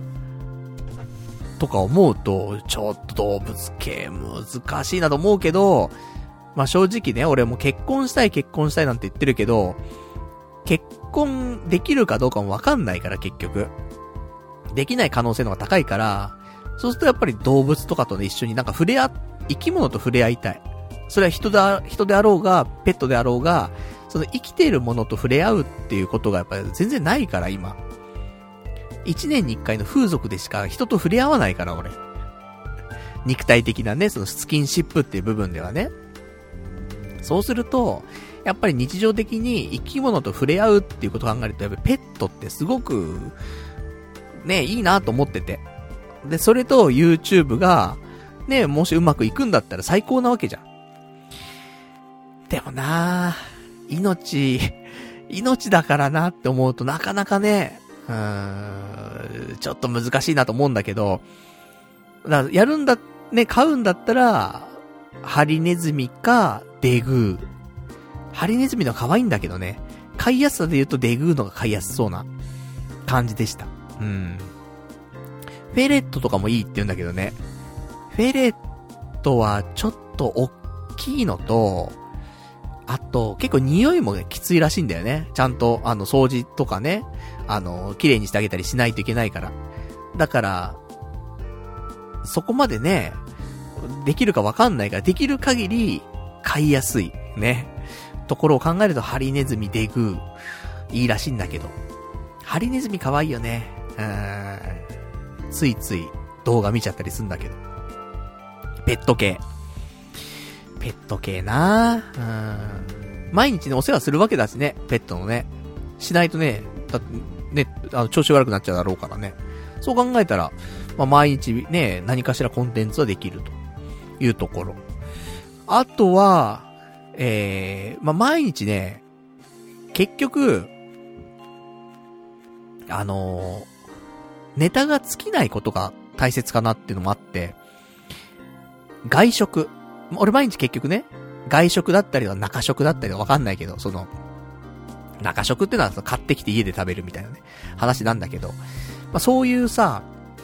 とか思うと、ちょっと動物系難しいなと思うけど、まあ正直ね、俺も結婚したいなんて言ってるけど、結婚できるかどうかもわかんないから結局。できない可能性の方が高いから、そうするとやっぱり動物とかとね一緒になんか生き物と触れ合いたい。それは人であろうが、ペットであろうが、その生きているものと触れ合うっていうことがやっぱり全然ないから今。1年に1回の風俗でしか人と触れ合わないから俺。肉体的なね、そのスキンシップっていう部分ではね。そうすると、やっぱり日常的に生き物と触れ合うっていうことを考えると、やっぱりペットってすごく、ね、いいなと思ってて。で、それと YouTube が、ね、もしうまくいくんだったら最高なわけじゃん。でもなぁ、命だからなって思うとなかなかね、ちょっと難しいなと思うんだけど、だからやるんだ、ね、買うんだったら、ハリネズミか、デグー。ハリネズミの可愛いんだけどね、飼いやすさで言うとデグーのが飼いやすそうな感じでした。フェレットとかもいいって言うんだけどね。フェレットはちょっと大きいのと、あと結構匂いもね、きついらしいんだよね。ちゃんと掃除とかね、綺麗にしてあげたりしないといけないから。だから、そこまでね、できるかわかんないから、できる限り飼いやすいね。ところを考えるとハリネズミデグーいいらしいんだけど。ハリネズミ可愛いよね。ついつい動画見ちゃったりすんだけど。ペット系な毎日ね、お世話するわけだしね、ペットのね。しないとね、だってね、調子悪くなっちゃうだろうからね。そう考えたら、まあ、毎日ね、何かしらコンテンツはできるというところ。あとは、まあ、毎日ね、結局、ネタが尽きないことが大切かなっていうのもあって、外食。俺毎日結局ね、外食だったりは中食だったりはわかんないけど、その、中食ってのは買ってきて家で食べるみたいなね、話なんだけど、まあ、そういうさ、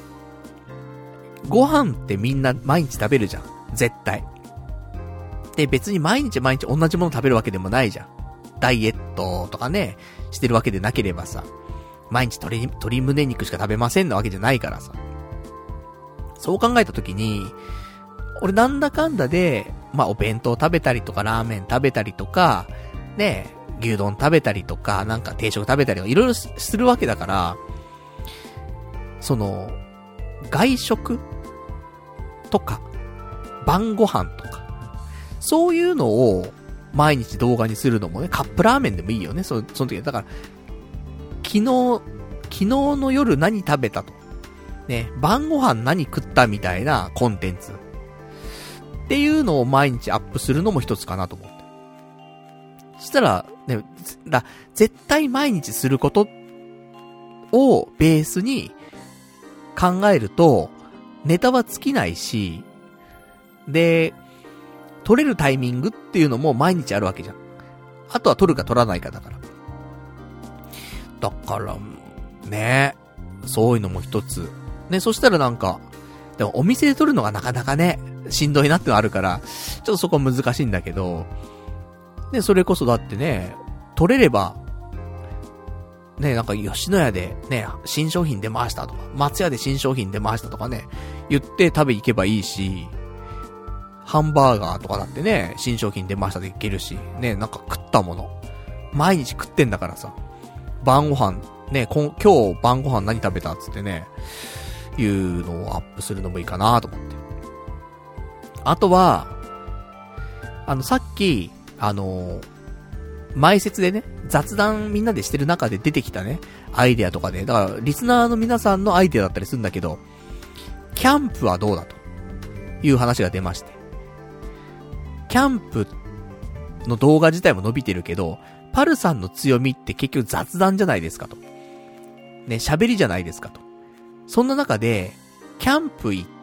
ご飯ってみんな毎日食べるじゃん。絶対。で、別に毎日同じもの食べるわけでもないじゃん。ダイエットとかね、してるわけでなければさ、毎日鶏胸肉しか食べませんなわけじゃないからさ。そう考えたときに、俺なんだかんだで、まあ、お弁当食べたりとか、ラーメン食べたりとか、ね、牛丼食べたりとか、なんか定食食べたりとか、いろいろするわけだから、その、外食とか、晩ご飯とか、そういうのを毎日動画にするのもね、カップラーメンでもいいよね、その時は。だから、昨日の夜何食べたと。ね、晩ご飯何食ったみたいなコンテンツ。っていうのを毎日アップするのも一つかなと思って。そしたら、ね、絶対毎日することをベースに考えると、ネタは尽きないし、で、撮れるタイミングっていうのも毎日あるわけじゃん。あとは撮るか撮らないかだから。だから、ね、そういうのも一つ。ね、そしたらなんか、でもお店で撮るのがなかなかね、しんどいなってのあるから、ちょっとそこは難しいんだけど、ね、それこそだってね、撮れれば、ね、なんか吉野家でね、新商品出ましたとか、松屋で新商品出ましたとかね、言って食べ行けばいいし、ハンバーガーとかだってね、新商品出ましたでいけるし、ね、なんか食ったもの。毎日食ってんだからさ、晩ご飯、ね、今日晩ご飯何食べたっつってね、いうのをアップするのもいいかなと思って。あとは、さっき、前説でね、雑談みんなでしてる中で出てきたね、アイデアとかで、だから、リスナーの皆さんのアイデアだったりするんだけど、キャンプはどうだという話が出まして。 キャンプの動画自体も伸びてるけど、パルさんの強みって結局雑談じゃないですかと。ね、喋りじゃないですかと。そんな中で、キャンプ行って、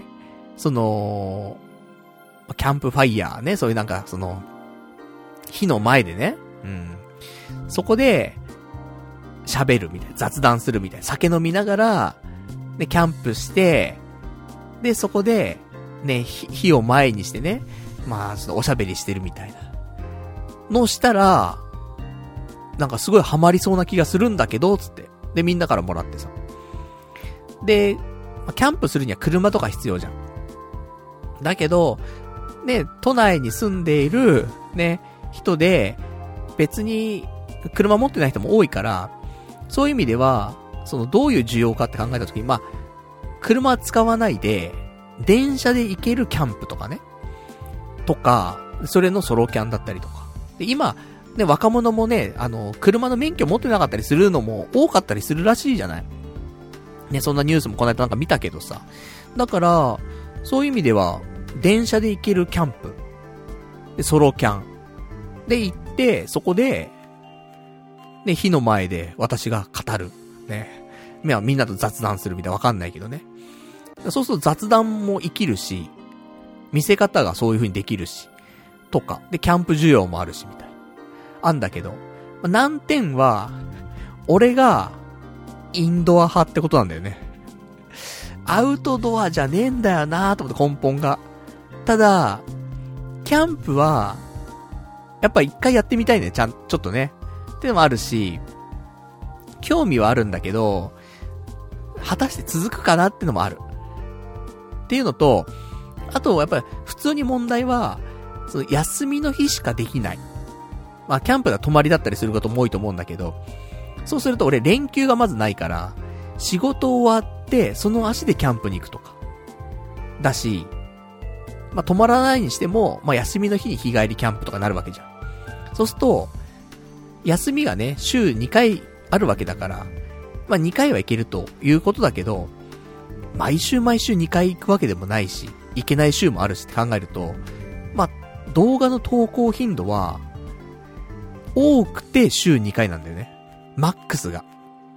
キャンプファイヤーね、そういうなんか火の前でね、そこで、喋るみたいな、雑談するみたいな、酒飲みながら、で、キャンプして、で、そこで、ね、火を前にしてね、まあ、おしゃべりしてるみたいな。のしたら、なんかすごいハマりそうな気がするんだけど、つって。で、みんなからもらってさ。で、キャンプするには車とか必要じゃん。だけど、ね、都内に住んでいる、ね、人で、別に、車持ってない人も多いから、そういう意味では、どういう需要かって考えたときに、まあ、車は使わないで、電車で行けるキャンプとかね。とか、それのソロキャンだったりとか。で、今、ね、若者もね、車の免許持ってなかったりするのも多かったりするらしいじゃない。ね、そんなニュースもこの間なんか見たけどさ。だから、そういう意味では、電車で行けるキャンプ。で、ソロキャン。で行って、そこで、ね、火の前で私が語る。ね。みんなと雑談するみたいなわかんないけどね。そうすると雑談も生きるし、見せ方がそういう風にできるし、とか。で、キャンプ需要もあるし、みたいな。あんだけど、難点は、俺が、インドア派ってことなんだよね。アウトドアじゃねえんだよなーと思って根本が。ただ、キャンプは、やっぱ一回やってみたいね、ちょっとね。ってのもあるし、興味はあるんだけど、果たして続くかなってのもある。っていうのと、あとやっぱり普通に問題は、休みの日しかできない。まあキャンプが泊まりだったりすることも多いと思うんだけど、そうすると俺連休がまずないから、仕事終わってその足でキャンプに行くとか。だし、まあ泊まらないにしても、まあ休みの日に日帰りキャンプとかなるわけじゃん。そうすると、休みがね、週2回あるわけだから、まあ2回は行けるということだけど、毎週2回行くわけでもないし、行けない週もあるしって考えると、まあ動画の投稿頻度は、多くて週2回なんだよね。マックスが。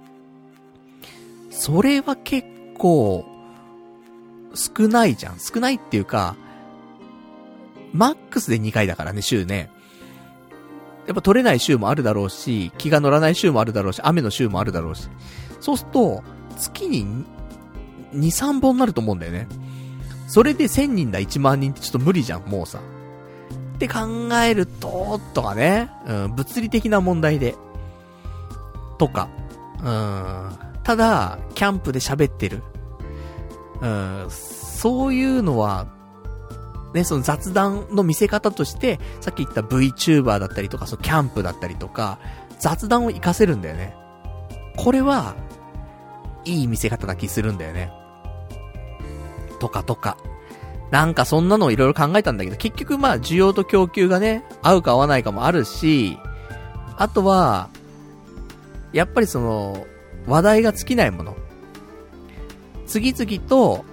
それは結構、少ないじゃん。少ないっていうか、マックスで2回だからね、週ね。やっぱ撮れない週もあるだろうし、気が乗らない週もあるだろうし、雨の週もあるだろうし。そうすると、月に2、3本になると思うんだよね。それで1000人だ、1万人ってちょっと無理じゃん、もうさ。って考えると、とかね、物理的な問題で。とか。ただ、キャンプで喋ってる。そういうのは、ね、その雑談の見せ方として、さっき言った VTuber だったりとか、そのキャンプだったりとか、雑談を活かせるんだよね。これは、いい見せ方な気するんだよね。とか。なんかそんなのをいろいろ考えたんだけど、結局まあ需要と供給がね、合うか合わないかもあるし、あとは、やっぱり話題が尽きないもの。次々と、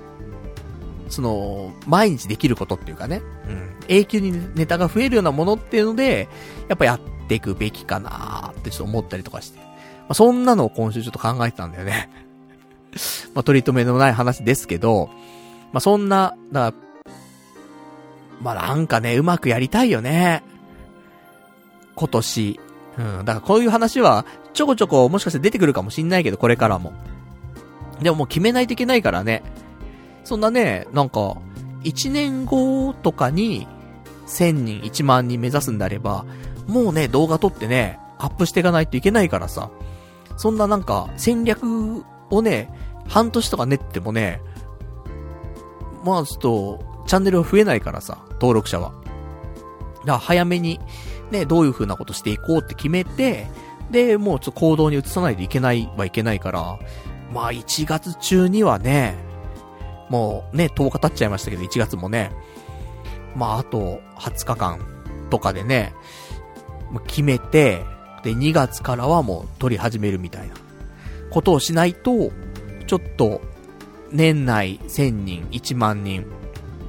毎日できることっていうかね、永久にネタが増えるようなものっていうので、やっぱやっていくべきかなーってちょっと思ったりとかして。まあ、そんなのを今週ちょっと考えてたんだよね。まあ、取り留めのない話ですけど、まあ、そんな、だから、まあ、なんかね、うまくやりたいよね。今年。だからこういう話は、ちょこちょこもしかして出てくるかもしんないけど、これからも。でももう決めないといけないからね。そんなね、なんか、1年後とかに、1000人、1万人目指すんであれば、もうね、動画撮ってね、アップしていかないといけないからさ。そんななんか、戦略をね、半年とか練ってもね、まあちょっと、チャンネルは増えないからさ、登録者は。だから早めに、ね、どういう風なことしていこうって決めて、で、もうちょっと行動に移さないといけないから、まあ1月中にはね、もうね、10日経っちゃいましたけど、1月もね、まああと20日間とかでね、決めて、で、2月からはもう撮り始めるみたいなことをしないと、ちょっと、年内1000人、1万人、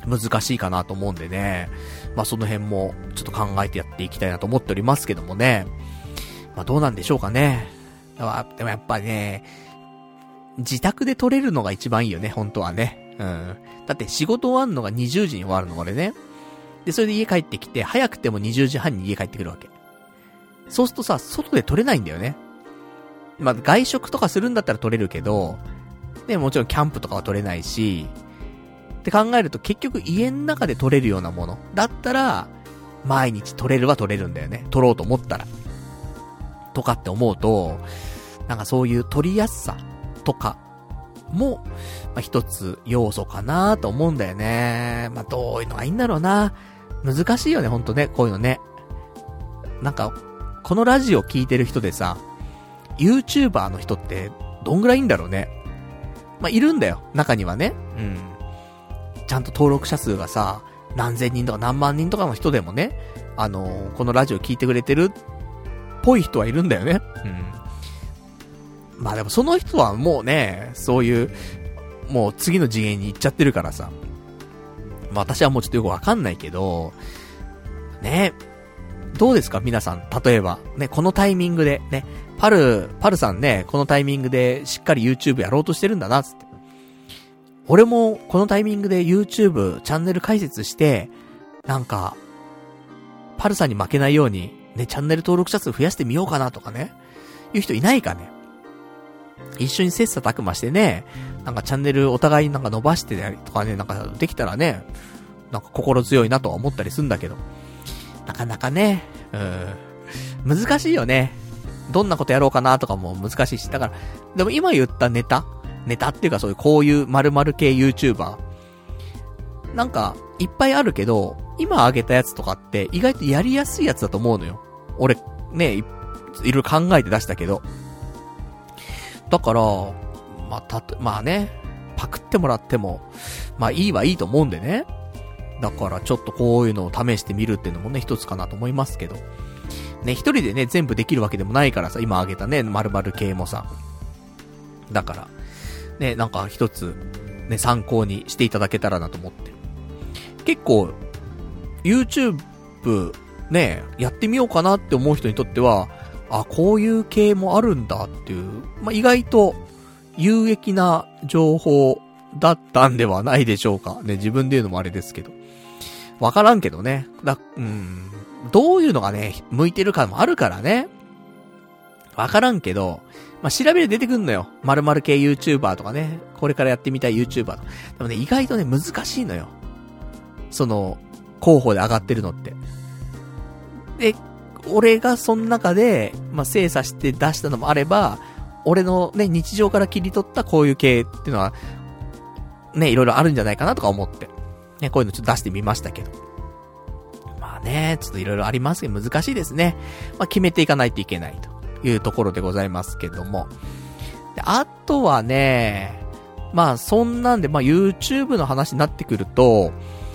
難しいかなと思うんでね。まあその辺もちょっと考えてやっていきたいなと思っておりますけどもね。まあどうなんでしょうかね。でもやっぱりね、自宅で撮れるのが一番いいよね、本当はね。だって仕事終わるのが20時に終わるの俺ね。で、それで家帰ってきて、早くても20時半に家帰ってくるわけ。そうするとさ、外で撮れないんだよね。まあ外食とかするんだったら撮れるけど、でもちろんキャンプとかは撮れないし、って考えると結局家の中で撮れるようなものだったら、毎日撮れるは撮れるんだよね。撮ろうと思ったら。とかって思うと、なんかそういう撮りやすさとかも、まあ、一つ要素かなと思うんだよね。まあ、どういうのがいいんだろうな。難しいよね、ほんとね、こういうのね。なんか、このラジオ聞いてる人でさ、YouTuber の人ってどんぐらいいんだろうね。まあ、いるんだよ、中にはね。ちゃんと登録者数がさ、何千人とか何万人とかの人でもね、このラジオ聞いてくれてるっぽい人はいるんだよね。まあでもその人はもうね、そういう、もう次の次元に行っちゃってるからさ。まあ私はもうちょっとよくわかんないけど、ね、どうですか皆さん、例えば、ね、このタイミングで、ね、パルさんね、このタイミングでしっかり YouTube やろうとしてるんだな、つって。俺もこのタイミングで YouTube チャンネル開設して、なんか、パルさんに負けないように、ね、チャンネル登録者数増やしてみようかなとかね、いう人いないかね。一緒に切磋琢磨してね、なんかチャンネルお互いなんか伸ばしてたりとかね、なんかできたらね、なんか心強いなとは思ったりするんだけど、なかなかね、難しいよね。どんなことやろうかなとかも難しいし、だから、でも今言ったネタっていうかそういうこういう〇〇系 YouTuber、なんかいっぱいあるけど、今挙げたやつとかって意外とやりやすいやつだと思うのよ。俺ね、いろいろ考えて出したけど。だから、まあね、パクってもらっても、まあいいはいいと思うんでね。だからちょっとこういうのを試してみるっていうのもね、一つかなと思いますけど。ね、一人でね、全部できるわけでもないからさ、今挙げたね、〇〇系もさ。だから、ね、なんか一つ、ね、参考にしていただけたらなと思って。結構、YouTube、ね、やってみようかなって思う人にとっては、あ、こういう系もあるんだっていう、まあ、意外と有益な情報だったんではないでしょうか。ね、自分で言うのもあれですけど。わからんけどね。どういうのがね、向いてるかもあるからね。わからんけど、まあ、調べで出てくんのよ。〇〇系 YouTuber とかね。これからやってみたい YouTuber とか。でもね、意外とね、難しいのよ。その、候補で上がってるのって。で、俺がその中で、まあ、精査して出したのもあれば、俺のね、日常から切り取ったこういう系っていうのは、ね、いろいろあるんじゃないかなとか思って。ね、こういうのちょっと出してみましたけど。まあね、ちょっといろいろありますけど難しいですね。まあ、決めていかないといけないというところでございますけども。で、あとはね、まあそんなんで、まあ YouTube の話になってくると、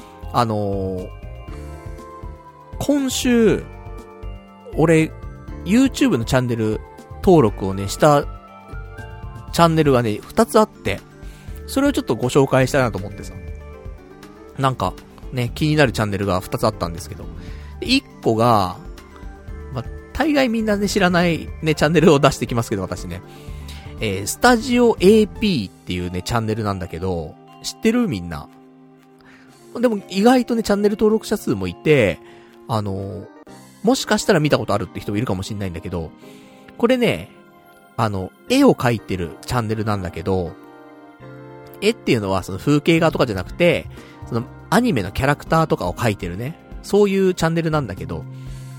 今週、俺、YouTube のチャンネル登録をね、したチャンネルがね、2つあって、それをちょっとご紹介したいなと思ってさ。なんか、ね、気になるチャンネルが2つあったんですけど。1個が、まあ、大概みんなね、知らないね、チャンネルを出してきますけど、私ね。スタジオ AP っていうね、チャンネルなんだけど、知ってるみんな。でも意外とね、チャンネル登録者数もいて、もしかしたら見たことあるって人もいるかもしれないんだけど、これね、絵を描いてるチャンネルなんだけど、絵っていうのはその風景画とかじゃなくて、そのアニメのキャラクターとかを描いてるね、そういうチャンネルなんだけど、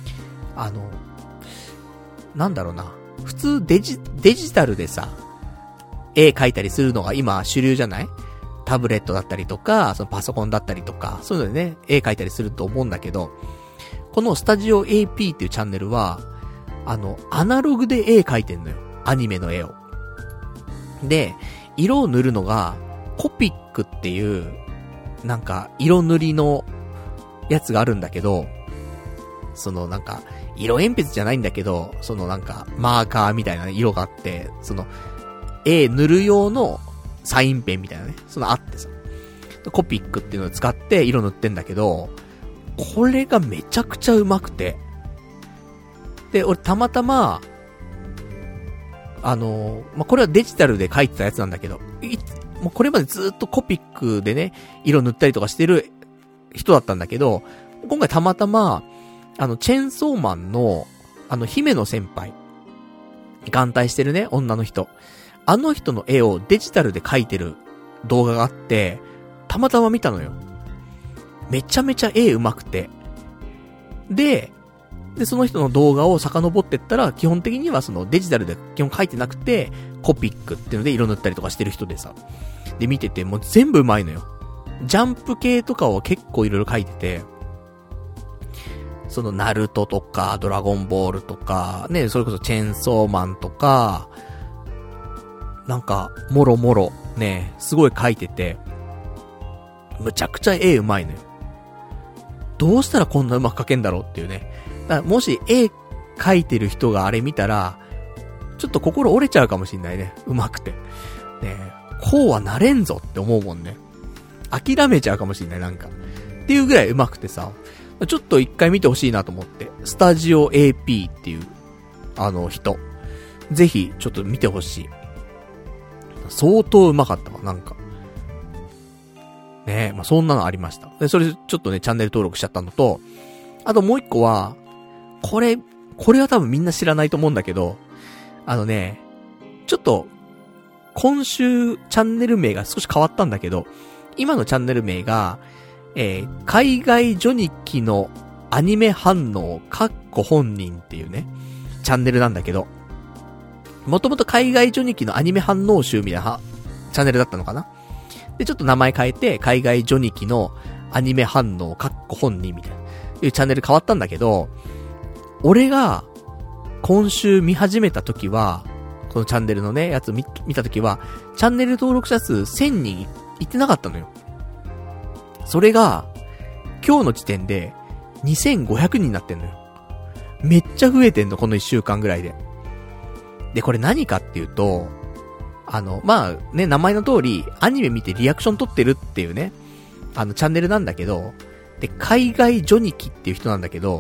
なんだろうな、普通デジタルでさ、絵描いたりするのが今主流じゃない？タブレットだったりとか、そのパソコンだったりとか、そういうのでね、絵描いたりすると思うんだけど、このスタジオ AP っていうチャンネルは、アナログで絵描いてんのよ。アニメの絵を。で、色を塗るのが、コピックっていう、なんか、色塗りのやつがあるんだけど、そのなんか、色鉛筆じゃないんだけど、そのなんか、マーカーみたいな色があって、その、絵塗る用のサインペンみたいなね、そのあってさ。 コピックっていうのを使って色塗ってんだけど、これがめちゃくちゃ上手くて。で、俺たまたま、これはデジタルで描いてたやつなんだけど、もうこれまでずっとコピックでね、色塗ったりとかしてる人だったんだけど、今回たまたま、チェンソーマンの、姫野先輩、眼帯してるね、女の人。あの人の絵をデジタルで描いてる動画があって、たまたま見たのよ。めちゃめちゃ絵上手くて。で、その人の動画を遡ってったら、基本的にはそのデジタルで基本描いてなくて、コピックっていうので色塗ったりとかしてる人でさ。で、見てて、もう全部上手いのよ。ジャンプ系とかを結構いろいろ描いてて、そのナルトとか、ドラゴンボールとか、ね、それこそチェンソーマンとか、なんか、もろもろ、ね、すごい描いてて、むちゃくちゃ絵上手いのよ。どうしたらこんな上手く描けんだろうっていうね。だからもし絵描いてる人があれ見たら、ちょっと心折れちゃうかもしんないね。上手くて。ね、こうはなれんぞって思うもんね。諦めちゃうかもしんない、なんか。っていうぐらい上手くてさ、ちょっと一回見てほしいなと思って。スタジオ AP っていう、人。ぜひ、ちょっと見てほしい。相当上手かったわ、なんか。ねえ、まあ、そんなのありました。で、それちょっとね、チャンネル登録しちゃったのと、あともう一個は、これは多分みんな知らないと思うんだけど、ちょっと、今週チャンネル名が少し変わったんだけど、今のチャンネル名が、海外ジョニキのアニメ反応、本人っていうね、チャンネルなんだけど、もともと海外ジョニキのアニメ反応集みたいなチャンネルだったのかな。で、ちょっと名前変えて、海外ジョニキのアニメ反応、本人みたいな、いうチャンネル変わったんだけど、俺が、今週見始めた時は、このチャンネルのね、やつ見た時は、チャンネル登録者数1000人いってなかったのよ。それが、今日の時点で、2500人になってんのよ。めっちゃ増えてんの、この1週間ぐらいで。で、これ何かっていうと、まあ、ね、名前の通り、アニメ見てリアクション撮ってるっていうね、チャンネルなんだけど、で、海外ジョニキっていう人なんだけど、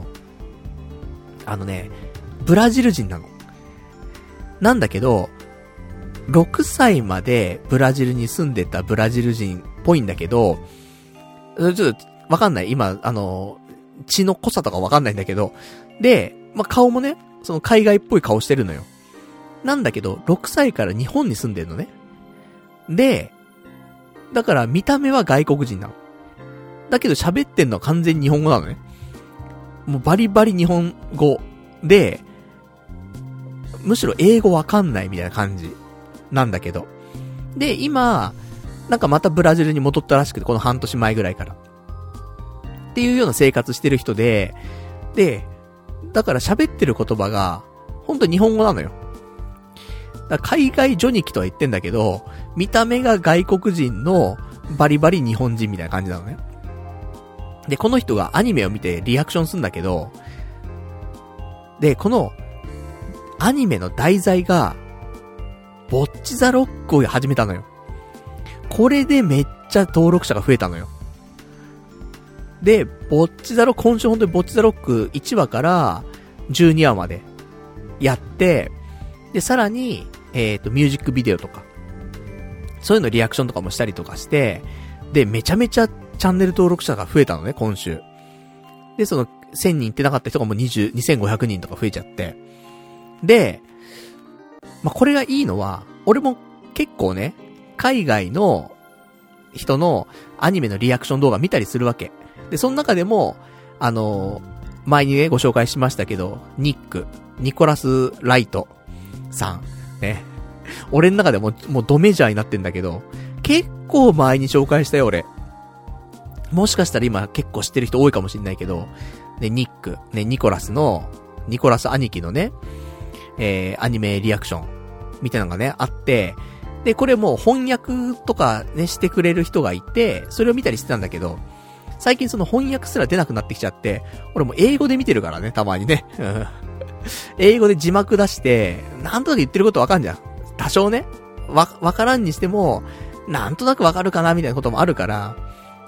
ブラジル人なの。なんだけど、6歳までブラジルに住んでたブラジル人っぽいんだけど、ちょっと、わかんない。今、血の濃さとかわかんないんだけど、で、まあ、顔もね、その海外っぽい顔してるのよ。なんだけど、6歳から日本に住んでるのね。で、だから見た目は外国人なの。だけど喋ってんのは完全に日本語なのね。もうバリバリ日本語で、むしろ英語わかんないみたいな感じなんだけど。で、今、なんかまたブラジルに戻ったらしくて、この半年前ぐらいから。っていうような生活してる人で、だから喋ってる言葉が、ほんと日本語なのよ。だから海外ジョニキとは言ってんだけど、見た目が外国人のバリバリ日本人みたいな感じなのね。で、この人がアニメを見てリアクションするんだけど、で、このアニメの題材が、ボッチザロックを始めたのよ。これでめっちゃ登録者が増えたのよ。で、今週本当にボッチザロック1話から12話までやって、で、さらに、ミュージックビデオとか、そういうのリアクションとかもしたりとかして、で、めちゃめちゃチャンネル登録者が増えたのね、今週。で、その、1000人いってなかった人がもう2500人とか増えちゃって。で、まあ、これがいいのは、俺も結構ね、海外の人のアニメのリアクション動画見たりするわけ。で、その中でも、前にね、ご紹介しましたけど、ニコラス・ライトさん、ね。俺の中でもうドメジャーになってんだけど、結構前に紹介したよ、俺。もしかしたら今結構知ってる人多いかもしんないけど、ね、ニコラス兄貴のね、アニメリアクション、みたいなのがね、あって、で、これもう翻訳とかね、してくれる人がいて、それを見たりしてたんだけど、最近その翻訳すら出なくなってきちゃって、俺も英語で見てるからね、たまにね。英語で字幕出して、なんとなく言ってることわかんじゃん。多少ね。わからんにしても、なんとなくわかるかなみたいなこともあるから、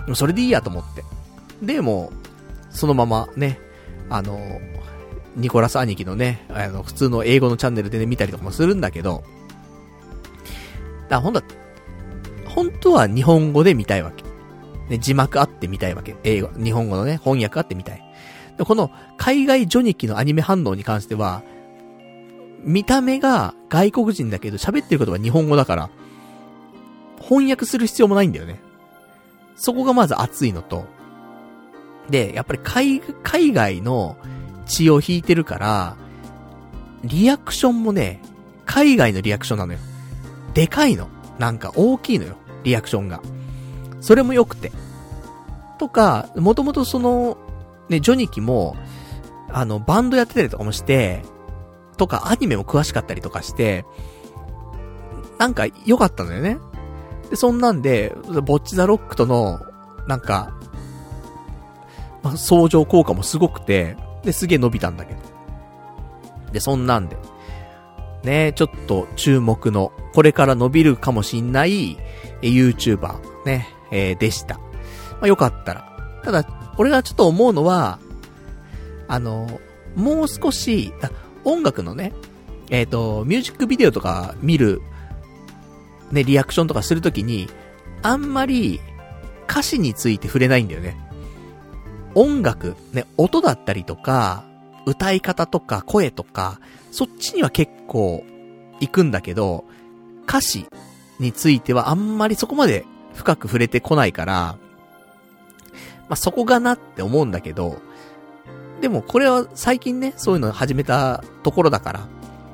それでいいやと思って。で、もう、そのままね、ニコラス兄貴のね、普通の英語のチャンネルでね、見たりとかもするんだけど、本当は日本語で見たいわけ。ね、字幕あって見たいわけ。日本語のね、翻訳あって見たい。で、この海外ジョニキのアニメ反応に関しては、見た目が外国人だけど喋ってることは日本語だから、翻訳する必要もないんだよね。そこがまず熱いのと、で、やっぱり海外の血を引いてるから、リアクションもね、海外のリアクションなのよ。でかいの。なんか大きいのよ。リアクションが。それも良くて。とか、もともとその、ね、ジョニキも、バンドやってたりとかもして、とか、アニメも詳しかったりとかして、なんか良かったのよね。で、そんなんで、ボッチザロックとの、なんか、相乗効果もすごくて、で、すげえ伸びたんだけど。で、そんなんで。ね、ちょっと注目の、これから伸びるかもしんない、YouTuber、ね、でした。よかったら。ただ、俺がちょっと思うのは、もう少し、音楽のね、ミュージックビデオとか見る、ね、リアクションとかするときに、あんまり歌詞について触れないんだよね。音楽、ね、音だったりとか、歌い方とか声とか、そっちには結構行くんだけど、歌詞についてはあんまりそこまで深く触れてこないから、そこがなって思うんだけど、でもこれは最近ね、そういうの始めたところだから、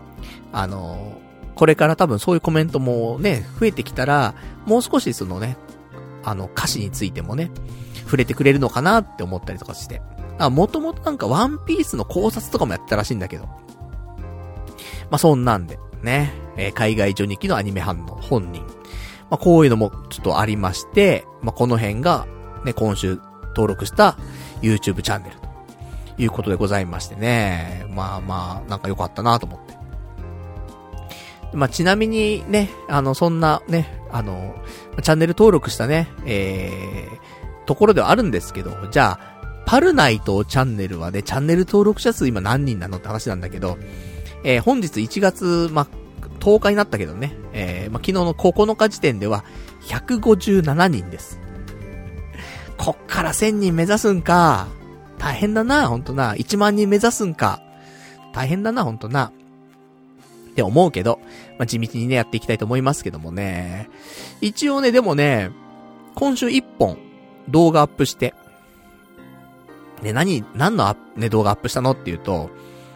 これから多分そういうコメントもね、増えてきたら、もう少しそのね、歌詞についてもね、触れてくれるのかなって思ったりとかして。もともとなんかワンピースの考察とかもやったらしいんだけど。そんなんで、ね、海外ジョニキのアニメ反応、本人。こういうのもちょっとありまして、この辺が、ね、今週登録した YouTube チャンネルということでございましてね。なんか良かったなと思って。ちなみにね、そんなね、チャンネル登録したね、ところではあるんですけど、じゃあ、パルナイトチャンネルはね、チャンネル登録者数今何人なのって話なんだけど、本日1月、10日になったけどね、昨日の9日時点では157人です。こっから1000人目指すんか。大変だな、ほんとな。1万人目指すんか。大変だな、ほんとな。って思うけど、地道にね、やっていきたいと思いますけどもね。一応ね、でもね、今週1本動画アップして、ね、何のね、動画アップしたのっていうと、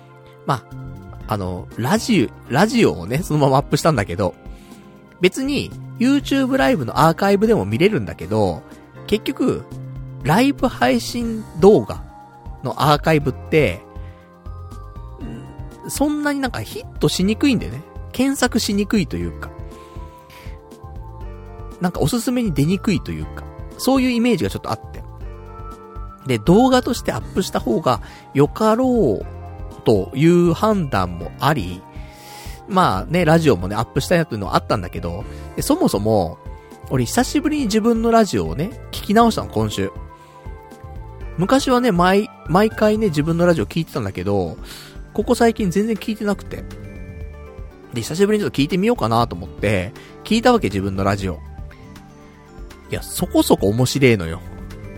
ラジオをね、そのままアップしたんだけど、別に YouTube ライブのアーカイブでも見れるんだけど、結局、ライブ配信動画のアーカイブって、そんなになんかヒットしにくいんだよね。検索しにくいというか、なんかおすすめに出にくいというか、そういうイメージがちょっとあって。で、動画としてアップした方がよかろうという判断もあり、ラジオもね、アップしたいなというのはあったんだけど、でそもそも、俺久しぶりに自分のラジオをね、聞き直したの、今週。昔はね、毎回ね、自分のラジオ聞いてたんだけど、ここ最近全然聞いてなくて。で、久しぶりにちょっと聞いてみようかなと思って、聞いたわけ、自分のラジオ。いや、そこそこ面白いのよ。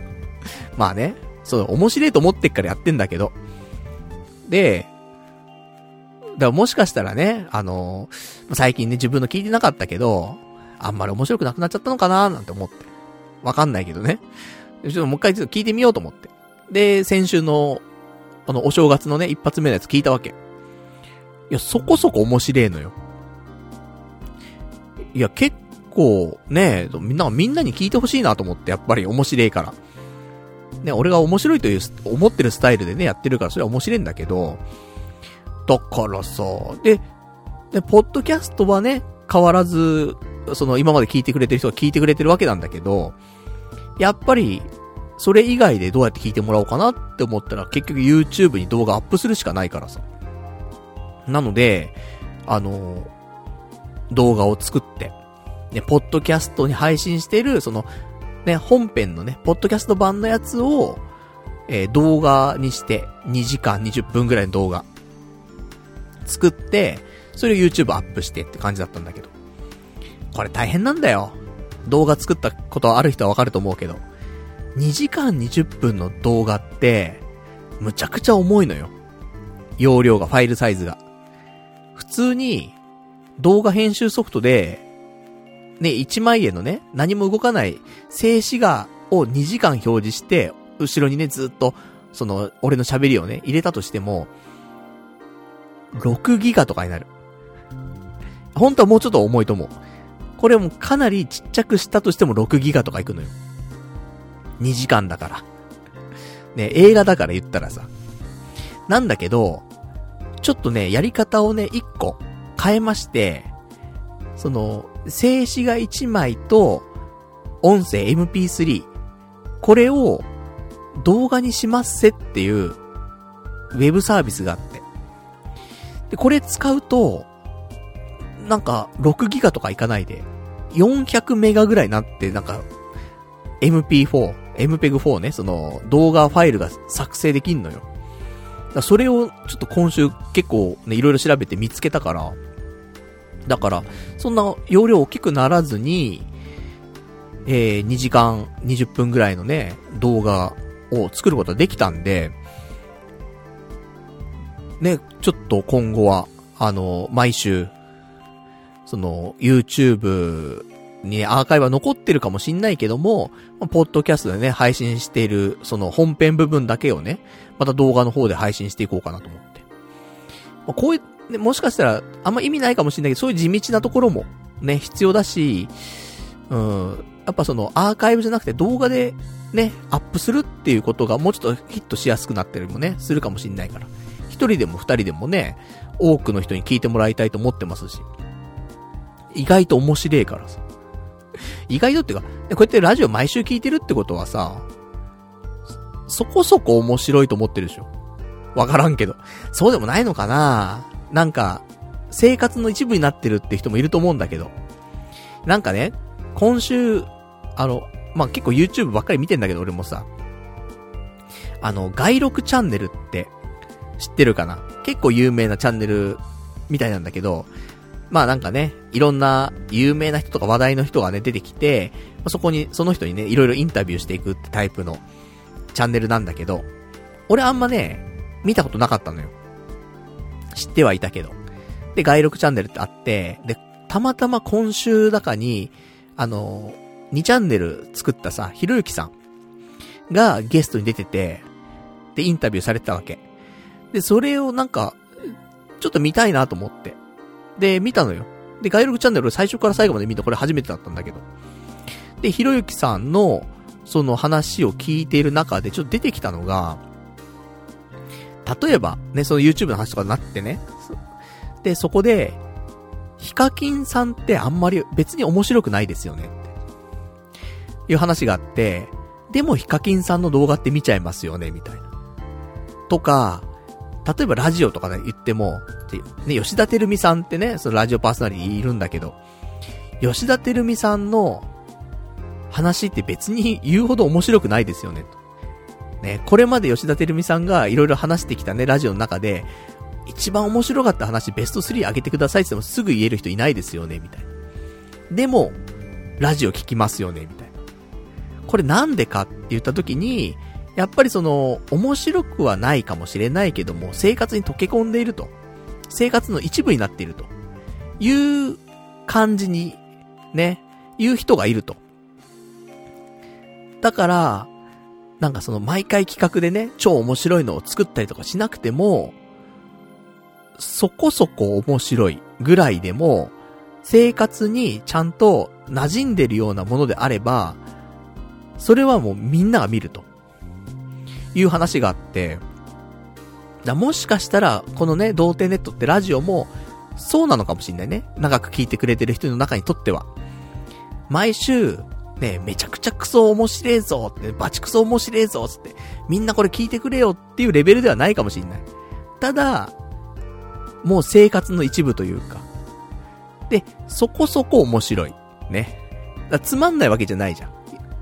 面白いと思ってっからやってんだけど。で、だからもしかしたらね、最近ね、自分の聞いてなかったけど、あんまり面白くなくなっちゃったのかなーなんて思って。わかんないけどね。ちょっともう一回ちょっと聞いてみようと思って。で、先週の、お正月のね、一発目のやつ聞いたわけ。いや、そこそこ面白いのよ。いや、結構、ね、みんなに聞いてほしいなと思って、やっぱり面白いから。ね、俺が面白いという思ってるスタイルでね、やってるからそれは面白いんだけど、だからさ、で、ポッドキャストはね、変わらず、今まで聞いてくれてる人が聞いてくれてるわけなんだけど、やっぱり、それ以外でどうやって聞いてもらおうかなって思ったら、結局 YouTube に動画アップするしかないからさ。なので、動画を作って、ね、ポッドキャストに配信してる、 ね、本編のね、ポッドキャスト版のやつを、動画にして、2時間20分ぐらいの動画、作って、それを YouTube アップしてって感じだったんだけど。これ大変なんだよ。動画作ったことある人はわかると思うけど。2時間20分の動画って、むちゃくちゃ重いのよ。容量が、ファイルサイズが。普通に、動画編集ソフトで、ね、1枚絵のね、何も動かない静止画を2時間表示して、後ろにね、ずっと、俺の喋りをね、入れたとしても、6ギガとかになる。本当はもうちょっと重いと思う。これもかなりちっちゃくしたとしても6ギガとかいくのよ。2時間だから。ね、映画だから言ったらさ。なんだけど、ちょっとね、やり方をね、1個変えまして、静止画1枚と、音声 MP3、これを動画にしますせっていう、ウェブサービスがあって。で、これ使うと、なんか、6ギガとかいかないで、400メガぐらいになって、なんか、MPEG-4 ね、動画ファイルが作成できんのよ。だそれを、ちょっと今週結構ね、いろいろ調べて見つけたから、だから、そんな容量大きくならずに、2時間20分ぐらいのね、動画を作ることができたんで、ね、ちょっと今後は、毎週、YouTube にアーカイブは残ってるかもしんないけども、ポッドキャストでね、配信している、本編部分だけをね、また動画の方で配信していこうかなと思って。こういう、ね、もしかしたら、あんま意味ないかもしんないけど、そういう地道なところも、ね、必要だし、やっぱアーカイブじゃなくて動画で、ね、アップするっていうことがもうちょっとヒットしやすくなったりもね、するかもしんないから。一人でも二人でもね、多くの人に聞いてもらいたいと思ってますし。意外と面白いからさ。意外とっていうか、こうやってラジオ毎週聞いてるってことはさ、そこそこ面白いと思ってるでしょ。わからんけど。そうでもないのかな？なんか、生活の一部になってるって人もいると思うんだけど。なんかね、今週、結構 YouTube ばっかり見てんだけど、俺もさ。外録チャンネルって知ってるかな？結構有名なチャンネルみたいなんだけど、まあなんかね、いろんな有名な人とか話題の人がね出てきて、その人にね、いろいろインタビューしていくってタイプのチャンネルなんだけど、俺あんまね、見たことなかったのよ。知ってはいたけど。で、外録チャンネルってあって、で、たまたま今週だかに、2チャンネル作ったさ、ひろゆきさんがゲストに出てて、で、インタビューされてたわけ。で、それをなんか、ちょっと見たいなと思って。で、見たのよ。で、外録チャンネル最初から最後まで見た、これ初めてだったんだけど。で、ひろゆきさんの、その話を聞いている中でちょっと出てきたのが、例えば、ね、その YouTube の話とかになってね。で、そこで、ヒカキンさんってあんまり別に面白くないですよね。っていう話があって、でもヒカキンさんの動画って見ちゃいますよね、みたいな。とか、例えばラジオとかで言っても、ね、吉田照美さんってね、そのラジオパーソナリティいるんだけど、吉田照美さんの話って別に言うほど面白くないですよね、と。ね、これまで吉田照美さんがいろいろ話してきたね、ラジオの中で、一番面白かった話ベスト3上げてくださいって言ってもすぐ言える人いないですよね、みたいな。でも、ラジオ聞きますよね、みたいな。これなんでかって言った時に、やっぱり面白くはないかもしれないけども、生活に溶け込んでいると。生活の一部になっていると。いう感じに、ね、言う人がいると。だから、なんか毎回企画でね、超面白いのを作ったりとかしなくても、そこそこ面白いぐらいでも、生活にちゃんと馴染んでるようなものであれば、それはもうみんなが見ると。いう話があって、もしかしたら、このね、童貞ネットってラジオも、そうなのかもしんないね。長く聞いてくれてる人の中にとっては。毎週、ね、めちゃくちゃクソ面白いぞって、バチクソ面白いぞって、みんなこれ聞いてくれよっていうレベルではないかもしんない。ただ、もう生活の一部というか。で、そこそこ面白い。ね。つまんないわけじゃないじゃん。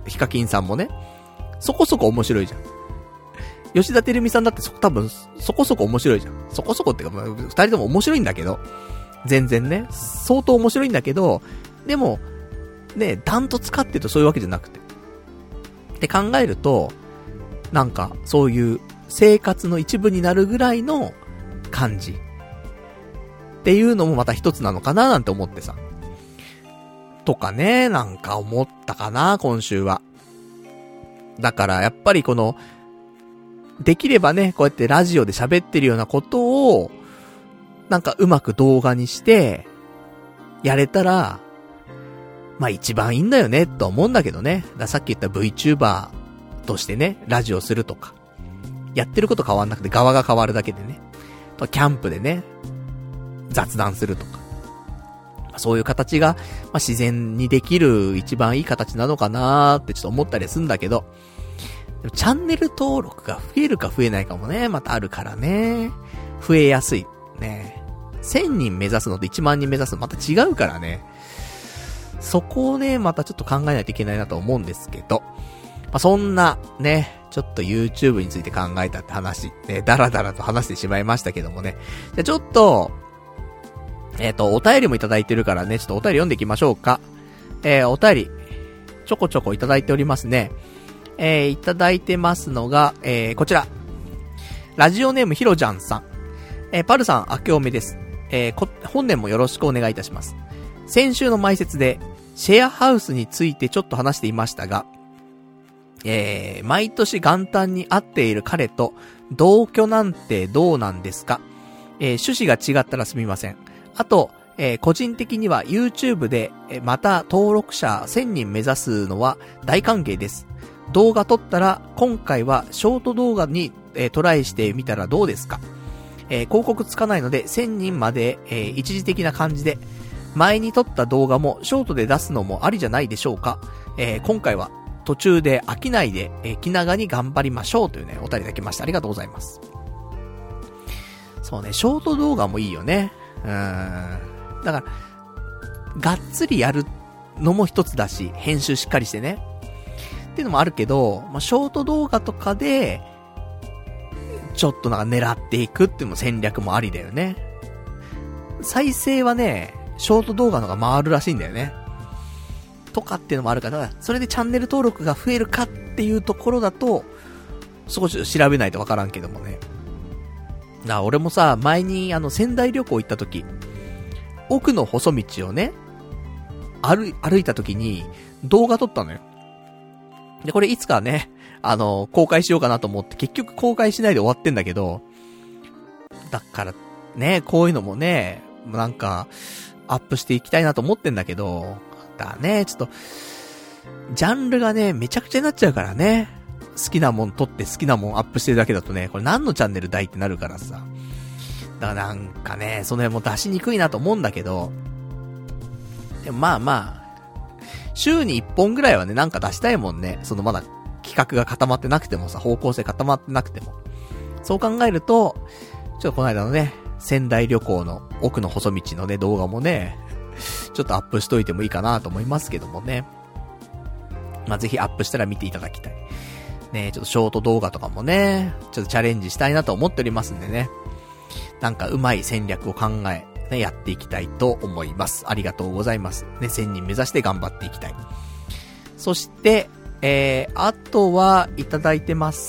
ヒカキンさんもね、そこそこ面白いじゃん。吉田照美さんだって多分、そこそこ面白いじゃん。そこそこってか、二人とも面白いんだけど、全然ね、相当面白いんだけど、でも、ね、ダントツかっていうとそういうわけじゃなくて。って考えると、なんか、そういう生活の一部になるぐらいの感じ。っていうのもまた一つなのかななんて思ってさ。とかね、なんか思ったかな、今週は。だからやっぱりこの、できればね、こうやってラジオで喋ってるようなことを、なんかうまく動画にして、やれたら、まあ一番いいんだよね、と思うんだけどね。ださっき言った VTuber としてね、ラジオするとか。やってること変わんなくて側が変わるだけでね。とキャンプでね、雑談するとか。そういう形が、まあ自然にできる一番いい形なのかなーってちょっと思ったりするんだけど、でもチャンネル登録が増えるか増えないかもね、またあるからね。増えやすい。ね。1000人目指すのと1万人目指すのまた違うからね。そこをね、またちょっと考えないといけないなと思うんですけど。まあ、そんな、ね、ちょっと YouTube について考えたって話、ね、だらだらと話してしまいましたけどもね。じゃ、ちょっと、お便りもいただいてるからね、ちょっとお便り読んでいきましょうか。お便り、ちょこちょこいただいておりますね。いただいてますのが、こちら。ラジオネームひろちゃんさん。パルさん、明けおめです。本年もよろしくお願いいたします。先週の前説で、シェアハウスについてちょっと話していましたが、毎年元旦に会っている彼と同居なんてどうなんですか？趣旨が違ったらすみません。あと、個人的には YouTube で、また登録者1000人目指すのは大歓迎です。動画撮ったら今回はショート動画に、トライしてみたらどうですか？広告つかないので1000人まで、一時的な感じで、前に撮った動画もショートで出すのもありじゃないでしょうか。今回は途中で飽きないで、気長に頑張りましょうというね、お便りいただきました。ありがとうございます。そうね、ショート動画もいいよね。だから、がっつりやるのも一つだし、編集しっかりしてね。っていうのもあるけど、まあ、ショート動画とかで、ちょっとなんか狙っていくっていうのも戦略もありだよね。再生はね、ショート動画のが回るらしいんだよね。とかっていうのもあるから、それでチャンネル登録が増えるかっていうところだと、少し調べないとわからんけどもね。俺もさ、前に仙台旅行行った時、奥の細道をね、歩いた時に動画撮ったのよ。で、これいつかね、公開しようかなと思って、結局公開しないで終わってんだけど、だからね、こういうのもね、なんか、アップしていきたいなと思ってんだけど、だね、ちょっと、ジャンルがね、めちゃくちゃになっちゃうからね。好きなもん撮って好きなもんアップしてるだけだとね、これ何のチャンネルだいってなるからさ。だからなんかね、その辺も出しにくいなと思うんだけど、でもまあまあ、週に1本ぐらいはね、なんか出したいもんね。そのまだ企画が固まってなくてもさ、方向性固まってなくても。そう考えると、ちょっとこの間のね、仙台旅行の奥の細道のね、動画もね、ちょっとアップしといてもいいかなと思いますけどもね。まあ、ぜひアップしたら見ていただきたい。ね、ちょっとショート動画とかもね、ちょっとチャレンジしたいなと思っておりますんでね。なんかうまい戦略を考え、ね、やっていきたいと思います。ありがとうございます。ね、1000人目指して頑張っていきたい。そして、あとはいただいてます。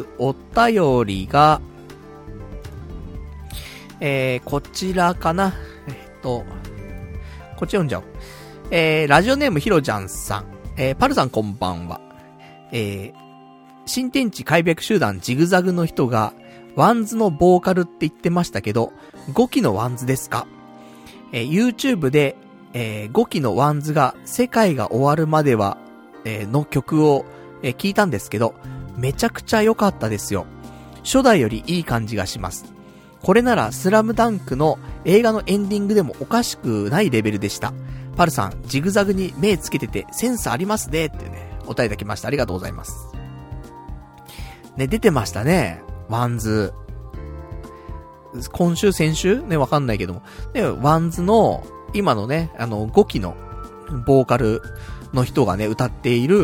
お便りが、こちらかな。こっち読んじゃおう。ラジオネームひろちゃんさん。パルさんこんばんは。新天地開闢集団ジグザグの人が、ワンズのボーカルって言ってましたけど、5期のワンズですか？YouTube で、5期のワンズが世界が終わるまでは、の曲を、聞いたんですけど、めちゃくちゃ良かったですよ。初代よりいい感じがします。これならスラムダンクの映画のエンディングでもおかしくないレベルでした。パルさん、ジグザグに目つけててセンスありますねってね、お便りいただきました。ありがとうございます。ね、出てましたね。ワンズ。今週、先週ね、わかんないけども。ね、ワンズの、今のね、5期のボーカルの人がね、歌っている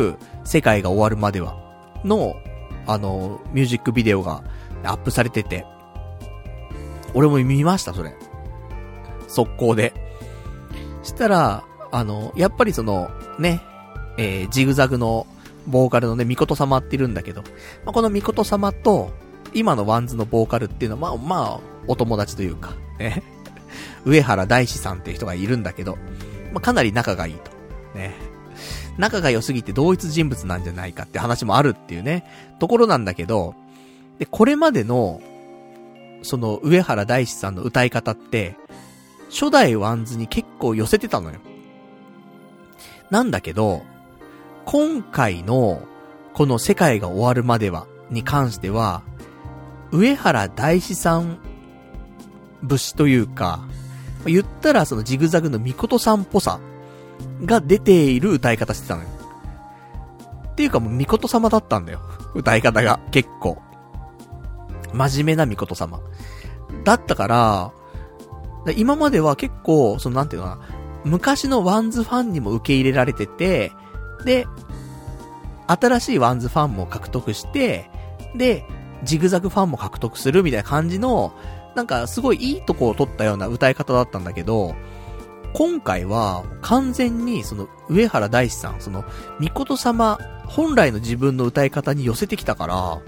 世界が終わるまではの、ミュージックビデオがアップされてて、俺も見ました、それ。速攻で。したら、やっぱりその、ね、ジグザグのボーカルのね、ミコト様っているんだけど、まあ、このミコト様と、今のワンズのボーカルっていうのは、まあ、お友達というか、ね、上原大志さんっていう人がいるんだけど、まあ、かなり仲がいいと。ね。仲が良すぎて同一人物なんじゃないかって話もあるっていうね、ところなんだけど、で、これまでの、その上原大志さんの歌い方って、初代ワンズに結構寄せてたのよ。なんだけど、今回の、この世界が終わるまでは、に関しては、上原大志さん節というか、言ったらそのジグザグのミコトさんっぽさが出ている歌い方してたのよ。っていうかもうミコト様だったんだよ。歌い方が結構。真面目なミコト様。だったから、今までは結構、そのなんていうのかな、昔のワンズファンにも受け入れられてて、で、新しいワンズファンも獲得して、で、ジグザグファンも獲得するみたいな感じの、なんかすごいいいとこを取ったような歌い方だったんだけど、今回は完全にその上原大志さん、そのミコト様本来の自分の歌い方に寄せてきたから、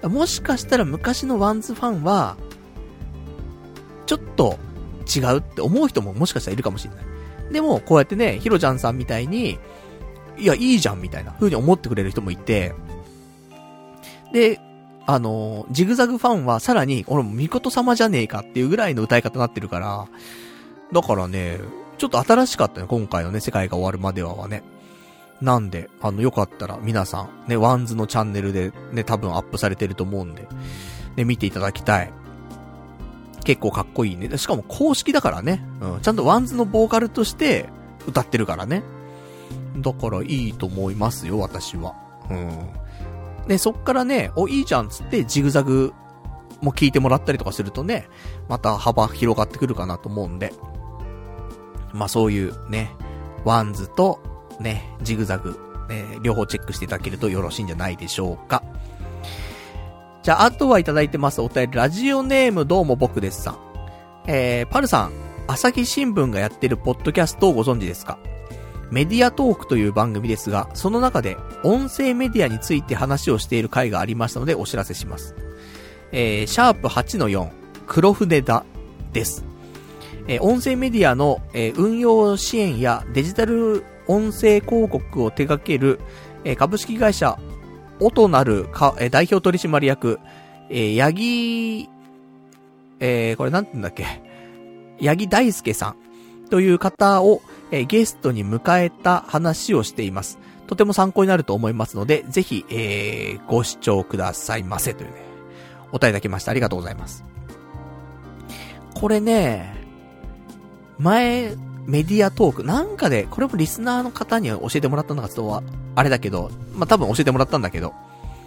もしかしたら昔のワンズファンは、ちょっと違うって思う人ももしかしたらいるかもしれない。でも、こうやってね、ヒロちゃんさんみたいに、いや、いいじゃんみたいな風に思ってくれる人もいて、で、ジグザグファンはさらに、俺もミコト様じゃねえかっていうぐらいの歌い方になってるから、だからね、ちょっと新しかったね、今回のね、世界が終わるまではね。なんで、よかったら皆さん、ね、ワンズのチャンネルでね、多分アップされてると思うんで、ね、見ていただきたい。結構かっこいいね。しかも公式だからね。うん。ちゃんとワンズのボーカルとして歌ってるからね。だからいいと思いますよ、私は。うん。で、そっからね、いいじゃんつってジグザグも聞いてもらったりとかするとね、また幅広がってくるかなと思うんで。まあそういうね、ワンズとね、ジグザグ、両方チェックしていただけるとよろしいんじゃないでしょうか。じゃあ、あとはいただいてますお便り、ラジオネームどうも僕ですさん。パルさん、朝日新聞がやってるポッドキャストをご存知ですか？メディアトークという番組ですが、その中で音声メディアについて話をしている回がありましたのでお知らせします。シャープ 8-4 黒船だです。音声メディアの、運用支援やデジタル音声広告を手掛ける、株式会社音なる代表取締役、八木、これなんて言うんだっけ、八木大輔さんという方を、ゲストに迎えた話をしています。とても参考になると思いますので、ぜひ、ご視聴くださいませというね、お答えいただきました。ありがとうございます。これね、前、メディアトーク、なんかで、これもリスナーの方に教えてもらったのがちょっとあれだけど、まあ、多分教えてもらったんだけど、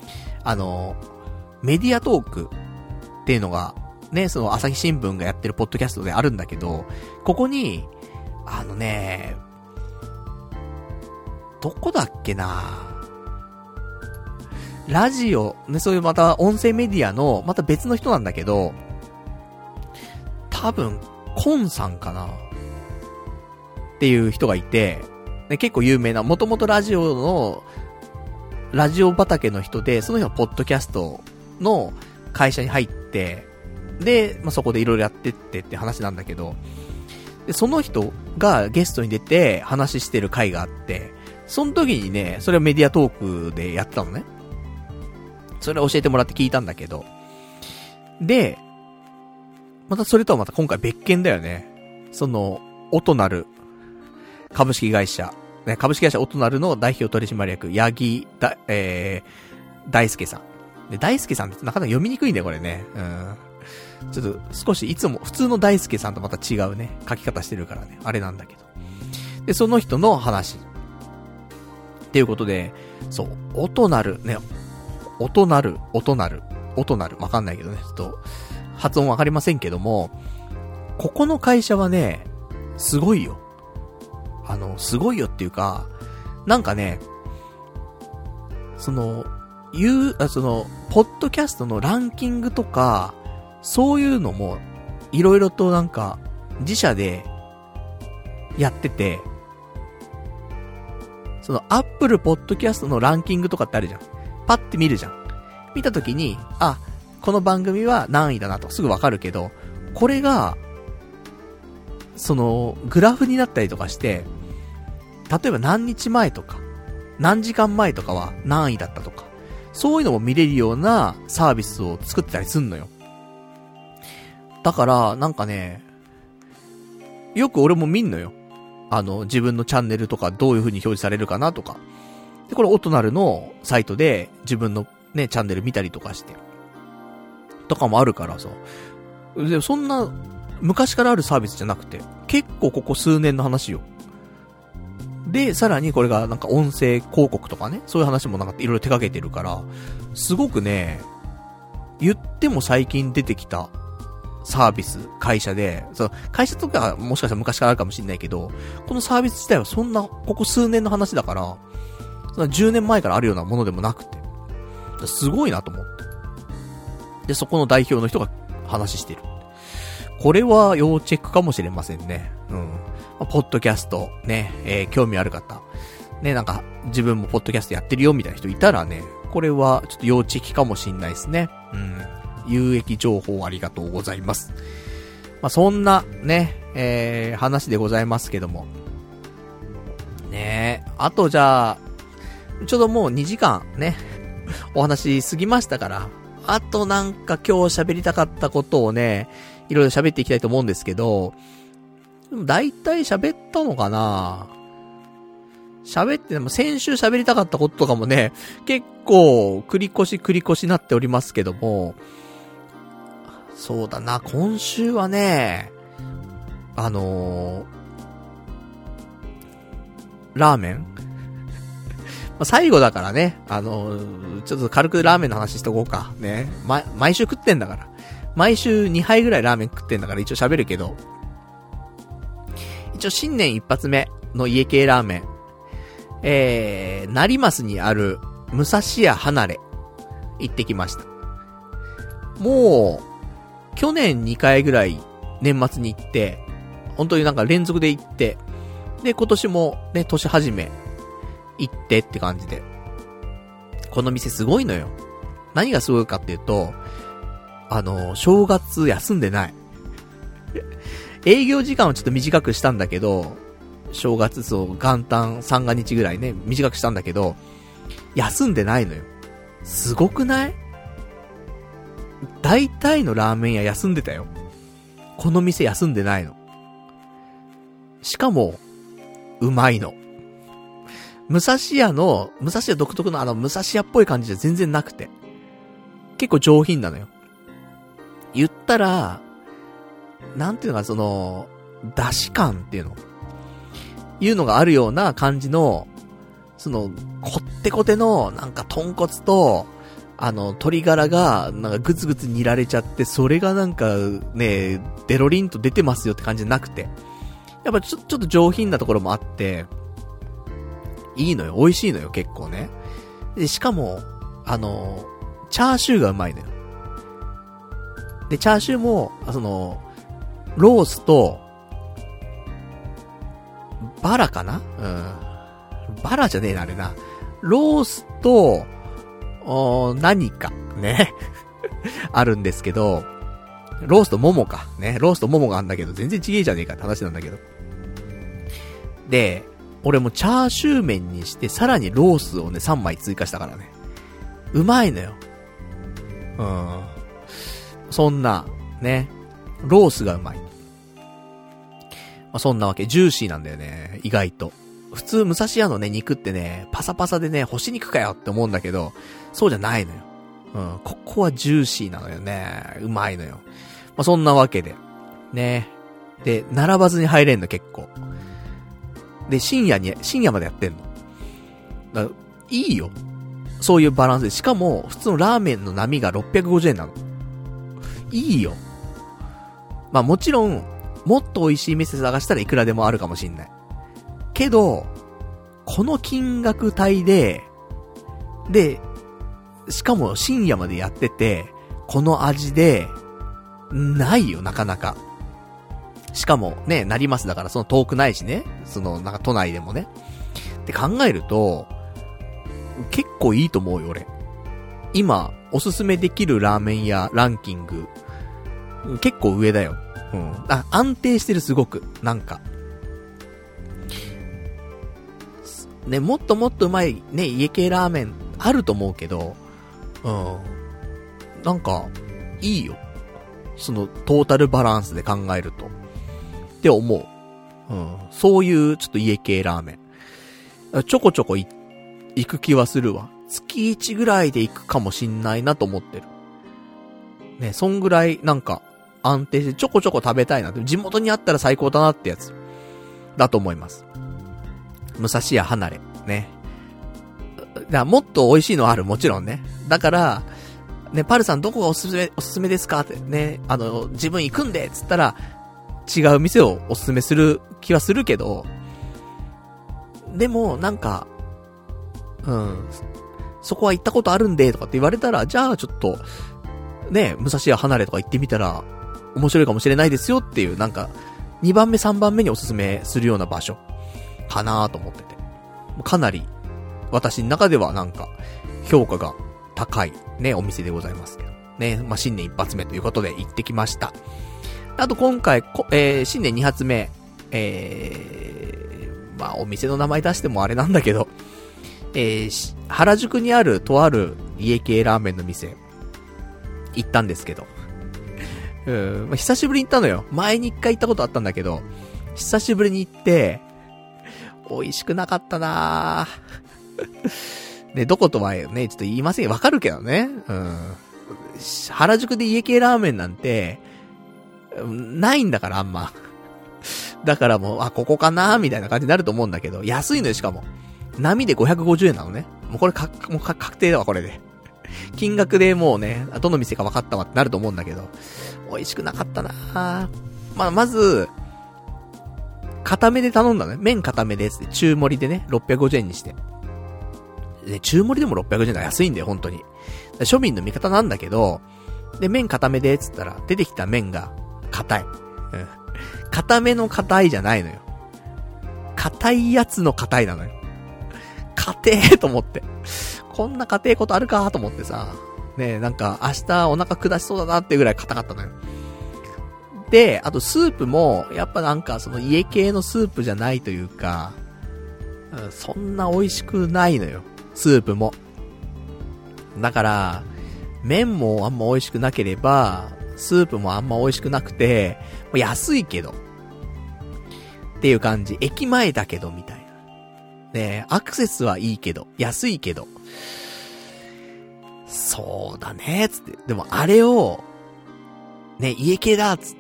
メディアトークっていうのが、ね、その朝日新聞がやってるポッドキャストであるんだけど、ここに、どこだっけな、ラジオ、ね、そういうまた音声メディアの、また別の人なんだけど、多分、コンさんかなっていう人がいて、ね、結構有名な、もともとラジオ畑の人で、その人のポッドキャストの会社に入って、で、まあ、そこでいろいろやってってって話なんだけど、で、その人がゲストに出て話してる回があって、その時にね、それをメディアトークでやってたのね。それを教えてもらって聞いたんだけど、で、またそれとはまた今回別件だよね。その、音なる株式会社、ね、株式会社音なるの代表取締役、八木大輔さん。で、大輔さんってなかなか読みにくいんだよ、これね。ちょっと少しいつも普通の大輔さんとまた違うね、書き方してるからね、あれなんだけど。で、その人の話。っていうことで、そう、音なる、ね、音なる、わかんないけどね、ちょっと、発音わかりませんけども、ここの会社はね、すごいよ。すごいよっていうか、なんかね、 ポッドキャストのランキングとか、そういうのも、いろいろとなんか、自社で、やってて、Apple Podcast のランキングとかってあるじゃん。パッて見るじゃん。見たときに、あ、この番組は何位だなとすぐわかるけど、これが、グラフになったりとかして、例えば何日前とか、何時間前とかは何位だったとか、そういうのも見れるようなサービスを作ってたりすんのよ。だから、なんかね、よく俺も見んのよ。自分のチャンネルとかどういう風に表示されるかなとか。で、これオトナルのサイトで自分のね、チャンネル見たりとかして。とかもあるからさ。でもそんな、昔からあるサービスじゃなくて、結構ここ数年の話よ。で、さらにこれがなんか音声広告とかね、そういう話もなんかいろいろ手掛けてるから、すごくね、言っても最近出てきたサービス、会社で、会社とかはもしかしたら昔からあるかもしれないけど、このサービス自体はそんな、ここ数年の話だから、そんな10年前からあるようなものでもなくて、すごいなと思って。で、そこの代表の人が話してる。これは要チェックかもしれませんね。うん。ポッドキャスト、ね、興味ある方。ね、なんか、自分もポッドキャストやってるよみたいな人いたらね、これはちょっと要チェックかもしんないですね。うん。有益情報ありがとうございます。まあ、そんな、ね、話でございますけども。ね、あとじゃあ、ちょうどもう2時間ね、お話過ぎましたから、あとなんか今日喋りたかったことをね、いろいろ喋っていきたいと思うんですけど、だいたい喋ったのかな？喋っても先週喋りたかったこととかもね、結構繰り越しなっておりますけども、そうだな、今週はね、ラーメン最後だからね、ちょっと軽くラーメンの話しとこうか。ね。毎週食ってんだから。毎週2杯ぐらいラーメン食ってんだから一応喋るけど。一応新年一発目の家系ラーメン。成増にある武蔵屋離れ。行ってきました。もう、去年2回ぐらい年末に行って、本当になんか連続で行って、で、今年もね、年始め、行ってって感じで。この店すごいのよ。何がすごいかっていうと、正月休んでない。営業時間をちょっと短くしたんだけど、正月元旦三が日ぐらいね、短くしたんだけど、休んでないのよ。すごくない？大体のラーメン屋休んでたよ。この店休んでないの。しかも、うまいの。武蔵屋独特の武蔵屋っぽい感じじゃ全然なくて。結構上品なのよ。言ったら、なんていうのか、出汁感っていうのいうのがあるような感じの、こってこての、なんか豚骨と、鶏ガラが、なんかグツグツ煮られちゃって、それがなんか、ね、デロリンと出てますよって感じじゃなくて。やっぱちょっと上品なところもあって、いいのよ。美味しいのよ、結構ね。で、しかも、チャーシューがうまいのよ。で、チャーシューも、ロースと、バラかな？うん。バラじゃねえな、あれな。ロースと、何か、ね。あるんですけど、ロースとモモか。ね。ロースとモモがあるんだけど、全然違えじゃねえかって話なんだけど。で、俺もチャーシュー麺にして、さらにロースをね、3枚追加したからね。うまいのよ。そんな、ね。ロースがうまい。そんなわけ、ジューシーなんだよね。意外と。普通、武蔵屋のね、肉ってね、パサパサでね、干し肉かよって思うんだけど、そうじゃないのよ。ここはジューシーなのよね。うまいのよ。そんなわけで。ね。で、並ばずに入れんの、結構。で、深夜までやってんの。だからいいよ。そういうバランスで。しかも、普通のラーメンの波が650円なの。いいよ。もちろん、もっと美味しい店探したらいくらでもあるかもしんない。けど、この金額帯で、 で、しかも深夜までやってて、この味で、ないよ、なかなか。しかもね、なりますだからその遠くないしね。なんか都内でもね。って考えると、結構いいと思うよ、俺。今、おすすめできるラーメン屋ランキング、結構上だよ。安定してる、すごく。なんか。ね、もっともっとうまい、ね、家系ラーメン、あると思うけど、なんか、いいよ。トータルバランスで考えると。って思う。そういう、ちょっと家系ラーメン。ちょこちょこ行く気はするわ。月1ぐらいで行くかもしんないなと思ってる。ね、そんぐらい、なんか、安定してちょこちょこ食べたいなって。地元にあったら最高だなってやつ。だと思います。武蔵屋離れ。ね。もっと美味しいのある、もちろんね。だから、ね、パルさんどこがおすすめですかってね、自分行くんでつったら、違う店をおすすめする気はするけど、でも、なんか、そこは行ったことあるんで、とかって言われたら、じゃあちょっと、ね、武蔵屋離れとか行ってみたら、面白いかもしれないですよっていう、なんか、2番目3番目におすすめするような場所、かなと思ってて。かなり、私の中ではなんか、評価が高い、ね、お店でございますけど。ね、まあ、新年一発目ということで行ってきました。あと今回、新年2発目、まあ、お店の名前出してもあれなんだけど、原宿にあるとある家系ラーメンの店、行ったんですけど。まあ、久しぶりに行ったのよ。前に1回行ったことあったんだけど、久しぶりに行って、美味しくなかったなぁ。ね、どことはね、ちょっと言いませんよ。わかるけどね。原宿で家系ラーメンなんて、ないんだからあんま。だからもう、ここかなーみたいな感じになると思うんだけど、安いのよしかも。波で550円なのね。もうこれもう確定だわ、これで。金額でもうね、どの店か分かったわってなると思うんだけど、美味しくなかったなぁ。まず、固めで頼んだね。麺固めですって、中盛りでね、650円にして。ね、中盛りでも650円だ安いんだよ、本当に。庶民の味方なんだけど、で、麺固めでっつったら、出てきた麺が、硬い。硬めの硬いじゃないのよ。硬いやつの硬いなのよ。硬えと思って。こんな硬えことあるかと思ってさ。ねえ、なんか、明日お腹下しそうだなってぐらい硬かったのよ。で、あとスープも、やっぱなんか家系のスープじゃないというか、そんな美味しくないのよ。スープも。だから、麺もあんま美味しくなければ、スープもあんま美味しくなくて、安いけど。っていう感じ。駅前だけど、みたいな。ね、アクセスはいいけど、安いけど。そうだね、つって。でもあれを、ね、家系だ、つって。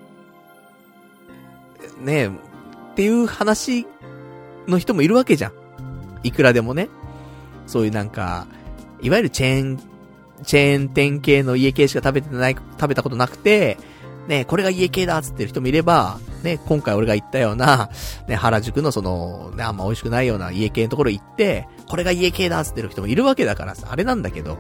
ね、っていう話の人もいるわけじゃん。いくらでもね。そういうなんか、いわゆるチェーン店系の家系しか食べたことなくて、ね、これが家系だっつってる人もいれば、ね、今回俺が言ったような、ね、原宿のね、あんま美味しくないような家系のところ行って、これが家系だっつってる人もいるわけだからさ、あれなんだけど、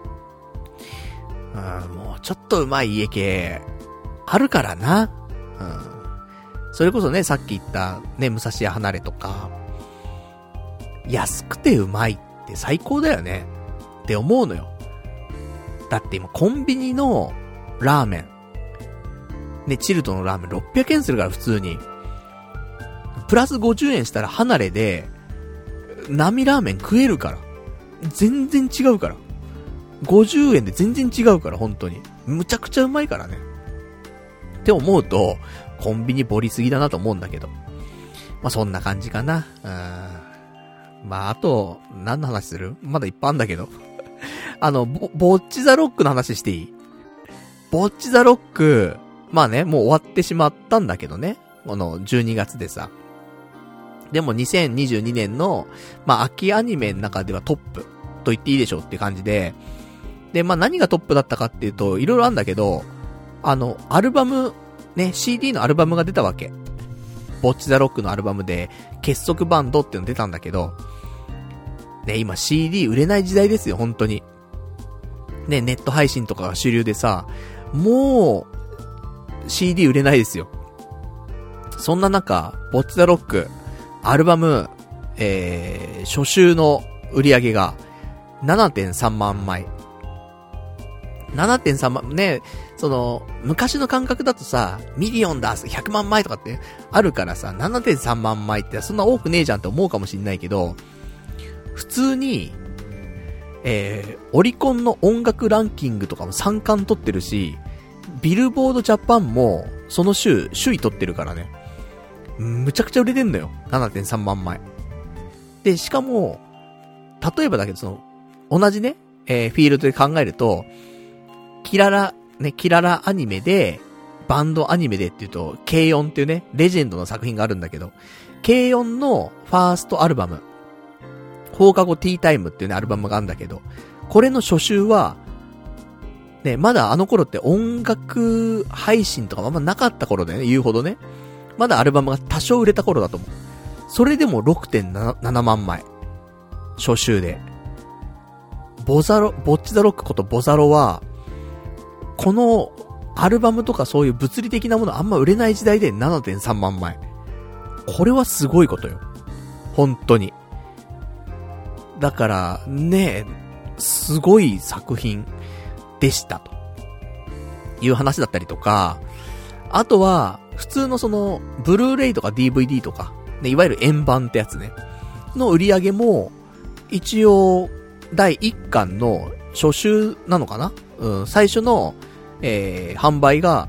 もうちょっとうまい家系、あるからな。それこそね、さっき言った、ね、武蔵屋離れとか、安くてうまいって最高だよね。って思うのよ。だって今コンビニのラーメンね、チルトのラーメン600円するから普通にプラス50円したら離れで並ラーメン食えるから全然違うから50円で全然違うから本当にむちゃくちゃうまいからねって思うとコンビニボリすぎだなと思うんだけどそんな感じかなあと何の話するまだいっぱいあんだけどボッチザロックの話していい？ボッチザロック、もう終わってしまったんだけどね。この12月でさ。でも2022年の、秋アニメの中ではトップと言っていいでしょうっていう感じで。で、何がトップだったかっていうと、いろいろあるんだけど、アルバム、ね、CD のアルバムが出たわけ。ボッチザロックのアルバムで、結束バンドっていうの出たんだけど、 ね、今 CD 売れない時代ですよ、本当に。ね、ネット配信とかが主流でさ、もう、CD 売れないですよ。そんな中、ボッチザロック、アルバム、初週の売り上げが 7.3 万枚。7.3 万、ね、昔の感覚だとさ、ミリオンだ、100万枚とかってあるからさ、7.3 万枚ってそんな多くねえじゃんって思うかもしんないけど、普通に、オリコンの音楽ランキングとかも3冠取ってるし、ビルボードジャパンもその週、首位取ってるからね。むちゃくちゃ売れてんのよ。7.3 万枚。で、しかも、例えばだけど同じね、フィールドで考えると、キララアニメで、バンドアニメでっていうと、軽音っていうね、レジェンドの作品があるんだけど、軽音のファーストアルバム、放課後ティータイムっていうね、アルバムがあるんだけど、これの初週は、ね、まだあの頃って音楽配信とかあんまなかった頃だよね、言うほどね。まだアルバムが多少売れた頃だと思う。それでも 6.7 万枚。初週で。ボッチザロックことボザロは、このアルバムとかそういう物理的なものあんま売れない時代で 7.3 万枚。これはすごいことよ。本当に。だから、ね、すごい作品でしたと。いう話だったりとか、あとは、普通のブルーレイとか DVD とか、ね、いわゆる円盤ってやつね、の売り上げも、一応、第1巻の初週なのかな？最初の、販売が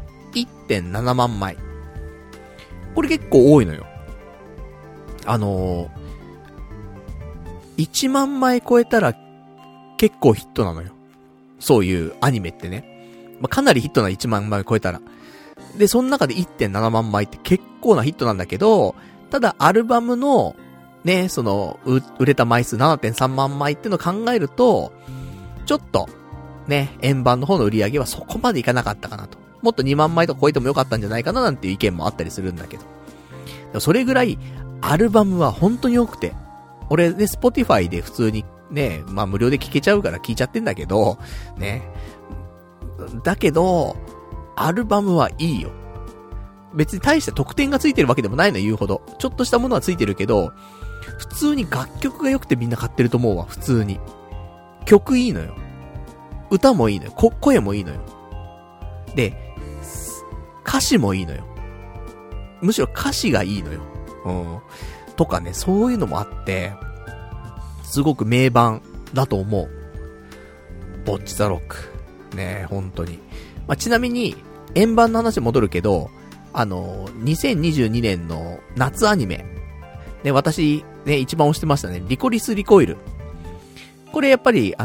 1.7 万枚。これ結構多いのよ。1万枚超えたら結構ヒットなのよ。そういうアニメってね。かなりヒットな1万枚超えたら。で、その中で 1.7 万枚って結構なヒットなんだけど、ただアルバムの、ね、売れた枚数 7.3 万枚ってのを考えると、ちょっと、ね、円盤の方の売り上げはそこまでいかなかったかなと。もっと2万枚とか超えてもよかったんじゃないかななんていう意見もあったりするんだけど。でもそれぐらい、アルバムは本当に多くて。俺ね、Spotify で普通にね、無料で聴けちゃうから聴いちゃってんだけど、ね。だけど、アルバムはいいよ。別に大して特典がついてるわけでもないの言うほど。ちょっとしたものはついてるけど、普通に楽曲が良くてみんな買ってると思うわ、普通に。曲いいのよ。歌もいいのよ。声もいいのよ。で、歌詞もいいのよ。むしろ歌詞がいいのよ。とかね、そういうのもあって、すごく名盤だと思う。ボッチザロック。ね、本当に。ちなみに、円盤の話戻るけど、2022年の夏アニメ。ね、私、ね、一番推してましたね。リコリスリコイル。これやっぱり、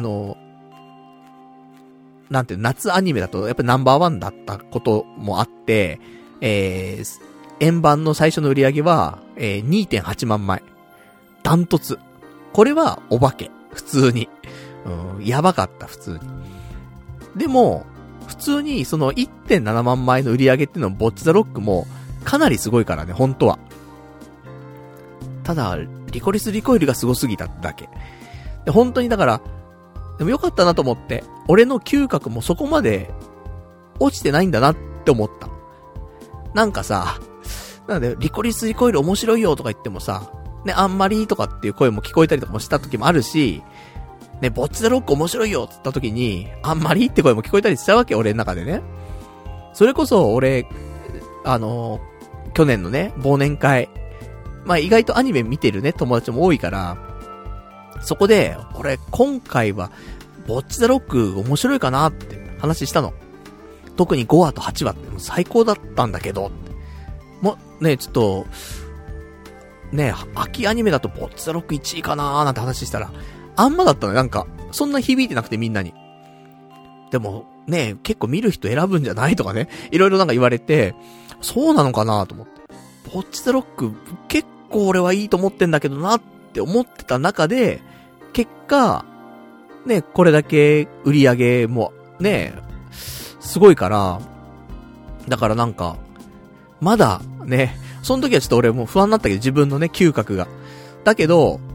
なんていう、夏アニメだと、やっぱりナンバーワンだったこともあって、円盤の最初の売り上げは、2.8 万枚。ダントツ。これは、お化け。普通に。やばかった、普通に。でも、普通に、1.7 万枚の売り上げっていうのも、ボッチザロックも、かなりすごいからね、本当は。ただ、リコリスリコイルがすごすぎただけ。で、本当にだから、でもよかったなと思って、俺の嗅覚もそこまで、落ちてないんだなって思った。なんかさ、なんで、リコリスリコイル面白いよとか言ってもさ、ね、あんまりとかっていう声も聞こえたりとかもした時もあるし、ね、ボッチザロック面白いよって言った時に、あんまりって声も聞こえたりしたわけ、俺の中でね。それこそ、俺、去年のね、忘年会、意外とアニメ見てるね、友達も多いから、そこで、俺、今回は、ボッチザロック面白いかなって話したの。特に5話と8話って最高だったんだけど、もう、ね、ちょっと、ね、秋アニメだとボッチザロック1位かなーなんて話したら、あんまだったのよ、なんか、そんな響いてなくてみんなに。でも、ね、結構見る人選ぶんじゃないとかね、いろいろなんか言われて、そうなのかなと思って。ボッチザロック、結構俺はいいと思ってんだけどなって思ってた中で、結果、ね、これだけ売り上げも、ね、すごいから、だからなんか、まだ、ね、その時はちょっと俺もう不安になったけど、自分のね、嗅覚が。だけど、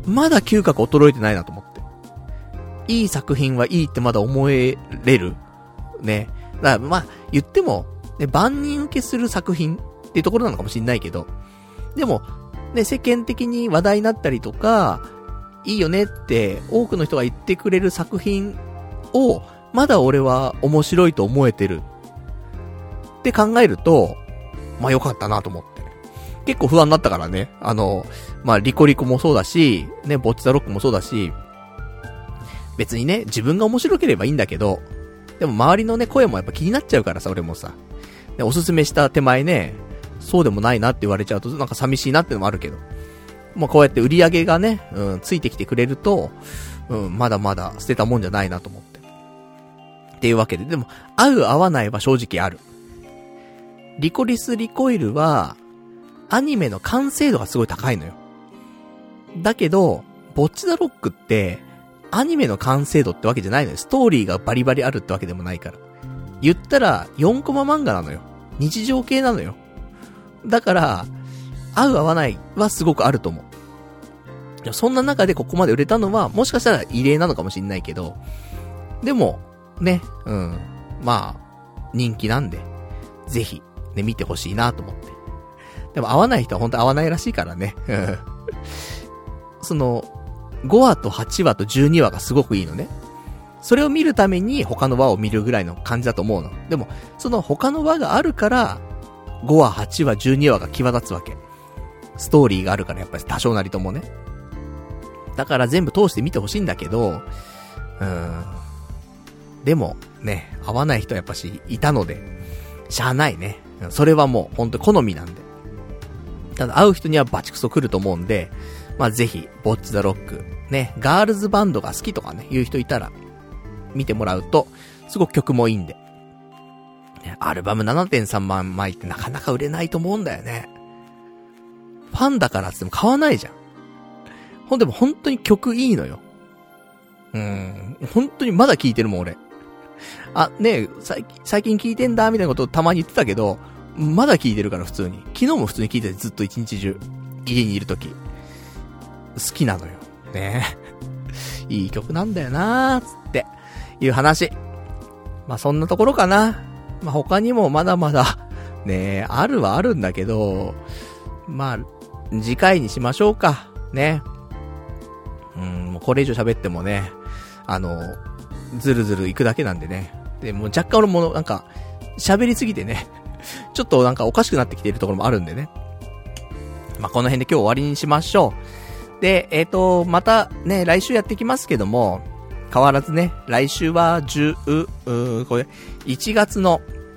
まだ嗅覚衰えてないなと思って。いい作品はいいってまだ思えれるね。だからまあ、言っても、ね、万人受けする作品っていうところなのかもしんないけど、でも、ね、世間的に話題になったりとか、いいよねって多くの人が言ってくれる作品を、まだ俺は面白いと思えてるって考えると、まあ良かったなと思って。結構不安になったからね。まあリコリコもそうだし、ね、ボッチザロックもそうだし、別にね、自分が面白ければいいんだけど、でも周りのね、声もやっぱ気になっちゃうからさ、俺もさ。ね、おすすめした手前ね、そうでもないなって言われちゃうと、なんか寂しいなってのもあるけど。まあこうやって売り上げがね、ついてきてくれると、まだまだ捨てたもんじゃないなと思って。っていうわけで、でも、合う合わないは正直ある。リコリスリコイルは、アニメの完成度がすごい高いのよ。だけど、ボッチザロックって、アニメの完成度ってわけじゃないのよ。ストーリーがバリバリあるってわけでもないから。言ったら、4コマ漫画なのよ。日常系なのよ。だから、合う合わないはすごくあると思う。そんな中でここまで売れたのは、もしかしたら異例なのかもしんないけど、でも、ね、まあ、人気なんで、ぜひ、ね、見てほしいなと思って。でも合わない人は本当合わないらしいからね。その、5話と8話と12話がすごくいいのね。それを見るために他の話を見るぐらいの感じだと思うの。でも、その他の話があるから、5話、8話、12話が際立つわけ。ストーリーがあるからやっぱり多少なりともね。だから全部通して見てほしいんだけど、でも、ね、合わない人はやっぱしいたので、しゃあないね。それはもう、ほんと好みなんで。ただ、会う人にはバチクソ来ると思うんで、まあ、ぜひ、ボッチザロック、ね、ガールズバンドが好きとかね、いう人いたら、見てもらうと、すごく曲もいいんで。アルバム 7.3 万枚ってなかなか売れないと思うんだよね。ファンだからっても買わないじゃん。でも本当に曲いいのよ。本当にまだ聴いてるもん、俺。あ、ねえ、最近聴いてんだ、みたいなことをたまに言ってたけど、まだ聴いてるから普通に。昨日も普通に聴いててずっと一日中。家にいるとき。好きなのよ。ねえ。いい曲なんだよなー、つって。いう話。まあ、そんなところかな。まあ、他にもまだまだ、ねえ、あるはあるんだけど、まあ、次回にしましょうか。ね。もうこれ以上喋ってもね、ずるずる行くだけなんでね。で、もう若干俺もなんか、喋りすぎてね、ちょっとなんかおかしくなってきているところもあるんでね。まあ、この辺で今日終わりにしましょう。で、またね、来週やってきますけども、変わらずね、来週はこれ、1月の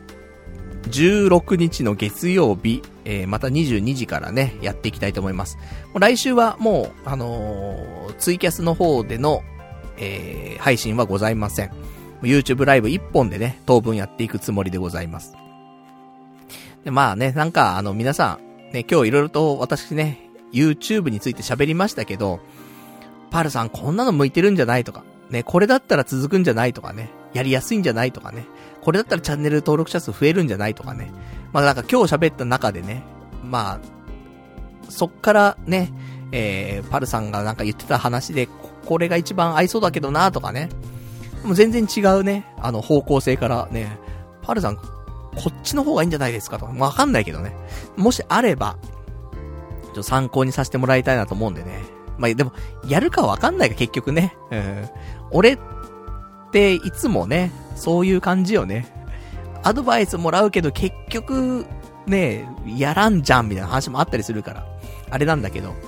16日の月曜日、また22時からね、やっていきたいと思います。もう来週はもう、ツイキャスの方での、配信はございません。YouTube ライブ1本でね、当分やっていくつもりでございます。で、まあね、なんか皆さん、ね、今日いろいろと私ね、YouTube について喋りましたけど、パルさんこんなの向いてるんじゃないとか、ね、これだったら続くんじゃないとかね、やりやすいんじゃないとかね、これだったらチャンネル登録者数増えるんじゃないとかね。まあなんか今日喋った中でね、まあ、そっからね、パルさんがなんか言ってた話で、これが一番合いそうだけどなとかね。もう全然違うね、方向性からね、パルさん、こっちの方がいいんじゃないですかとか、わかんないけどね。もしあれば、ちょっと参考にさせてもらいたいなと思うんでね。まあでも、やるかわかんないか結局ね。俺っていつもね、そういう感じよね。アドバイスもらうけど結局、ね、やらんじゃんみたいな話もあったりするから。あれなんだけど。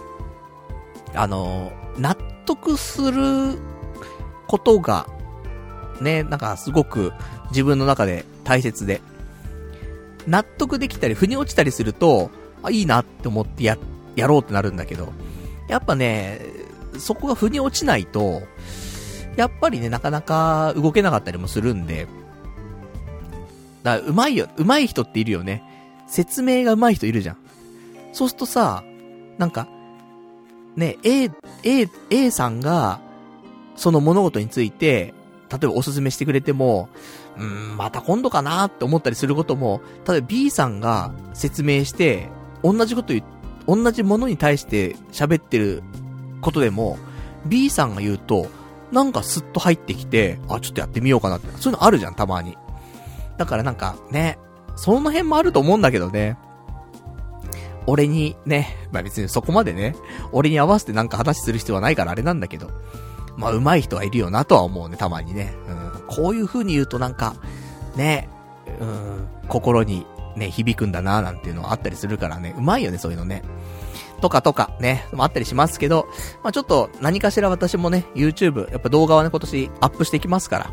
納得することが、ね、なんかすごく自分の中で大切で。納得できたり、腑に落ちたりすると、いいなって思ってやろうってなるんだけど。やっぱね、そこが腑に落ちないと、やっぱりね、なかなか動けなかったりもするんで、だから上手い人っているよね。説明が上手い人いるじゃん。そうするとさ、なんか、ね、A さんが、その物事について、例えばおすすめしてくれても、また今度かなって思ったりすることも、例えば B さんが説明して、同じものに対して喋ってることでも、B さんが言うと、なんかスッと入ってきて、ちょっとやってみようかなって。そういうのあるじゃん、たまに。だからなんかね、その辺もあると思うんだけどね。俺にね、別にそこまでね、俺に合わせてなんか話する必要はないからあれなんだけど、上手い人はいるよなとは思うね、たまにね。こういう風に言うとなんか、ね、心にね、響くんだななんていうのはあったりするからね、上手いよね、そういうのね。とかね、あったりしますけど、ちょっと何かしら私もね、YouTube、やっぱ動画はね、今年アップしてきますから、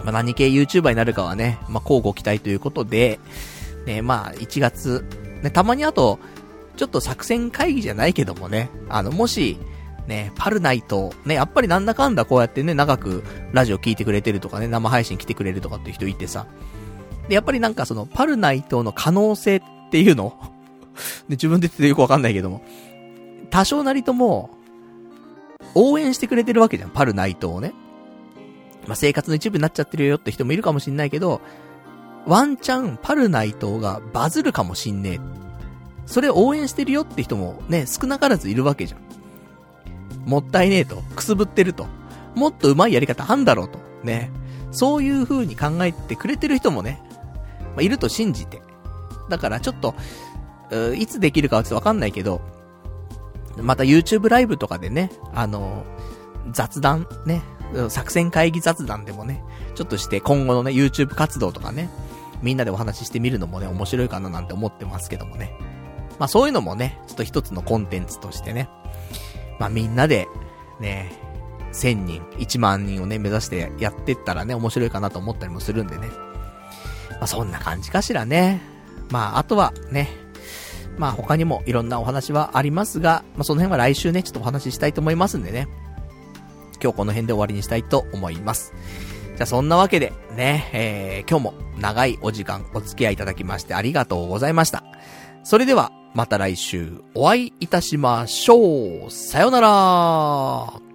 何系 YouTuber になるかはね、交互期待ということで、ね、1月、ね、たまにあと、ちょっと作戦会議じゃないけどもね、もし、ね、パルナイト、ね、やっぱりなんだかんだこうやってね、長くラジオ聞いてくれてるとかね、生配信来てくれるとかっていう人いてさ、で、やっぱりなんかその、パルナイトの可能性っていうので、自分で言っててよくわかんないけども、多少なりとも、応援してくれてるわけじゃん、パルナイトをね。生活の一部になっちゃってるよって人もいるかもしんないけど、ワンチャンパルナイトがバズるかもしんねえ。それを応援してるよって人もね、少なからずいるわけじゃん。もったいねえと、くすぶってると。もっと上手いやり方あんだろうと。ね。そういう風に考えてくれてる人もね、いると信じて。だからちょっと、いつできるかはちょっとわかんないけど、また YouTube ライブとかでね、雑談ね、作戦会議雑談でもね、ちょっとして今後のね、YouTube 活動とかね、みんなでお話ししてみるのもね、面白いかななんて思ってますけどもね。そういうのもね、ちょっと一つのコンテンツとしてね、みんなで、ね、1000人、1万人をね、目指してやってったらね、面白いかなと思ったりもするんでね。そんな感じかしらね。あとはね、他にもいろんなお話はありますが、その辺は来週ね、ちょっとお話ししたいと思いますんでね。今日この辺で終わりにしたいと思います。じゃあそんなわけでね、今日も長いお時間お付き合いいただきましてありがとうございました。それではまた来週お会いいたしましょう。さよなら。